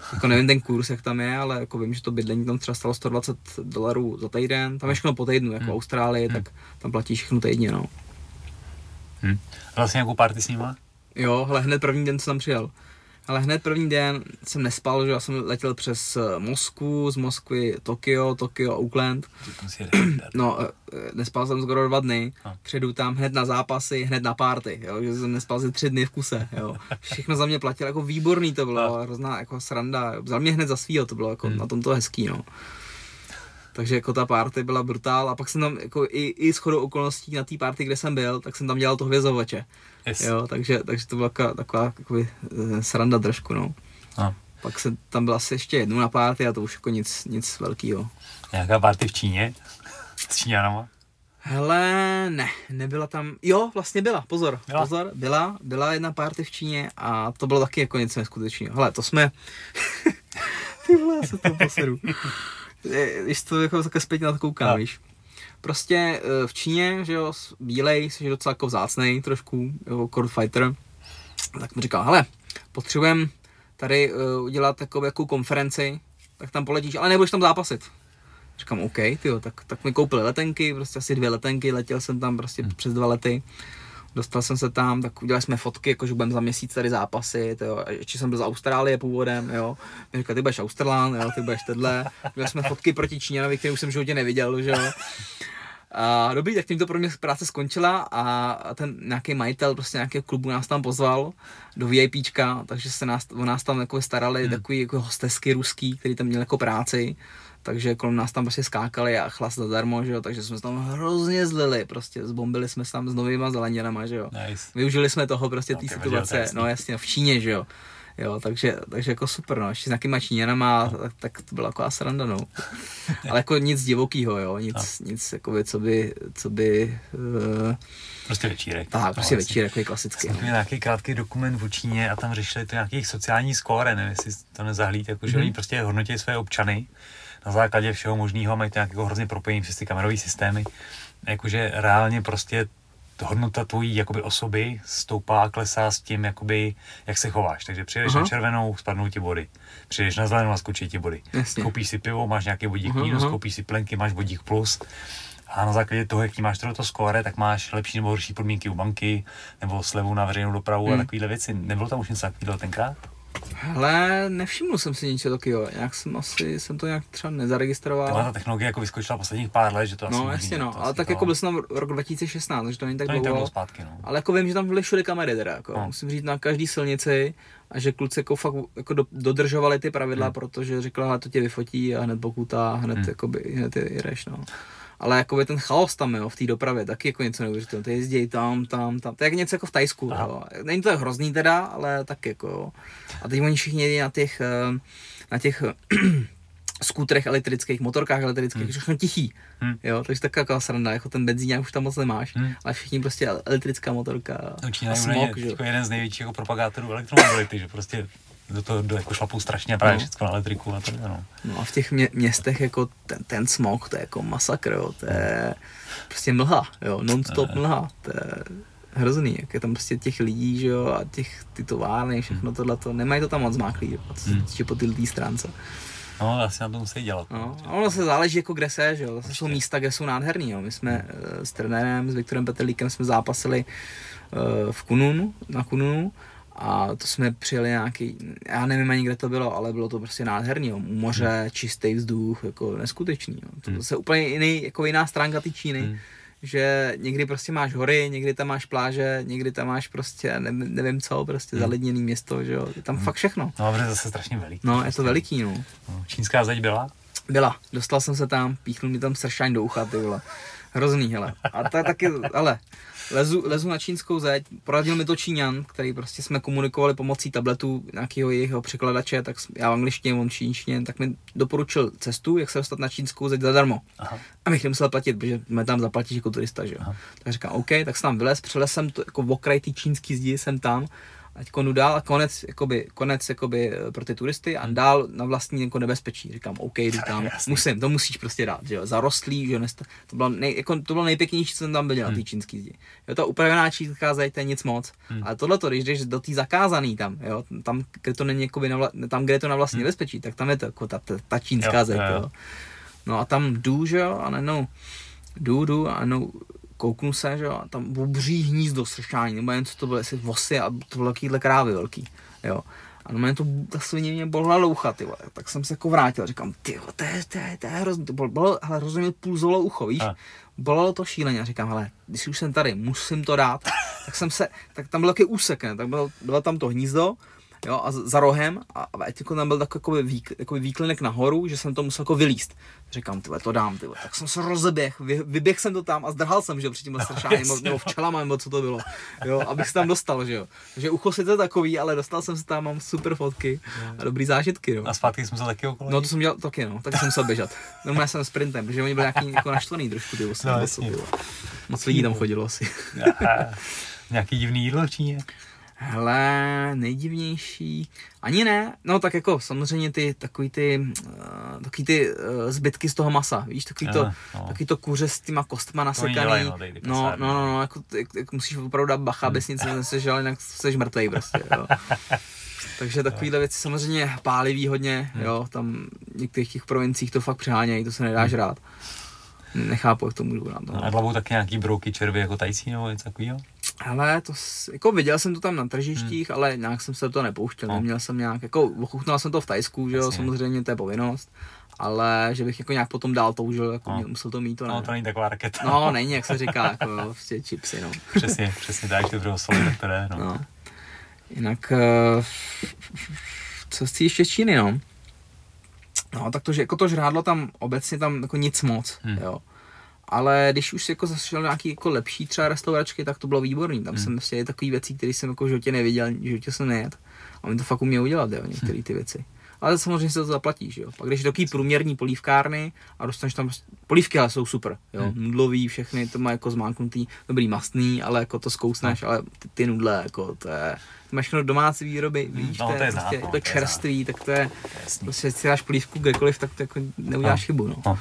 Jako nevím ten kurz, jak tam je, ale jako vím, že to bydlení tam třeba stalo $120 za týden. Tam je všechno po týdnu, jako v Austrálii, tak tam platíš všechno týdně, no. Vlastně nějakou party s nima? Jo, hele, hned první den jsem tam přijel. Ale hned první den jsem nespal, že já jsem letěl přes Moskvu, z Moskvy Tokio, Auckland. No, nespal jsem skoro 2 dny, přijedu tam hned na zápasy, hned na party, jo, že jsem nespal asi 3 dny v kuse, jo. Všechno za mě platilo, jako výborný to bylo, hrozná jako sranda, vzal mě hned za svýho, to bylo jako na tom to hezký, no. Takže jako ta party byla brutál a pak jsem tam jako i shodou okolností na té party, kde jsem byl, tak jsem tam dělal to hvězdovače. Yes. Jo, takže to byla taková sranda trošku, no. Pak jsem tam byl asi ještě jednou na party a to už jako nic velkýho. Nějaká party v Číně? S Číňanama? Hele, ne, nebyla tam, jo, vlastně byla, pozor, byla jedna party v Číně a to bylo taky jako něco neskutečného. Hele, to jsme, ty vole, já se to poseru. Když to jako také zpětně na to koukám, víš. Prostě v Číně, že jo, bílej, jsi docela jako vzácnej trošku, jako court fighter, tak mi říkal, hele, potřebujeme tady udělat takovou konferenci, tak tam poletíš, ale nebudeš tam zápasit. Říkám, OK, tyjo, tak mi koupili letenky, prostě asi 2 letenky, letěl jsem tam prostě přes 2 lety. Dostal jsem se tam, tak udělali jsme fotky, jakože budeme za měsíc tady zápasy, jo. Ještě jsem byl z Austrálie původem, jo. Mě říkal, ty budeš Australán, jo, ty budeš tenhle. Udělali jsme fotky proti Číňanovi, který už jsem v životě neviděl, že jo. A dobrý, tak tím to pro mě práce skončila a ten nějaký majitel prostě nějakého klubu nás tam pozval do VIPčka, takže se o nás tam jako starali takový jako hostesky ruský, který tam měli jako práci. Takže kolem nás tam prostě skákali a chlas zadarmo, že jo, takže jsme se tam hrozně zlili, prostě zbombili jsme se tam s novýma zeleninama, že jo. Nice. Využili jsme toho prostě té situace, no jasně, v Číně, že jo. Jo, takže jako super, no, ještě s nějakýma Číňanama, tak to byla taková sranda, no. Ale jako nic divokýho, jo, nic jakoby, co by prostě večírek. Tak, prostě večírek, takový klasický. Jsem nějaký krátký dokument v Číně a tam řešili to nějakých sociální skóre, nevím, jestli to nezahlíd, jakože oni prostě hodnotí své občany na základě všeho možného, mají to nějak jako hrozně propojený přes ty kamerové systémy, jakože reálně prostě hodnota tvojí jakoby osoby stoupá, klesá s tím, jakoby, jak se chováš. Takže přijedeš na červenou, spadnou ti body. Přijedeš na zelenou a skočí ti body. Jasně. Koupíš si pivo, máš nějaký bodík minus, koupíš si plenky, máš bodík plus. A na základě toho, jaký máš to skóre, tak máš lepší nebo horší podmínky u banky, nebo slevu na veřejnou dopravu a takovýhle věci. Nebylo tam už něco takového tenkrát? Hele, nevšiml jsem si ničeho takového, jsem to nějak třeba nezaregistroval. Tohle ta technologie jako vyskočila posledních pár let, že to asi no jasně no, ale tak jako byl jsem tam rok 2016, takže to není tak dlouho zpátky, no. Ale jako vím, že tam byly všude kamery teda, jako musím říct na každý silnici a že kluci jako fakt jako dodržovali ty pravidla, protože řekla, to tě vyfotí a hned pokuta, hned jedeš, no. Ale jako ten chaos tam, jo, v té dopravě, taky jako něco neuvěřitelného. Ty jezdí tam. To je jak něco jako v Thajsku, jo. Není to hrozný teda, ale taky jako, jo. A teď oni všichni jedí na těch skútrech elektrických, motorkách elektrických, všechno tichý, jo, takže taková sranda, jako ten benzíňák už tam moc nemáš, ale všichni prostě elektrická motorka a smog, že jo. Jako jeden z největších jako propagátorů elektromobility, že prostě do toho jako šlapou strašně právě všechno na elektriku a to, no. No a v těch městech jako ten smog, to je jako masakr, jo, to je prostě mlha, jo, non-stop mlha, to je hrozný, jak je tam prostě těch lidí, že jo, a ty továrny, všechno tohleto, nemají to tam moc zmáklý, jo, po této stránce. No, asi na to musí dělat. No, a ono se záleží jako kde se, že jo, zase jsou místa, kde jsou nádherný, jo, my jsme s trenérem, s Viktorem Petrlíkem jsme zápasili na Kununu, a to jsme přijeli nějaký, já nevím ani kde to bylo, ale bylo to prostě nádherný, jo. Moře, čistý vzduch, jako neskutečný, jo. To je úplně jiná stránka té Číny, že někdy prostě máš hory, někdy tam máš pláže, někdy tam máš prostě, nevím co, prostě zaledněný město, že jo, je tam fakt všechno. No, ale je zase strašně veliký. No, je to veliký, no. Čínská zeď byla? Byla, dostal jsem se tam, píchnul mi tam sršáň do ucha, ty vole. Hrozný, hele. A to je taky, ale lezu na čínskou zeď, poradil mi to Číňan, který prostě jsme komunikovali pomocí tabletu nějakého jeho překladače, tak já v angličtině, on v čínštině, tak mi doporučil cestu, jak se dostat na čínskou zeď zadarmo. Aha. A bych nemusel platit, protože mě tam zaplatíš jako turista, že jo. Tak říkám, OK, tak jsem tam vylez, přelez jsem to jako v okraj té čínský zdi, jsem tam A teď dál konec pro ty turisty a dál na vlastní jako nebezpečí. Říkám, OK, jdu tam, to musíš prostě dát, že jo, zarostlý, že to bylo nejpěknější, co jsem tam viděl na té čínské zdi. Jo, ta upravená čínská zeď, to je nic moc, ale tohleto, když jdeš do té zakázaný tam, jo, tam, kde to není jakoby tam, kde je to na vlastní nebezpečí, tak tam je to jako ta čínská zeď, jo. No a tam jdu, že jo, a najednou jdu a najednou kouknu se, že jo, a tam obří hnízdo sršání, nebo jen co to bylo, jestli vosy a to bylo takovýhle krávy velký, jo. A no ta svině mě bolila loucha, ty vole, tak jsem se jako vrátil, říkám, ty to je hrozný, to bylo, hele, hrozně mě pulzovalo ucho, víš, bolelo to šíleně a říkám, hele, když už jsem tady, musím to dát, tak tam byl takový úsek, ne, tak bylo tam to hnízdo, jo, a za rohem a jako tam byl takový výklinek nahoru, že jsem to musel jako vylíst. Říkám, tyhle, to dám, tyhle. Tak jsem se rozeběh, vyběh jsem to tam a zdrhal jsem, že jo, před tím sršáním, nebo včelama, nebo co to bylo, jo, abych se tam dostal, že jo. Takže ucho sice takový, ale dostal jsem se tam, mám super fotky a dobrý zážitky, jo. A zpátky jsem se taky okolo? No to jsem dělal taky, no, taky jsem musel běžet. Normálně jsem sprintem, protože oni byli nějaký jako naštvaný trošku, ty osy, moc lidí tam chodilo asi. Nějaký divný jídlo v Číně? Hele, nejdivnější, ani ne, no tak jako samozřejmě takový ty zbytky z toho masa, víš, takový to kuře s těma kostma nasekaný, no, jako musíš opravdu dát bacha, abys nic neseš, ale jinak jsi mrtvej prostě, jo. Takže takovýhle věci samozřejmě pálivý hodně, jo, tam v některých těch provinciích to fakt přehánějí, to se nedá žrát. Nechápu, jak to můžu dát. No. A hlavou taky nějaký brouky červy jako tajcí nebo něco takového? Ale to, jako viděl jsem to tam na tržištích, ale nějak jsem se to nepouštěl, neměl jsem nějak, jako ochutnal jsem to v Tajsku, že jo, samozřejmě to je povinnost, ale že bych jako nějak potom dál toužil, jako musel to mít, to ne. No to není taková raketa. No, není, jak se říká, jako jo, prostě chipsy, no. Přesně, dáš dobrého soli, tak to jde, no. Jinak, co chci ještě z Číny, no. No, tak to, že jako to žrádlo tam obecně tam jako nic moc, jo. Ale když už si jako zašel nějaký jako lepší třeba restauračky, tak to bylo výborný. Tam jsem vlastně takové věci, které jsem jako v životě neviděl, v životě jsem nejet. A mi to fakt uměl udělat, jo, některé ty věci. Ale samozřejmě se to zaplatíš, jo. Pak když do takový průměrný polívkárny a dostaneš tam, polívky ale jsou super, jo. Nudlový, všechny, to má jako zmáknutý, dobrý mastný, ale jako to zkousneš, ale ty nudle, jako to je, ty máš domácí výroby, víš, no, to je prostě to čerství, tak to je, prostě si dáš polívku kdekoliv, tak to jako neuděláš chybu, no.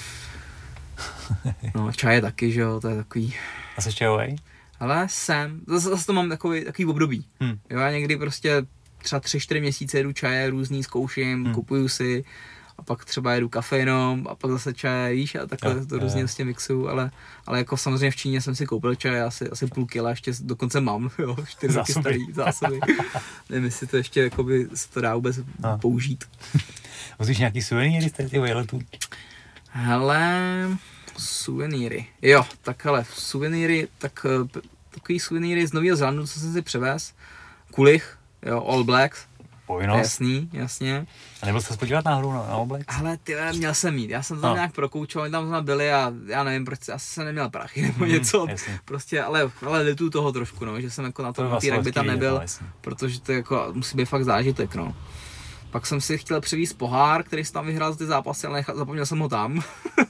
No, čaje taky, že jo, to je takový. A jsi čajovej? Ale zase to mám takový období. Jo, já někdy prostě třeba 3-4 měsíce jedu čaje různý, zkouším, kupuju si a pak třeba jedu kafe jenom a pak zase čaje, víš, a takhle to různě vlastně mixuju, ale jako samozřejmě v Číně jsem si koupil čaje asi půl kila, ještě dokonce mám, jo, 4 roky starý zásoby. Nevím, jestli to ještě jakoby se to dá vůbec použít. Musíš nějaký suvenýry z těch výletů? Hele, suvenýry. Jo, tak hele, suvenýry, tak takový suvenýry z Nového Zélandu, co jsem si převez. Kulich, jo, All Blacks. Povinnost. Jasně. A nebyl jsi se podívat náhodou na All Blacks? Hele, měl jsem jít, já jsem tam nějak prokoučoval, tam jsme byli a já nevím, proč asi jsem neměl prachy nebo něco. Prostě, ale litu toho trošku, no, že jsem jako na tom týrek by tam nebyl, protože to jako musí být fakt zážitek, no. Pak jsem si chtěl přivízt pohár, který jsem tam vyhrál z ty zápasy, ale zapomněl jsem ho tam.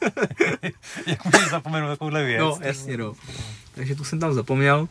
Jak můžeš zapomenout takovouhle věc? No, jasně, no. Takže tu jsem tam zapomněl.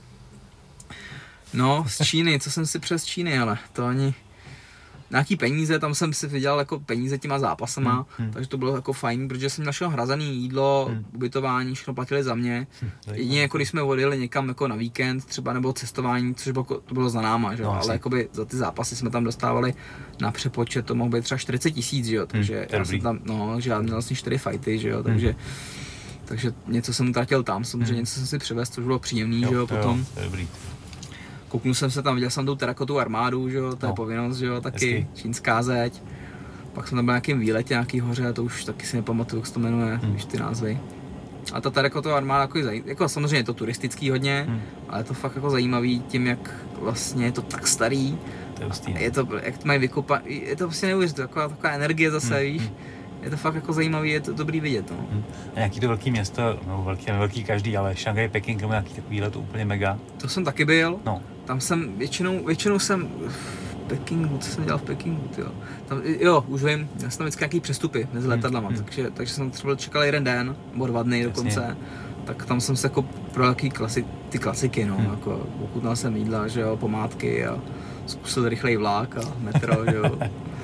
No, z Číny, co jsem si přes Číny, ale to ani... Nějaký peníze, tam jsem si vydělal jako peníze těma zápasama, takže to bylo jako fajn, protože jsem našel hrazený jídlo, ubytování, všechno platili za mě. Jedině jako když jsme odjeli někam jako na víkend třeba nebo cestování, což bylo, to bylo za náma, že? Ale jakoby za ty zápasy jsme tam dostávali na přepočet, to mohlo být třeba 40 000, že jo, takže já jsem tam, že já měl vlastně 4 fighty, že jo, takže něco jsem utratil tam, samozřejmě něco jsem si přivez, což bylo příjemný, že jo, potom. Kouknul jsem se tam, viděl jsem tu terakotu armádu, že jo, to je povinnost, že jo, taky čínská zeď. Pak jsem tam byl na nějakým výletě, nějaký hoře, to už taky si nepamatuju, jak se to jmenuje, víš ty názvy. A ta terakotová armáda jako samozřejmě je to turistický hodně, ale je to fakt jako zajímavý tím, jak vlastně je to tak starý. Je to, jak to mají vykopat, je to prostě neuvěřitelné, taková energie zase, víš. Je to fakt jako zajímavý, je to dobrý vidět, no. A nějaký to velký město, no velký každý, ale Šanghaj, Peking, nebo nějaký takovýhle, to úplně mega. To jsem taky byl, no. Tam jsem většinou jsem v Pekingu, co jsem dělal v Pekingu, tyjo. Tam, už vím, já jsem tam vždycky nějaký přestupy mezi letadlama, takže jsem třeba čekal 1 den, nebo 2 dny dokonce. tak tam jsem se jako pro ty klasiky, no, jako ochutnal jsem jídla, že jo, památky a zkusil rychlej vlák a metro, že jo.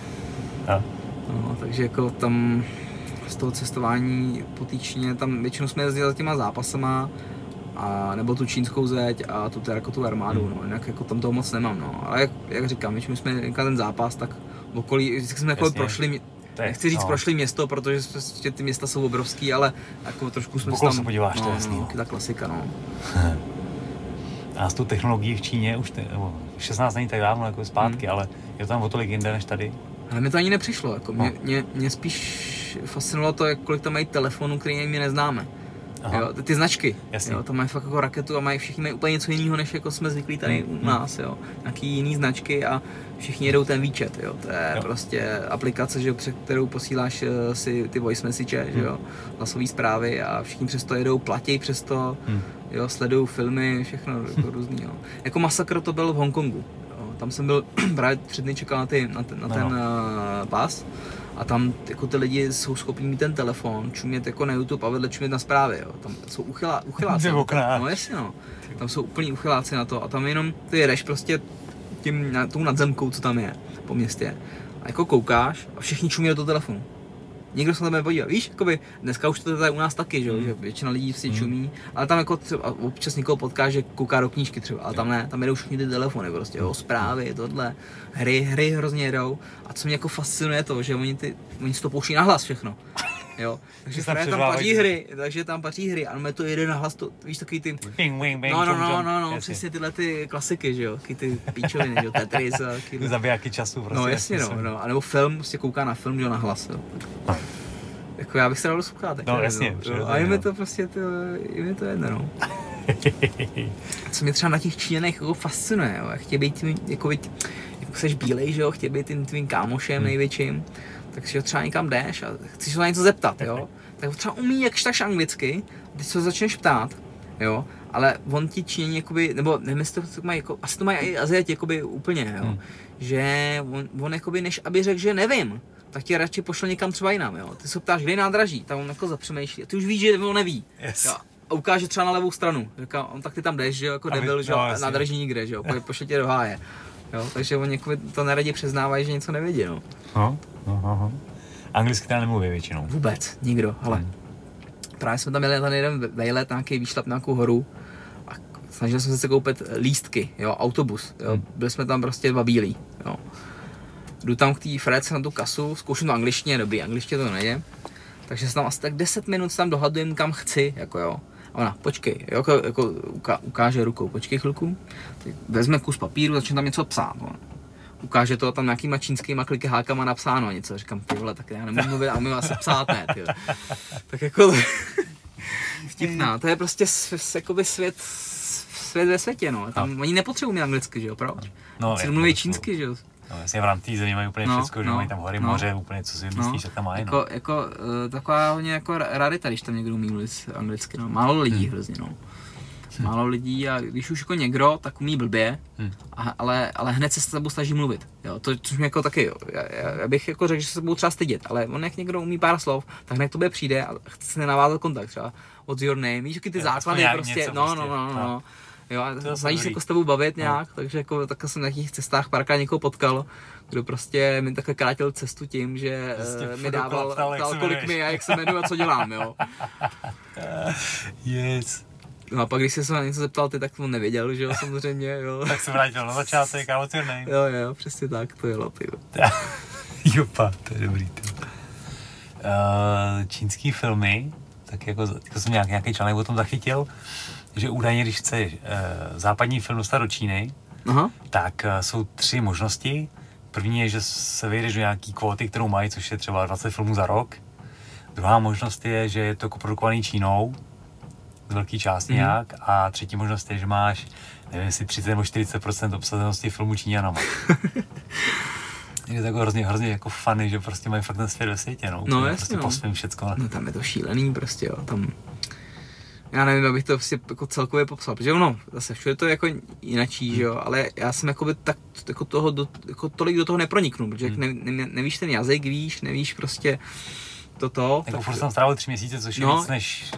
No, takže jako tam z toho cestování po té Číně, tam většinou jsme jezdili za těma zápasama, a nebo tu čínskou zeď a tu jako tu armádu, no, jinak jako tam toho moc nemám, no, ale jak říkám, většinou jsme ten zápas, tak v okolí, vždycky jsme jako prošli, nechci říct prošli město, protože ty města jsou obrovský, ale jako trošku jsme tam... se podíváš, to je jasný. Ta klasika, no. A s tou technologií v Číně už 16 není tak dávno jako zpátky, ale je to tam o tolik jinde než tady. Ale mi to ani nepřišlo, jako mě spíš fascinovalo to, kolik tam mají telefonů, který my neznáme. Jo, ty značky, jo, tam mají fakt jako raketu a všichni mají úplně něco jiného, než jako jsme zvyklí tady u nás, jo. Nějaký jiný značky a všichni jedou ten výčet, jo. To je prostě aplikace, že, přes kterou posíláš si ty voice message, že jo, hlasové zprávy a všichni přesto jedou, platí přesto, jo, sledují filmy, všechno jako různý, jo. Jako masakr to byl v Hongkongu, jo. Tam jsem byl právě 3 dny čekal na ten pas. A tam jako ty lidi jsou schopni mít ten telefon, čumět jako na YouTube a vedle čumět na zprávy, jo. Tam jsou uchyláci. No jasně, no. Tam jsou úplný uchyláci na to a tam jenom ty jedeš prostě tou nadzemkou, co tam je po městě. A jako koukáš a všichni čumí do toho telefonu. Nikdo se na tebe nepodívá. Víš, jakoby dneska už to tady u nás taky, že většina lidí si čumí, ale tam jako třeba občas někoho potkáš, že kouká do knížky třeba, ale tam ne, tam jedou všichni ty telefony prostě, jo, zprávy, tohle, hry hrozně jedou a co mě jako fascinuje to, že oni si to pouští na hlas všechno. Jo, takže tam paří hry, a to jede na hlas, to, víš, takový ty... No, přesně tyhle ty klasiky, že jo, takový ty píčoviny, že jo, Tetris a takový... Zabijáky času prostě. No jasně, no, anebo film, prostě kouká na film, že jo, na hlas, jo. Jako já bych se dal do sluchátek. No jasně, a je mi to prostě, je mi to jedno, no. Co mě třeba na těch Číňanech jako fascinuje, jo, chtějí být tím, jako seš bílej, že jo, chtějí být tím tvým kámošem největším, takže třeba někam jdeš a chceš se na něco zeptat, jo, tak třeba umí jakž takž anglicky, ty se začneš ptát, jo, ale on ti Číňani jakoby, nebo nevím, jestli to mají, jako, asi to mají i Aziati jakoby úplně, jo, že on jakoby, než aby řekl, že nevím, tak tě radši pošle někam třeba jinam, jo, ty se ptáš, kde je nádraží, tam on jako zapřemýšlí a ty už víš, že on neví, jo, a ukáže třeba na levou stranu, říká, on tak ty tam jdeš, že jo, jako debil, že jo, nádraží nikde, že jo, pošle tě do háje. Jo, takže oni jako to neradi přiznávají, že něco nevědí, no. Anglicky teda nemluví většinou. Vůbec, nikdo, ale právě jsme tam měli ten jeden vejlet, nějaký výšlap na nějakou horu a snažili jsme se koupit lístky, jo, autobus, jo, byli jsme tam prostě 2 bílí, jo. Jdu tam k té Fredce na tu kasu, zkouším to angličtině, dobrý, angličtině to nejde, takže se tam asi tak 10 minut tam dohadujem, kam chci, jako jo. A ona, počkej, jako ukáže rukou, počkej chvilku, vezme kus papíru, začne tam něco psát, no. Ukáže to tam nějakýma čínskýma klikákama napsáno něco, říkám, ty vole, tak já nemůžu mluvit a umím asi psát, ne, ty. Tak jako, vtipná, to je prostě jakoby svět ve světě, no, tam oni nepotřebují anglicky, že jo, proč? No, si mluví čínsky, že jo. No, jasně v rámci země mají úplně všechno, že mají tam hory, moře, úplně co si myslíš, že tam mají, no. Jako taková hodně jako rarita, když tam někdo umí mluvit anglicky, no, málo lidí hrozně, no. Málo lidí a když už jako někdo, tak umí blbě, ale hned se s tebou snaží mluvit, jo, to což mě jako taky, jo, já bych jako řekl, že se budou třeba stydět, ale on jak někdo umí pár slov, tak hned k tobě přijde a chce se nenavázat kontakt, třeba what's your name, víš, jaký ty základy prostě, no. Jo, a snaží se jako s tebou bavit nějak, takže jako takhle jsem na nějakých cestách párkrát někoho potkal, kdo prostě mi takhle krátil cestu tím, že mi dával, ptal kolik mi a jak se jmenuji a co dělám, jo. Yes. No a pak když se na něco zeptal ty, tak on nevěděl, že jo, samozřejmě, jo. Tak se vrátil na začátek a what's your name? Jo, přesně tak, to jelo, ty. Jopa, to je dobrý, ty. Čínský filmy, tak jako jsem nějaký článek o tom zachytil, že údajně, když chceš západní film dostat do Číny, tak jsou 3 možnosti. První je, že se vejdeš do nějaký kvóty, kterou mají, což je třeba 20 filmů za rok. Druhá možnost je, že je to koprodukovaný Čínou, z velké části nějak. A třetí možnost je, že máš, nevím, jestli 30 nebo 40% obsazenosti filmu Číňanama. Je to jako hrozně jako funny, že prostě mají fakt ten svět ve světě, no. No jasně, prostě po svým všecko. No tam je to šílený prostě, jo, tam... Já nevím, abych to prostě jako celkově popsal, protože ono, zase všude to je jako jinačí, že jo, ale já jsem jakoby tak jako tolik do toho neproniknu, protože nevíš ten jazyk, nevíš prostě Jako furt jsem strávil 3 měsíce, což je víc než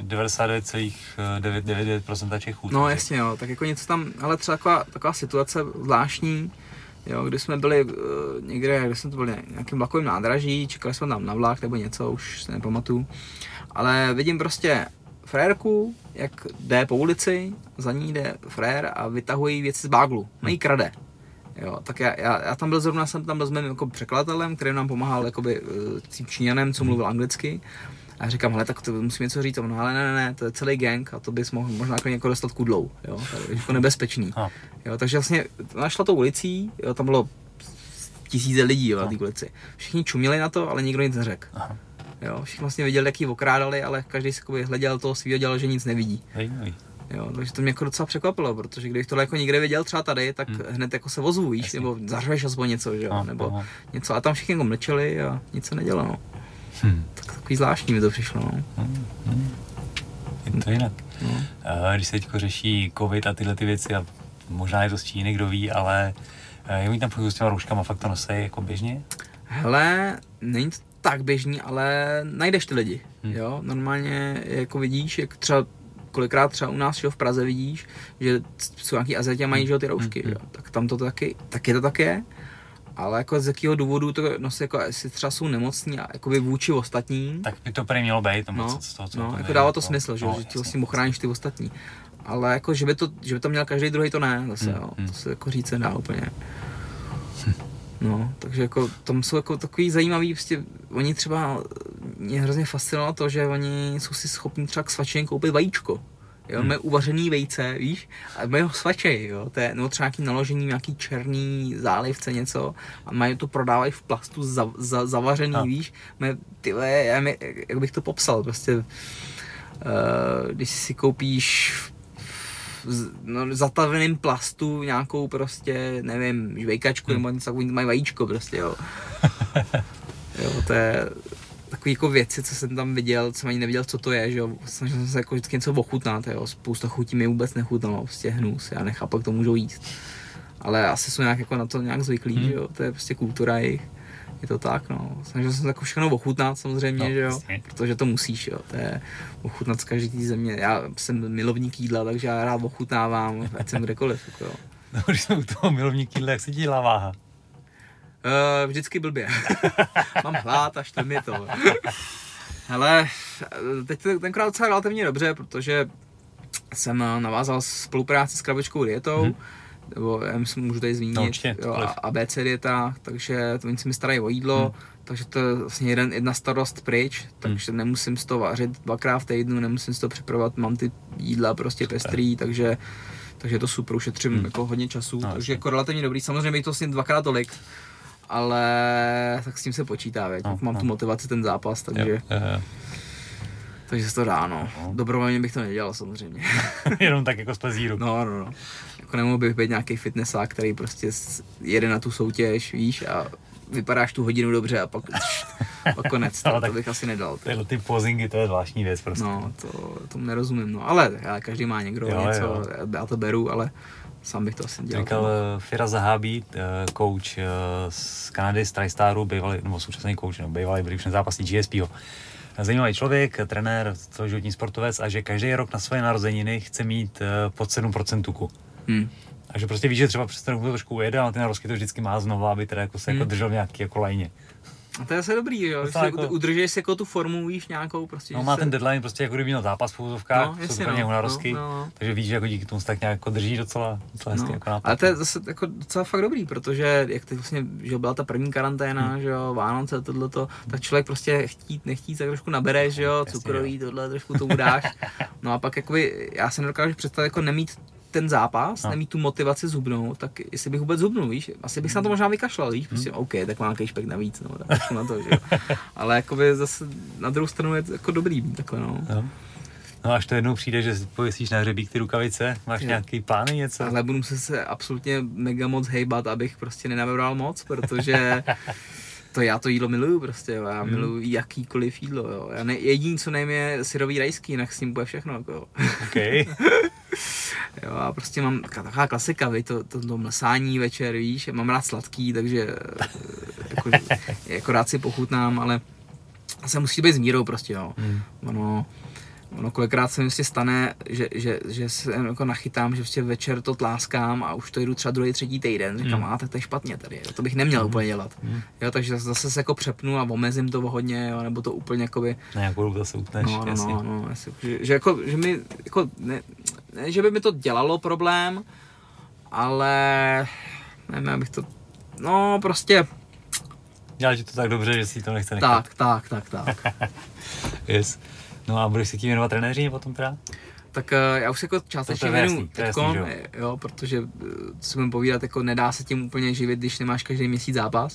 99,99% Čechů. No jasně jo, tak jako něco tam, ale třeba taková situace zvláštní, jo, kdy jsme byli někde, kde jsme to byli nějakým vlakovým nádraží, čekali jsme tam na vlak nebo něco, už se nepamatuju, ale vidím prostě frérku, jak jde po ulici, za ní jde frér a vytahují věci z báglu, mají krade. Jo, tak já tam byl zrovna, jsem tam byl s mým jako překladatelem, který nám pomáhal jakoby tím Číňanem, co mluvil anglicky. A já říkám, hele, tak to musím něco říct. No, ale ne, to je celý gang a to bys mohl možná jako někoho dostat kudlou, jo, to je jako nebezpečný. Jo, takže vlastně našla tou ulicí, jo, tam bylo tisíce lidí, jo, na té ulici. Všichni čuměli na to, ale nikdo nic neřekl. Jo, všichni vlastně viděli, jak ji okrádali, ale každý si hleděl toho svýho, dělal, že nic nevidí. Jo, takže to mě jako docela překvapilo, protože kdybych tohle jako někde viděl třeba tady, tak hned jako se ozvu, víš, nebo zařveš aspoň něco, že jo, nebo něco. A tam všichni jako mlčeli a nic se nedělo, no. Tak takový zvláštní mi to přišlo, no. Je to jinak. Když se teďko řeší covid a tyhle ty věci, a možná je to z Číny, kdo ví, ale oni tam chodí s těma rouškama, fakt to nosí jako běžně? Hele, není to tak běžný, ale najdeš ty lidi, jo, normálně jako vidíš, jak kolikrát třeba u nás, že v Praze vidíš, že jsou nějaký Aziati a mají, že ty roušky, jo. Tak tam to taky to tak je, ale jako z jakého důvodu to nosí, jako jestli třeba jsou nemocní a jakoby vůči ostatním. Tak by to prý mělo být, jako dává to smysl, že ti vlastně ochráníš ty ostatní, ale jako, že by to měl každý druhý, to ne, zase, jo, to se jako říct nedá úplně. No, takže jako tam jsou jako takový zajímavý, prostě oni třeba, mě hrozně fascinovalo to, že oni jsou si schopni třeba k svačení koupit vajíčko. Jo, mají uvařený vejce, víš, a mají ho svačej, jo, to je, nebo třeba nějaký naložení, nějaký černý zálivce, něco, a mají to prodávají v plastu zavařený, víš, jak bych to popsal, prostě, když si koupíš zataveným plastu nějakou prostě, nevím, žvejkačku nebo něco takový, mají vajíčko prostě, jo. Jo, to je takový jako věci, co jsem tam viděl, co ani neviděl, co to je, že jo. Snažil jsem se jako vždycky něco ochutnat, jo. Spousta chutí mi vůbec nechutnalo, prostě hnus, já nechápu, jak to můžou jíst. Ale asi jsou nějak jako na to nějak zvyklí, že jo, to je prostě kultura jejich. Je to tak, no. Snažil jsem se jako všechno ochutnat samozřejmě, že jo, protože to musíš, jo, to je ochutnat z každé země. Já jsem milovník jídla, takže já rád ochutnávám, ať jsem kdekoliv, jako jo. No, když jsem u toho milovník jídla, jak se ti dělá váha? Vždycky blbě. Mám hlad a štve mi to. Hele, teď tenkrát docela relativně dobře, protože jsem navázal spolupráci s Krabičkovou dietou, nebo já myslím, můžu tady zmínit, ABC dieta, takže oni si mi starají o jídlo, takže to je vlastně jedna starost pryč, takže nemusím z toho vařit 2krát v týdnu, nemusím z toho připravovat, mám ty jídla prostě pestrý, takže to super, ušetřím jako hodně času, takže jako relativně dobrý, samozřejmě je to vlastně 2krát tolik, ale tak s tím se počítá, veď, mám tu motivaci, ten zápas, takže... Takže se to dá, no. Dobrovolně bych to nedělal samozřejmě. Jenom tak jako z plezíru. No. Jako nemohl bych být nějaký fitnessák, který prostě jede na tu soutěž, víš, a vypadáš tu hodinu dobře a pak konec. To bych asi nedal. Tyhle ty pozingy, to je zvláštní věc prostě. No, tomu nerozumím, no. Ale každý má někdo něco, já to beru, ale sám bych to asi dělal. Říkal Firas Zahábí, coach z Kanady, z TriStaru, bývalý, nebo současný coach, nebo bývalý britský zápasník GSPho. Zajímavý člověk, trenér, celoživotní sportovec a že každý rok na své narozeniny chce mít pod 7% tuku. A že prostě víš, že třeba přes ten rok to trošku ujede, ale ty narozky to vždycky má znova, aby teda jako se jako držel v nějaký jako lajně. A to je asi dobrý, jo, že jako... udržíš si jako tu formu, víš, nějakou prostě. No má ten deadline prostě jako kdyby měl zápas v úzovkách, jsou to pro něho narozky, takže víš, že jako díky tomu se tak nějak jako drží docela hezky jako nápad. Ale to je zase jako docela fakt dobrý, protože jak ty vlastně, že byla ta první karanténa, že jo, Vánoce, tohleto, tak člověk prostě nechtít tak trošku nabere, že jo, cukroví, tohle trošku tomu dáš. No a pak jakoby, já se nedokážu představit jako nemít ten zápas, nemít tu motivaci zhubnout, tak jestli bych vůbec zhubnul, víš, asi bych se na to možná vykašlal, víš, prostě OK, tak mám nějaký špek navíc, no, tak na to, že jo. Ale jakoby zase na druhou stranu je to jako dobrý být takhle, no. No až to jednou přijde, že pověsíš na hřebík ty rukavice, máš nějaký plány, něco? Ale budu se absolutně mega moc hejbat, abych prostě nenabral moc, protože já to jídlo miluju prostě, jo. Já miluju jakýkoliv jídlo, jo. Jediný, co nejím, je syrový rajský, jinak s ním bude všechno, jako jo. Okay. Jo, a prostě mám taková klasika, víš, to mlsání večer, víš, mám rád sladký, takže jako rád si pochutnám, ale se musí být s mírou prostě, jo. Ono kolikrát se mi vlastně stane, že se jako nachytám, že prostě večer to tláskám a už to jdu třeba druhý, třetí týden, říkám, tak to je špatně tady, jo, to bych neměl úplně dělat. Jo, takže zase se jako přepnu a omezím to hodně, jo, nebo to úplně jakoby... Nějakou zase utneš, jasně. Že mi, jako, ne, že by mi to dělalo problém, ale nevím, abych to, prostě... Dělá ti to tak dobře, že si to nechce nechat. Tak. Yes. No a budeš se tím věnovat trenéři potom teda? Tak já už se jako částečně věnu teďkon, jo, protože co budeme povídat, jako nedá se tím úplně živit, když nemáš každý měsíc zápas.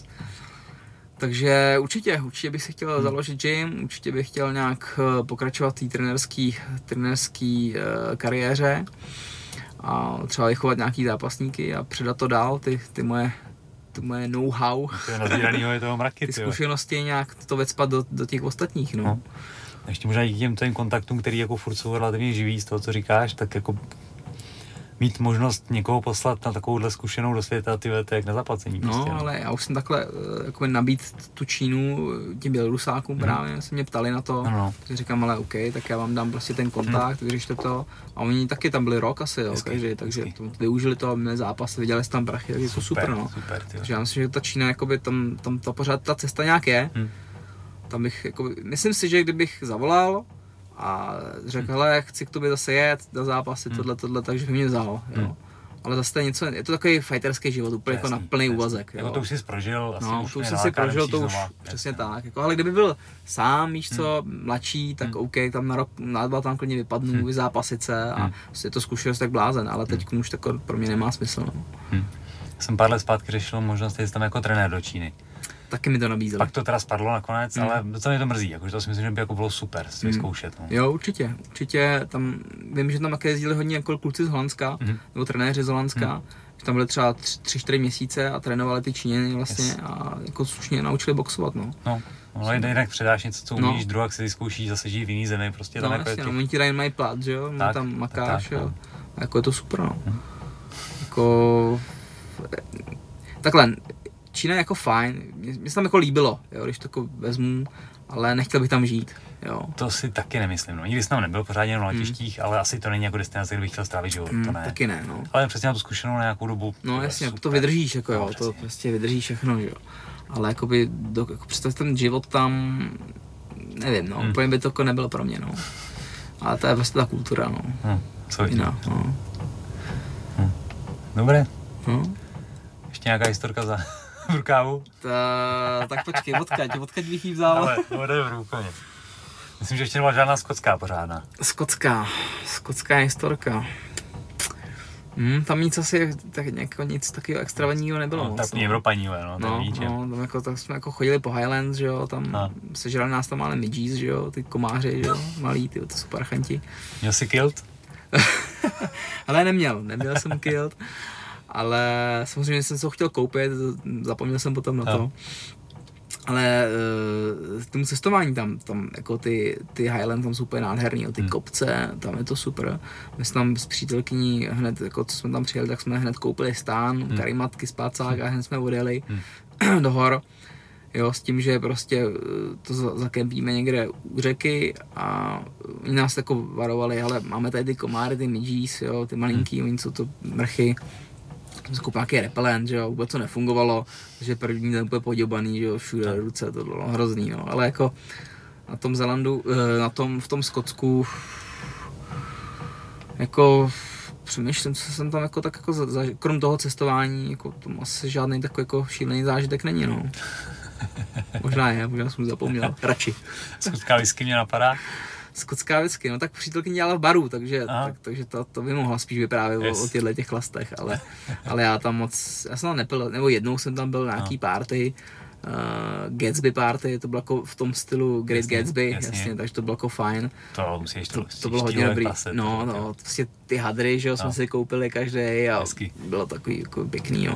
Takže určitě bych se chtěl založit gym, určitě bych chtěl nějak pokračovat v té trenérský kariéře a třeba vychovat nějaký zápasníky a předat to dál, ty moje know-how, to je nazbíranýho, je toho mraky, ty zkušenosti nějak to vecpat do těch ostatních, no. Ještě možná díky těm tvým kontaktům, který jako furt jsou relativně živý z toho, co říkáš, tak jako mít možnost někoho poslat na takovouhle zkušenou do světa, to je jak na zaplacení. Prostě, ale já už jsem takhle jako nabít tu Čínu těm Bělorusákům právě, se mě ptali na to, takže říkám, ale OK, tak já vám dám prostě ten kontakt, vyřešte to. A oni taky tam byli rok asi, jo, takže využili to, měli zápas, viděli jsi tam prachy, takže to super, no. Takže já myslím, že ta Čína, jakoby, tam pořád ta cesta nějak je. Tam bych, jako, myslím si, že kdybych zavolal a řekl, hele, chci k tobě zase jet na zápasy, tohle, takže by mě vzal, jo. Ale zase je to takový fighterský život, úplně jako na plný úvazek. Jako to už jsi prožil, asi už to už jsem si prožil, to už přesně tak. Jako, ale kdyby byl sám, víš co, mladší, tak OK, tam na rok, na dva tam klidně vypadnu, vyzápasit se a je to zkušenost tak blázen, ale teď už to pro mě nemá smysl. Jsem pár let zpátky řešil možnost jít tam jako trenér do Číny. Taky mi to nabízeli. Pak to teda spadlo nakonec, ale docela mě to mrzí, jakože to si myslím, že by jako bylo super si vyzkoušet. No. Jo, určitě, tam, vím, že tam také jezdili hodně jako kluci z Holandska, nebo trenéři z Holandska, že tam byli třeba 3-4 měsíce a trénovali ty Číňany vlastně a jako slušně naučili boxovat, No, jinak předáš něco, co umíš, druhak si vyzkouší, zase žijí v jiný zemi, prostě tam jako jasně, oni ti dají mají plat, že jo, tam makáš, jo, a jako je to super, Jako, takhle, Čína je jako fajn, mě se tam jako líbilo, jo, když to jako vezmu, ale nechtěl bych tam žít, jo. To si taky nemyslím, Nikdy jsem tam nebyl pořádně jenom na letištích, ale asi to není jako destinace, kde bych chtěl strávit život, to ne. Taky ne, Ale přesně na tu zkušenou na nějakou dobu. No jasně, super. To vydržíš, jako jo, to prostě vydržíš všechno, jo. Ale jakoby, jako představit ten život tam, nevím, úplně by to jako nebylo pro mě, Ale to je prostě ta kultura, jiná, Dobré. Ještě nějaká historka za v rukávu? Tak počkej, odkaď bych jí vzal. Ale whatever, úplně. Myslím, že ještě nebyla žádná skotská pořádná. Skotská historka. Tam nic asi, nic takového extravagního nebylo moc. Tak Evropaníové, tak jsme jako chodili po Highlands, že jo, tam sežrali nás tam ale midges, že jo, ty komáři, že jo, malí, to jsou parchanti. Měl jsi kilt? Ale neměl jsem kilt. Ale samozřejmě jsem se ho chtěl koupit, zapomněl jsem potom na to. Ale k tomu cestování tam jako ty Highland tam jsou úplně nádherný, ty kopce, tam je to super. My jsme tam s přítelkyní hned, jako co jsme tam přijeli, tak jsme hned koupili stán, karimatky, spacák a hned jsme odjeli do hor. Jo, s tím, že prostě to zakempíme někde u řeky a oni nás jako varovali, ale máme tady ty komáry, ty midges, jo, ty malinký, oni jsou to mrchy. Jsem koupil nějaký repelent, že jo, vůbec to nefungovalo, že první den úplně poděbaný, že jo, všude ruce, to bylo hrozný, ale jako na tom Zelandu, v tom Skotsku, jako přemýšlím, co jsem tam jako tak jako krom toho cestování, jako tam asi žádný takový jako šílený zážitek není, Možná jsem zapomněl, radši. Skotská whisky mě napadá. Skotská whisky, tak přítelkyně dělala v baru, takže to by mohla spíš vyprávět o těch chlastech, ale já tam já jsem tam nepil, nebo jednou jsem tam byl na nějaký party, Gatsby party, to bylo jako v tom stylu Great Gatsby, jasně, takže to bylo jako fajn. To bylo hodně dobrý, prostě ty hadry, že jo, jsme si koupili každý a bylo takový jako pěkný,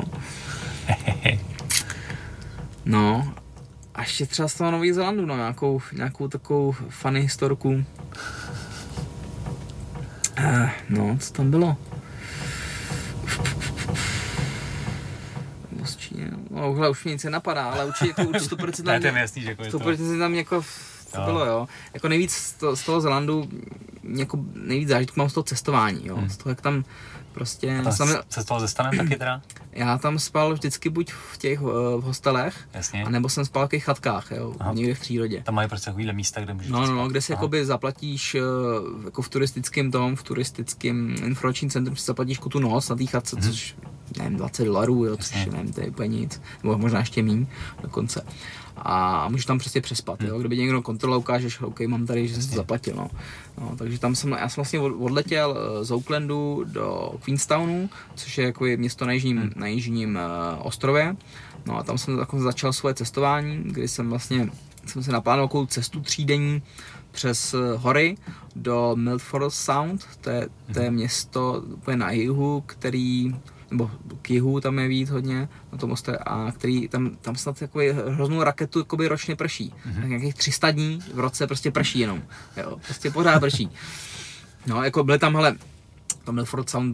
a ještě třeba z toho Nového Zélandu, nějakou takovou funny historku. Co tam bylo? No, už mě nic nenapadá, ale určitě jako 100% tam... to je jasný, že 100% tam jako to bylo, jo. Jako nejvíc z toho Zelandu, jako nejvíc zážitku mám z toho cestování, jo. Z toho, jak tam prostě... A tam cestoval ze stanem taky teda? Já tam spal vždycky buď v těch hostelech, anebo jsem spal v těch chatkách, jo, někde v přírodě. Tam mají prostě takovýhle místa, kde můžeš No, kde si jakoby zaplatíš jako v turistickém informačním centru si zaplatíš tu noc na té chatce, což nevím, $20, jo, což nevím, to je úplně nic, nebo možná ještě míň dokonce. A můžeš tam prostě přespat, jo, kdyby někdo kontroloval, ukážeš, OK, mám tady, že jsi to zaplatil, no. Takže já jsem vlastně odletěl z Aucklandu do Queenstownu, což je jako město na jižním ostrově, no a tam jsem začal svoje cestování, kdy jsem se naplánoval takovou cestu 3denní přes hory do Milford Sound, to je město úplně na jihu, nebo k jihu tam je víc hodně na tom ostrově a který tam snad takový hroznou raketu jakoby ročně prší. Tak nějakých 300 dní v roce prostě prší jenom, jo, prostě pořád prší. No, jako byly tam, hele, tam Milford Sound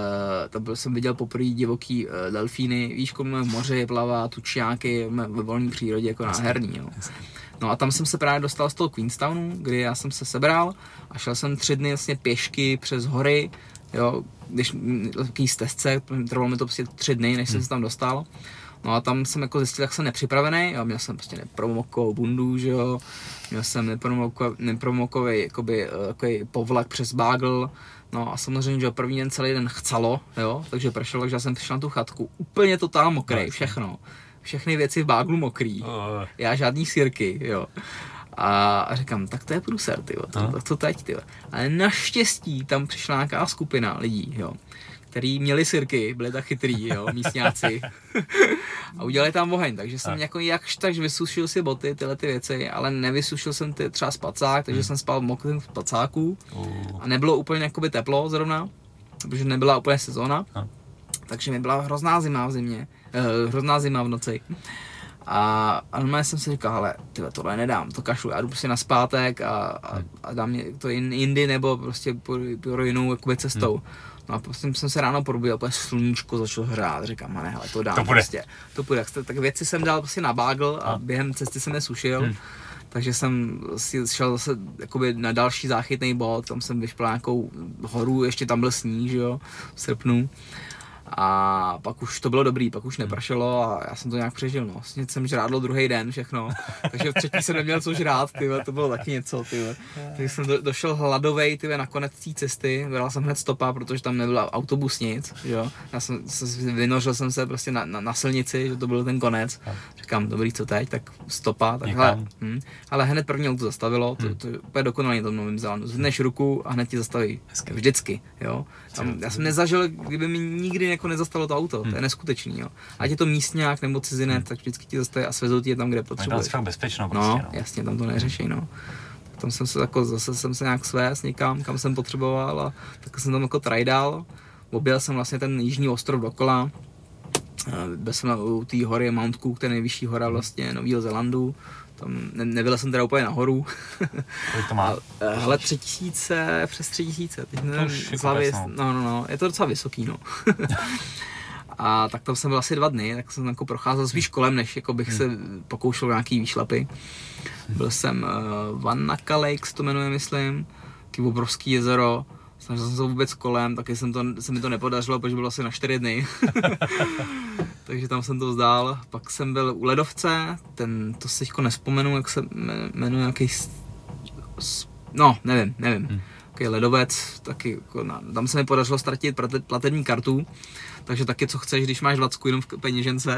jsem viděl poprvé divoký delfíny, víš, v moři plavá, tučňáky ve volné přírodě, jako nádherný, jo. No a tam jsem se právě dostal z toho Queenstownu, kdy já jsem se sebral a šel jsem 3 dny vlastně pěšky přes hory, jo, když takový stezce, trvalo mi to prostě 3 dny, než jsem se tam dostal. No a tam jsem jako zjistil, jak jsem nepřipravený, jo, měl jsem prostě nepromokovou bundu, že jo, měl jsem nepromokový jakoby povlak přes bágl, no a samozřejmě, že první den celý den chcelo, jo, takže pršelo, takže já jsem přišel na tu chatku, úplně totál mokrý, všechny věci v báglu mokrý, já žádný sirky, jo. A říkám, tak to je průser, tyjo, to teď, tyjo. Ale naštěstí tam přišla nějaká skupina lidí, jo, který měli sirky, byli tak chytrý, jo, místňáci. A udělali tam oheň, takže jsem jako jakž takž vysušil si boty, tyhle ty věci, ale nevysušil jsem třeba spacák, takže jsem spal v mokrém spacáku. A nebylo úplně jakoby teplo zrovna, protože nebyla úplně sezóna. Takže mi byla hrozná zima v zimě, hrozná zima v noci. A normálně jsem si říkal, hele, tohle nedám, to kašlu, já jdu prostě naspátek a dám mě to jindy, nebo prostě po jinou jakoby cestou. No a prostě jsem se ráno probudil, úplně sluníčko začalo hrát, říkám, ne, hele, to dám to půjde. Tak věci jsem dal prostě na bágl a během cesty jsem nesušil. Takže jsem si šel zase jakoby na další záchytný bod, tam jsem vyšpal nějakou horu, ještě tam byl sníh, že jo, v srpnu. A pak už to bylo dobrý, pak už nepršelo a já jsem to nějak přežil, no. Vlastně jsem žrádl druhý den všechno, takže v třetí jsem neměl co žrát, tyhle, to bylo taky něco, tyhle. Takže jsem došel hladovej, tyhle, na konec té cesty, vydal jsem hned stopa, protože tam nebyl autobus nic, jo. Vynořil jsem se prostě na silnici, že to byl ten konec. Říkám, dobrý, co teď, tak stopa, tak hele. Ale hned první auto zastavilo, to je úplně dokonalý to v Novém Zélandu. Zvedneš ruku a hned ti zastaví, vždycky, jo. Já jsem nezažil, kdyby mi nikdy jako nezastalo to auto, to je neskutečný, jo. Ať je to místňák nebo cizinec, tak vždycky ti zastaví a svezou ti je tam, kde potřebuješ. Je to fakt bezpečno prostě, no. Jasně, tam to neřeší, no. Tam jsem se jako, zase jsem se nějak svést někam, kam jsem potřeboval a tak jsem tam jako trajdal. Objel jsem vlastně ten jižní ostrov dokola. Byl jsem u té hory Mount Cook, to je nejvyšší hora vlastně Nového Zélandu. Tam nebyl jsem teda úplně nahoru. Kolik to má? Hele, 3000, přes 3000. Teď nevím, z hlavy, no, je to docela vysoký, no. A tak tam jsem byl asi 2 dny, tak jsem jako procházel svým školem, než jako bych se pokoušel nějaký výšlapy. Byl jsem Wanaka Lakes, to jmenuje, myslím, taký obrovský jezero. Snažil jsem se vůbec kolem, taky se mi to nepodařilo, protože bylo asi na 4 dny. Takže tam jsem to vzdál. Pak jsem byl u ledovce, to si teďko nespomenu, jak se jmenuje, nějaký... No, nevím. Takový ledovec, taky jako tam se mi podařilo ztratit platební kartu, takže taky co chceš, když máš 20 jenom v peněžence.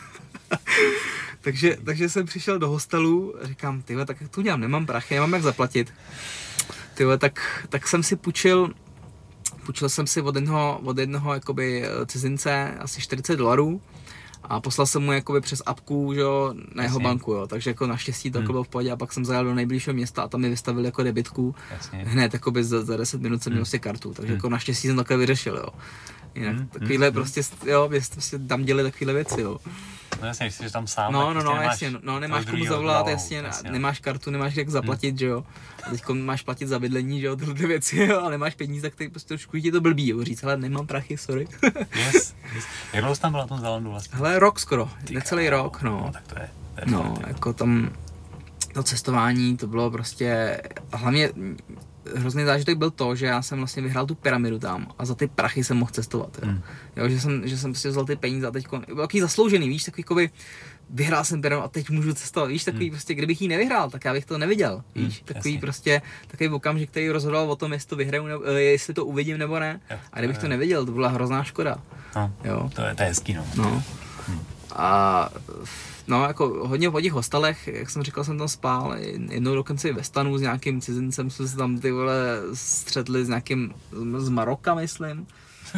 takže jsem přišel do hostelu, říkám, tyhle, tak jak to udělám, nemám prachy, nemám jak zaplatit. Tyhle, tak jsem si půjčil jsem si od jednoho jakoby cizince asi $40 a poslal jsem mu jakoby přes apku, že jo, na jeho banku, jo, takže jako naštěstí to bylo v pohodě a pak jsem zajel do nejbližšího města a tam mi vystavili jako debitku. Hned jakoby za 10 minut jsem měl si kartu, takže jako naštěstí jsem takhle vyřešil, jo. Jinak takovýhle prostě, jo, prostě tam děli takovýhle věci, jo. No jasně, jsi tam sám. No, jasně, nemáš komu zavolat, jasně, nemáš kartu, nemáš jak zaplatit, že jo. A teď máš platit za bydlení, že jo, tyhle věci, jo, a nemáš peníze, tak prostě trošku ti to blbý, jo, říct, hele, nemám prachy, sorry. Yes. Jak dlouho jsi tam byl na tom Zélandu vlastně? Hele, rok skoro, necelý rok, no. No, tak to je jako tam to cestování, to bylo prostě, hlavně hrozný zážitek byl to, že já jsem vlastně vyhrál tu pyramidu tam a za ty prachy jsem mohl cestovat, jo. Jo, že jsem prostě vzal ty peníze a teďko, takový zasloužený, víš, takový jakoby, vyhrál jsem pyramidu a teď můžu cestovat, víš, takový prostě, kdybych ji nevyhrál, tak já bych to neviděl, víš, takový prostě, takový okamžik, který rozhodoval o tom, jestli to vyhraju, nebo, jestli to uvidím nebo ne, a kdybych to neviděl, to byla hrozná škoda, jo. To je hezký, no. A no, jako hodně v těch hostelech, jak jsem říkal, jsem tam spál, jednou dokonce i ve stanu s nějakým cizincem, jsme se tam ty vole střetli s nějakým, z Maroka, myslím.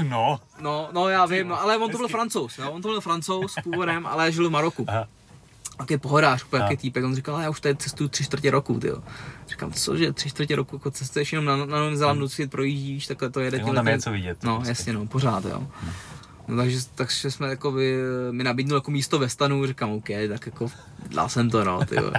No, já vím, no, ale on to byl Francouz původem, ale žil v Maroku. Taký pohodář, úplně jaký týpek, on říkal, já už tady cestuju 3/4 roku, tyjo. Říkám, cože, 3/4 roku, jako cestuješ jenom na Novém Zélandu, svět projíždíš, takhle to jede. Tam je co vidět. No, jasně, no, pořád, jo. No, takže jsme jako mi nabídnul jako místo ve stanu, říkám, OK, tak jako dal jsem to, no, tyjo.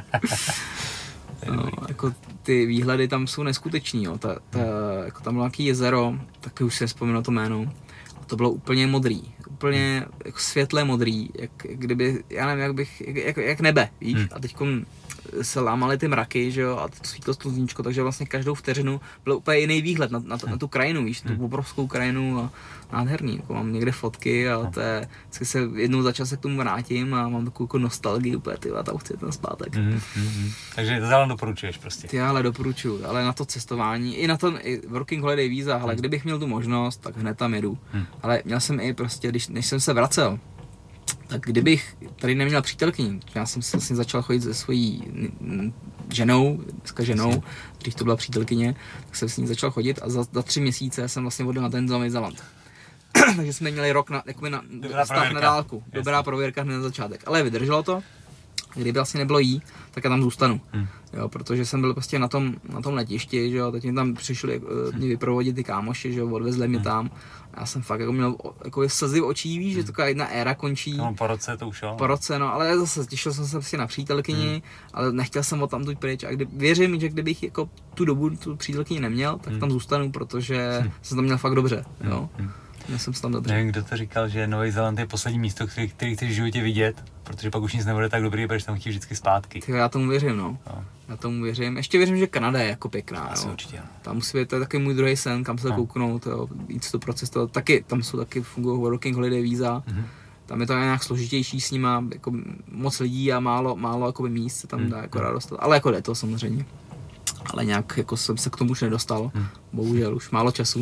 No, jako ty výhledy tam jsou neskuteční, jo. Jako tam bylo nějaký jezero, taky už si vzpomínám to jméno. A to bylo úplně modrý, úplně jako světle modrý, jak kdyby, já nevím, jak nebe, víš. A teďkom se lámaly ty mraky, že jo, a to svítlo sluníčko, takže vlastně každou vteřinu byl úplně jiný výhled na tu krajinu, víš, tu obrovskou krajinu a nádherný, jako mám někde fotky a to je, vždycky se jednou za čas se k tomu vrátím a mám takovou jako nostalgii úplně, tyhle, tam chci ten zpátek. Takže to zále doporučuješ prostě. Ty ale doporučuju, ale na to cestování, i na to working holiday víza, ale kdybych měl tu možnost, tak hned tam jedu, ale měl jsem i prostě, než jsem se vracel, tak kdybych tady neměl přítelkyni, já jsem se vlastně začal chodit se svojí ženou, dneska ženou, když to byla přítelkyně, tak jsem s ní začal chodit a za 3 měsíce jsem vlastně odjel na ten Nový Zéland. Takže jsme měli rok na stav na dálku, dobrá prověrka hned na začátek, ale vydrželo to. Kdyby vlastně nebylo jí, tak já tam zůstanu, jo, protože jsem byl prostě na tom letišti, že jo, teď mě tam přišli mě vyprovodit ty kámoši, že jo, odvezli mě tam. Já jsem fakt jako měl jako slzy v očích, víš, že taková jedna éra končí. No, po roce to už jo. Po roce, no, ale zase těšil jsem se prostě na přítelkyni, ale nechtěl jsem odtamtud pryč a věřím, že kdybych jako tu dobu tu přítelkyni neměl, tak tam zůstanu, protože jsem tam měl fakt dobře, jo. Já jsem tam dobře. Nevím, kdo to říkal, že Nový Zéland je poslední místo, který chceš v životě vidět, protože pak už nic nebude tak dobrý, protože tam chtějí vždycky zpátky. Tyjo, já tomu věřím, no. Já tomu věřím. Ještě věřím, že Kanada je jako pěkná, asi jo. Určitě. Tam musí být, to je taky můj druhý sen, kam se kouknout, jo, víc to procestovat. Taky, tam jsou taky fungují working holiday víza. Tam je to nějak složitější s nima, jako moc lidí a málo jakoby míst se tam dá jako dostat. Ale jako jde to samozřejmě. Ale nějak jako jsem se k tomu už nedostal. Bohužel už málo času.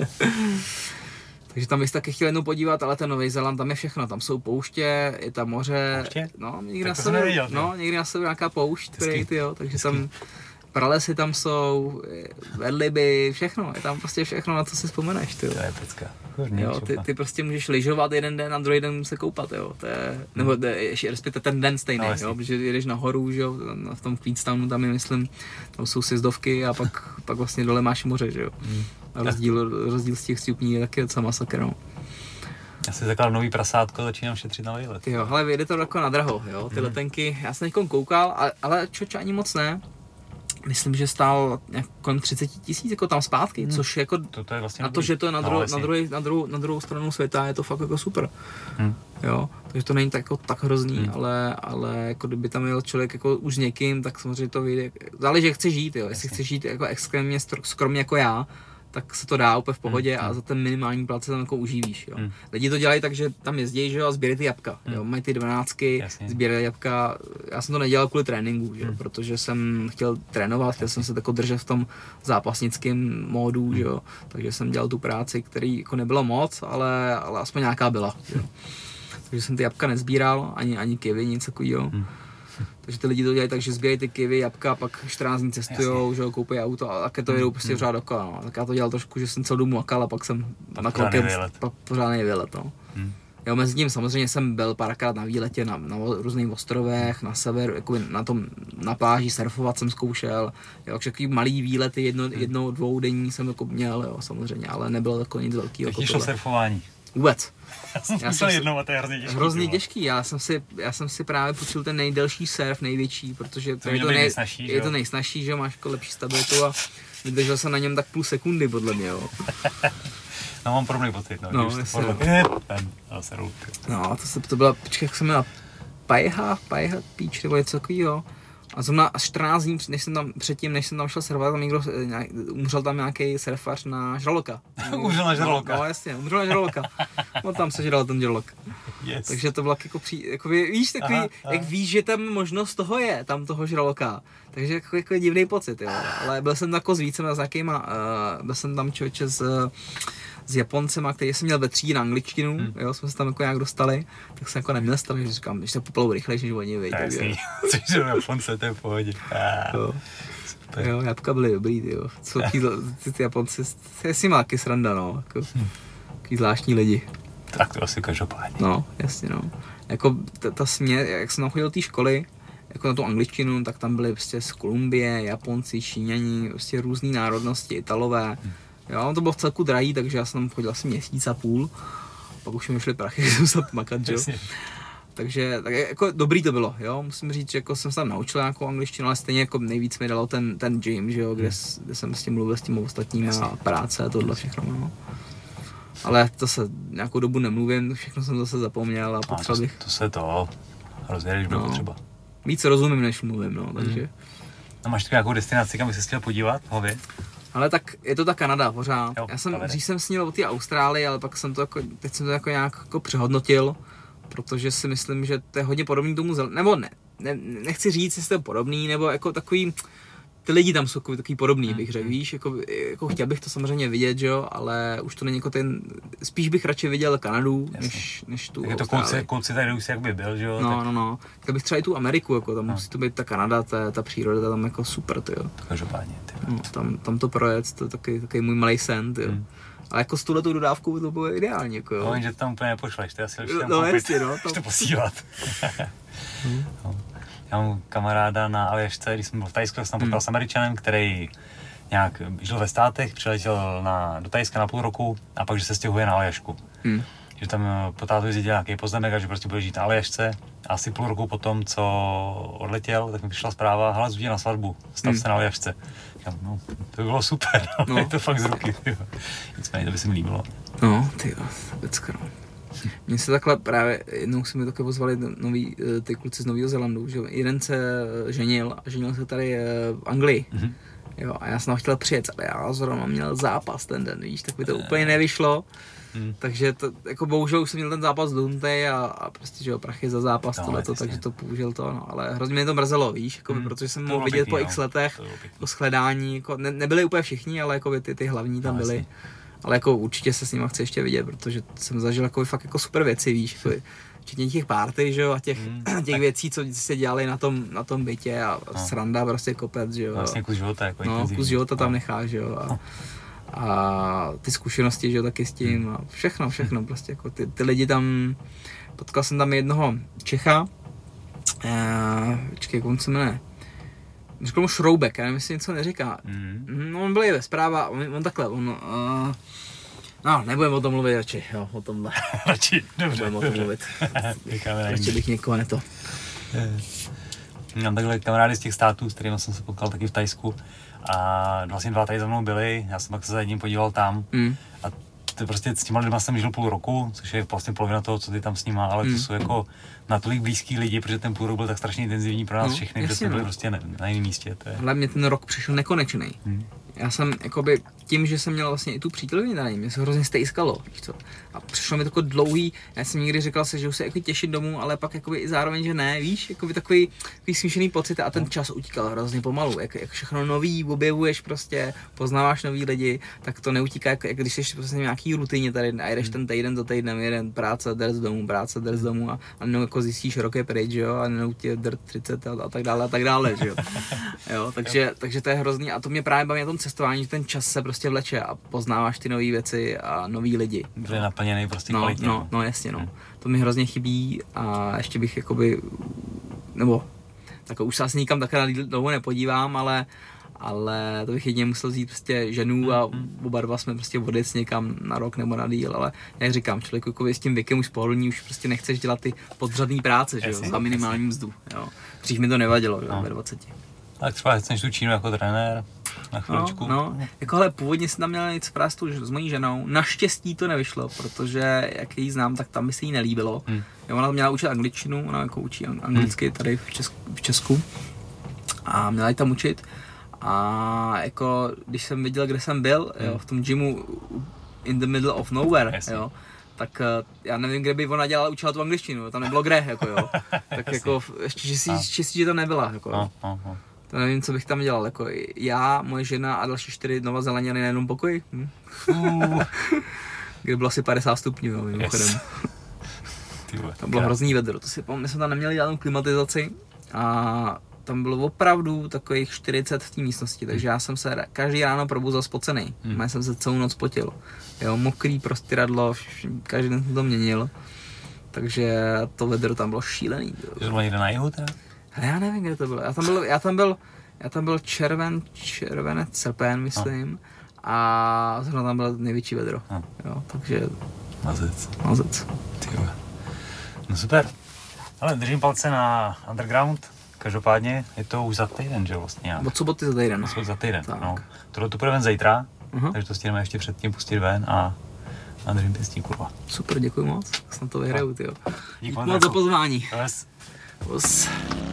Takže tam bych taky chtěl jednou podívat, ale ten Nový Zéland, tam je všechno, tam jsou pouště, je tam moře, pouště? No, někdy na sebe nějaká poušť, takže tam pralesy tam jsou, vedliby, všechno, je tam prostě všechno, na co si vzpomeneš, tyjo. To je pecka. Jo, ty prostě můžeš lyžovat jeden den a druhý den se koupat, jo, to je, nebo respektive ten den stejný, no, jo, protože jedeš nahoru, že jo, v tom Queenstownu tam je, myslím, tam jsou sjezdovky a pak vlastně dole máš moře, že jo. A rozdíl z těch stupní je taky docela masakr, no. Já si zakládám nový prasátko, začínám šetřit na výlet. Jo, ale vyjde to jako na draho, jo, ty letenky, já jsem teďkon koukal, ale čoče ani moc ne. Myslím, že stál kolem 30 000 jako tam zpátky, což jako to je vlastně na to, že to je na druhou stranu světa, je to fakt jako super. Jo, takže to není tak hrozný, ale jako kdyby tam jel člověk jako už s někým, tak samozřejmě to vyjde. Záleží, jak chce žít, jo. Jestli chce žít jako extrémně skromně jako já, tak se to dá úplně v pohodě a za ten minimální plat se tam jako uživíš, jo. Lidi to dělají tak, že tam jezdí, že jo, a sbírají ty jabka, jo, mají ty 12, sbírají jabka. Já jsem to nedělal kvůli tréninku, že jo, protože jsem chtěl trénovat, chtěl jsem se tako držet v tom zápasnickém módu, že jo, takže jsem dělal tu práci, který jako nebylo moc, ale aspoň nějaká byla, jo. Takže jsem ty jabka nezbíral, ani kivy, nic takového. Takže ty lidi to dělají tak, že sbírají ty kivy, jabka, pak 14 dní cestujou, že jo, koupí auto a také to jedou prostě pořád dokola, no. Tak já to dělal trošku, že jsem celou dobu makal a pak jsem pořádný výlet, no. Jo, mezi tím samozřejmě jsem byl párkrát na výletě na různých ostrovech, na severu, jako na pláži surfovat jsem zkoušel, jo, takže takový malý výlety, jedno 2 denní jsem jako měl, jo, samozřejmě, ale nebylo jako nic velkého. Tak šlo surfování. Vůbec. Já jsem jednou a to je hrozně těžký. Já jsem si právě půjčil ten nejdelší surf, největší, protože to je to nejsnažší, že máš jako lepší stabilitu a vydržel jsem na něm tak půl sekundy, podle mě, jo. No, mám podobný pocit, no, to byla, počkej, jak se jmenila, Pajha Beach, nebo něco takovýho. A zrovna až 14 dní, než jsem tam šel surfovat, tam někdo, umřel tam nějaký surfař na žraloka. Umřel na žraloka? No jasně, umřel na žraloka. On tam sežral ten žralok. Yes. Takže to bylo jako víš, takový, jak víš, že tam možnost toho je, tam toho žraloka. Takže jako divný pocit, jo. Ale byl jsem jako s vícema, s nějakýma, byl jsem tam člověče s Japoncema, který jsem měl ve třídě na angličtinu, jo, jsme se tam jako nějak dostali, tak jsem jako neměl stav, že říkám, když se poplavu rychlejší, než oni, vej. Což jsou Japonce, to je v pohodě. Jo, jabka byly dobrý, jo. Co ty Japonci, je s nimi taky sranda, no, jako, takový zvláštní lidi. Tak to asi každopádně. No, jasně, no. Jako ta směr, jak jsem tam chodil do té školy, jako na tu angličtinu, tak tam byly prostě z Kolumbie, Japonci, Číňani, prostě různý národnosti, Italové. Jo, to bylo v celku drahý, takže já jsem tam chodil asi měsíc a půl. Pak už mi šly prachy, že jsem se makat, jo. Takže tak jako dobrý to bylo, jo. Musím říct, že jako jsem se tam naučil nějakou angličtinu, ale stejně jako nejvíc mi dalo ten gym, že jo, kde jsem s tím mluvil s tím ostatním a práce a tohle všechno, no. Ale to se nějakou dobu nemluvím, všechno jsem zase zapomněl a potřeboval bych. To se to rozjede, když bude potřeba. Víc rozumím, než mluvím, no, takže. A máš tu nějakou destinaci, kam bys se chtěl podívat, Hově? Ale tak je to ta Kanada pořád. Jo, Dřív jsem snil o té Austrálii, ale pak jsem to jako, teď jsem to jako nějak jako přehodnotil, protože si myslím, že to je hodně podobný tomu nebo nechci říct, jestli to je podobný, nebo jako takový, ty lidi tam jsou takový podobný, bych řekl, víš, jako chtěl bych to samozřejmě vidět, že jo, ale už to není jako spíš bych radši viděl Kanadu, než tu Austrálii. Je to konci tady už jakby byl, že jo? No. Chtěl bych třeba i tu Ameriku, jako tam musí to být ta Kanada, ta příroda tam jako super, ty jo. Každopádně, tam to projet, to je taky můj malej sen, ty jo. Ale jako s tuhletou dodávkou to bylo ideální, jako jo. No, jenže to tam úplně nepošleš, ty asi lepší tam koupit, jasně, no, to posílat. Já mám kamaráda na Aljašce, když jsem byl v Thajsku, tak jsem tam potkal s Američanem, který nějak žil ve státech, přiletěl do Thajska na půl roku a pak, že se stěhuje na Aljašku. Že tam po tátovi zdědil nějaký pozemek a že prostě bude žít na Aljašce. A asi půl roku potom, co odletěl, tak mi přišla zpráva, hele, zůdí na svatbu, stav se na Aljašce. Říkám, no, to by bylo super, je to fakt z ruky, tyjo. Nicméně, to by se mi líbilo. No, tyjo, vecka, no. Mně se takhle právě, jednou se mi také pozvali ty kluci z Nového Zélandu, že jeden se ženil a ženil se tady v Anglii. Jo, a já jsem chtěl přijet, ale já zrovna měl zápas ten den, víš, tak by to úplně nevyšlo. Takže to, jako bohužel už jsem měl ten zápas dohnutý a prostě, že jo, prachy za zápas tohleto, takže to použil to, no, ale hrozně mě to mrzelo, víš, jako protože jsem mohl vidět po x letech to shledání, jako nebyli úplně všichni, ale jako ty hlavní tam byly. Ale jako určitě se s nima chci ještě vidět, protože jsem zažil jako fakt jako super věci, víš, jako, včetně těch party, že jo, a těch věcí, co se dělali na tom bytě a sranda prostě kopec, že jo. Vlastně kus života, jako kus života tam necháš, že jo. A ty zkušenosti, že jo, taky s tím a všechno prostě, jako ty lidi tam, potkal jsem tam jednoho Čecha, jak on se jmenuje, řekl mu Šroubek, já nevím, jestli něco neříká. No, on byl i ve zpráva, on takhle, no, nebudem o tom mluvit radši, jo, o tomhle. Radši, dobře. Nebudem o tom mluvit. Radši bych někoho neto. Mám takhle kamarády z těch států, s kterými jsem se potkal taky v Thajsku. A vlastně 2 tady za mnou byli, já jsem pak se za jedním podíval tam. A to prostě s těma lidma jsem žil půl roku, což je vlastně polovina toho, co ty tam s nima, ale to jsou jako natolik blízký lidi, protože ten půl rok byl tak strašně intenzivní pro nás všechny, že jsme byli prostě na jiném místě. Hlavně ten rok přišel nekonečný. Já jsem jakoby tím, že jsem měl vlastně i tu přítelkyni na mě se hrozně stejskalo, víš co. A přišlo mi takový dlouhý, já jsem někdy říkal se, že už se jako těšit domů, ale pak jakoby i zároveň, že ne, víš, jakoby takový smíšený pocit a ten čas utíkal hrozně pomalu, jak všechno nový, objevuješ prostě, poznáváš nový lidi, tak to neutíká, jak když jsi prostě v nějaký rutině tady a jdeš ten týden za týdnem, jeden práce, drz domů a no, jako zjistíš rok je pryč, jo, a nenou tě drt 30 a tak dále, že jo. Jo, takže to je hrozný a to mě právě baví na tom cestování, že ten čas se prostě vleče a poznáváš ty nové věci a nový lidi. Byli naplněný prostě kvalitně. No, jasně, no. To mi hrozně chybí a ještě bych jakoby, nebo tak už se asi nikam takhle dlouho nepodívám, ale ale to bych jedině musel vzít prostě ženu a oba dva jsme prostě odjet někam na rok nebo na díl, ale jak říkám, člověk jako s tím věkem už pohodlný, už prostě nechceš dělat ty podřadný práce, že jo, za minimální mzdu, jo. Dřív mi to nevadilo, jo, ve 20. Tak třeba chceš tu Čínu jako trenér na chviličku. No, jako ale původně jsem tam měl něco prástu s mojí ženou, naštěstí to nevyšlo, protože jak ji znám, tak tam by se jí nelíbilo. Jo, ona měla učit angličtinu, ona jako učí anglicky tady v Česku a měla ji tam učit. A jako, když jsem viděl, kde jsem byl, jo, v tom gymu in the middle of nowhere, jo, tak já nevím, kde by ona učila tu angličtinu, tam nebylo kde, jako jo. Tak jako, ještě štěstí, že to nebyla, jako jo. To nevím, co bych tam dělal, jako já, moje žena a další 4 Novozelanďany na jednom pokoji. Kde bylo asi 50 stupňů, jo, mimochodem. Tam bylo hrozný vedro, to si pamatuju, my jsme tam neměli žádnou klimatizaci a tam bylo opravdu takových 40 v té místnosti, takže já jsem se každý ráno probuzel spocený. Já jsem se celou noc potil. Jo, mokrý prostředadlo, každý den jsem to měnil. Takže to vedro tam bylo šílený. To bylo někde na jihu teda? Ale já nevím, kde to bylo. Já tam byl červenec, srpen, myslím. A zrovna tam bylo největší vedro. Jo, takže... Mazec. Tyhle. No super. Ale držím palce na underground. Každopádně je to už za týden, že vlastně? Od soboty za týden. Za týden, no. Tohle to bude ven zítra, takže to stihneme ještě předtím pustit ven a držím pěstí, kurva. Super, děkuji moc. Snad to vyhraju, tyjo. Díky moc za pozvání. Yes.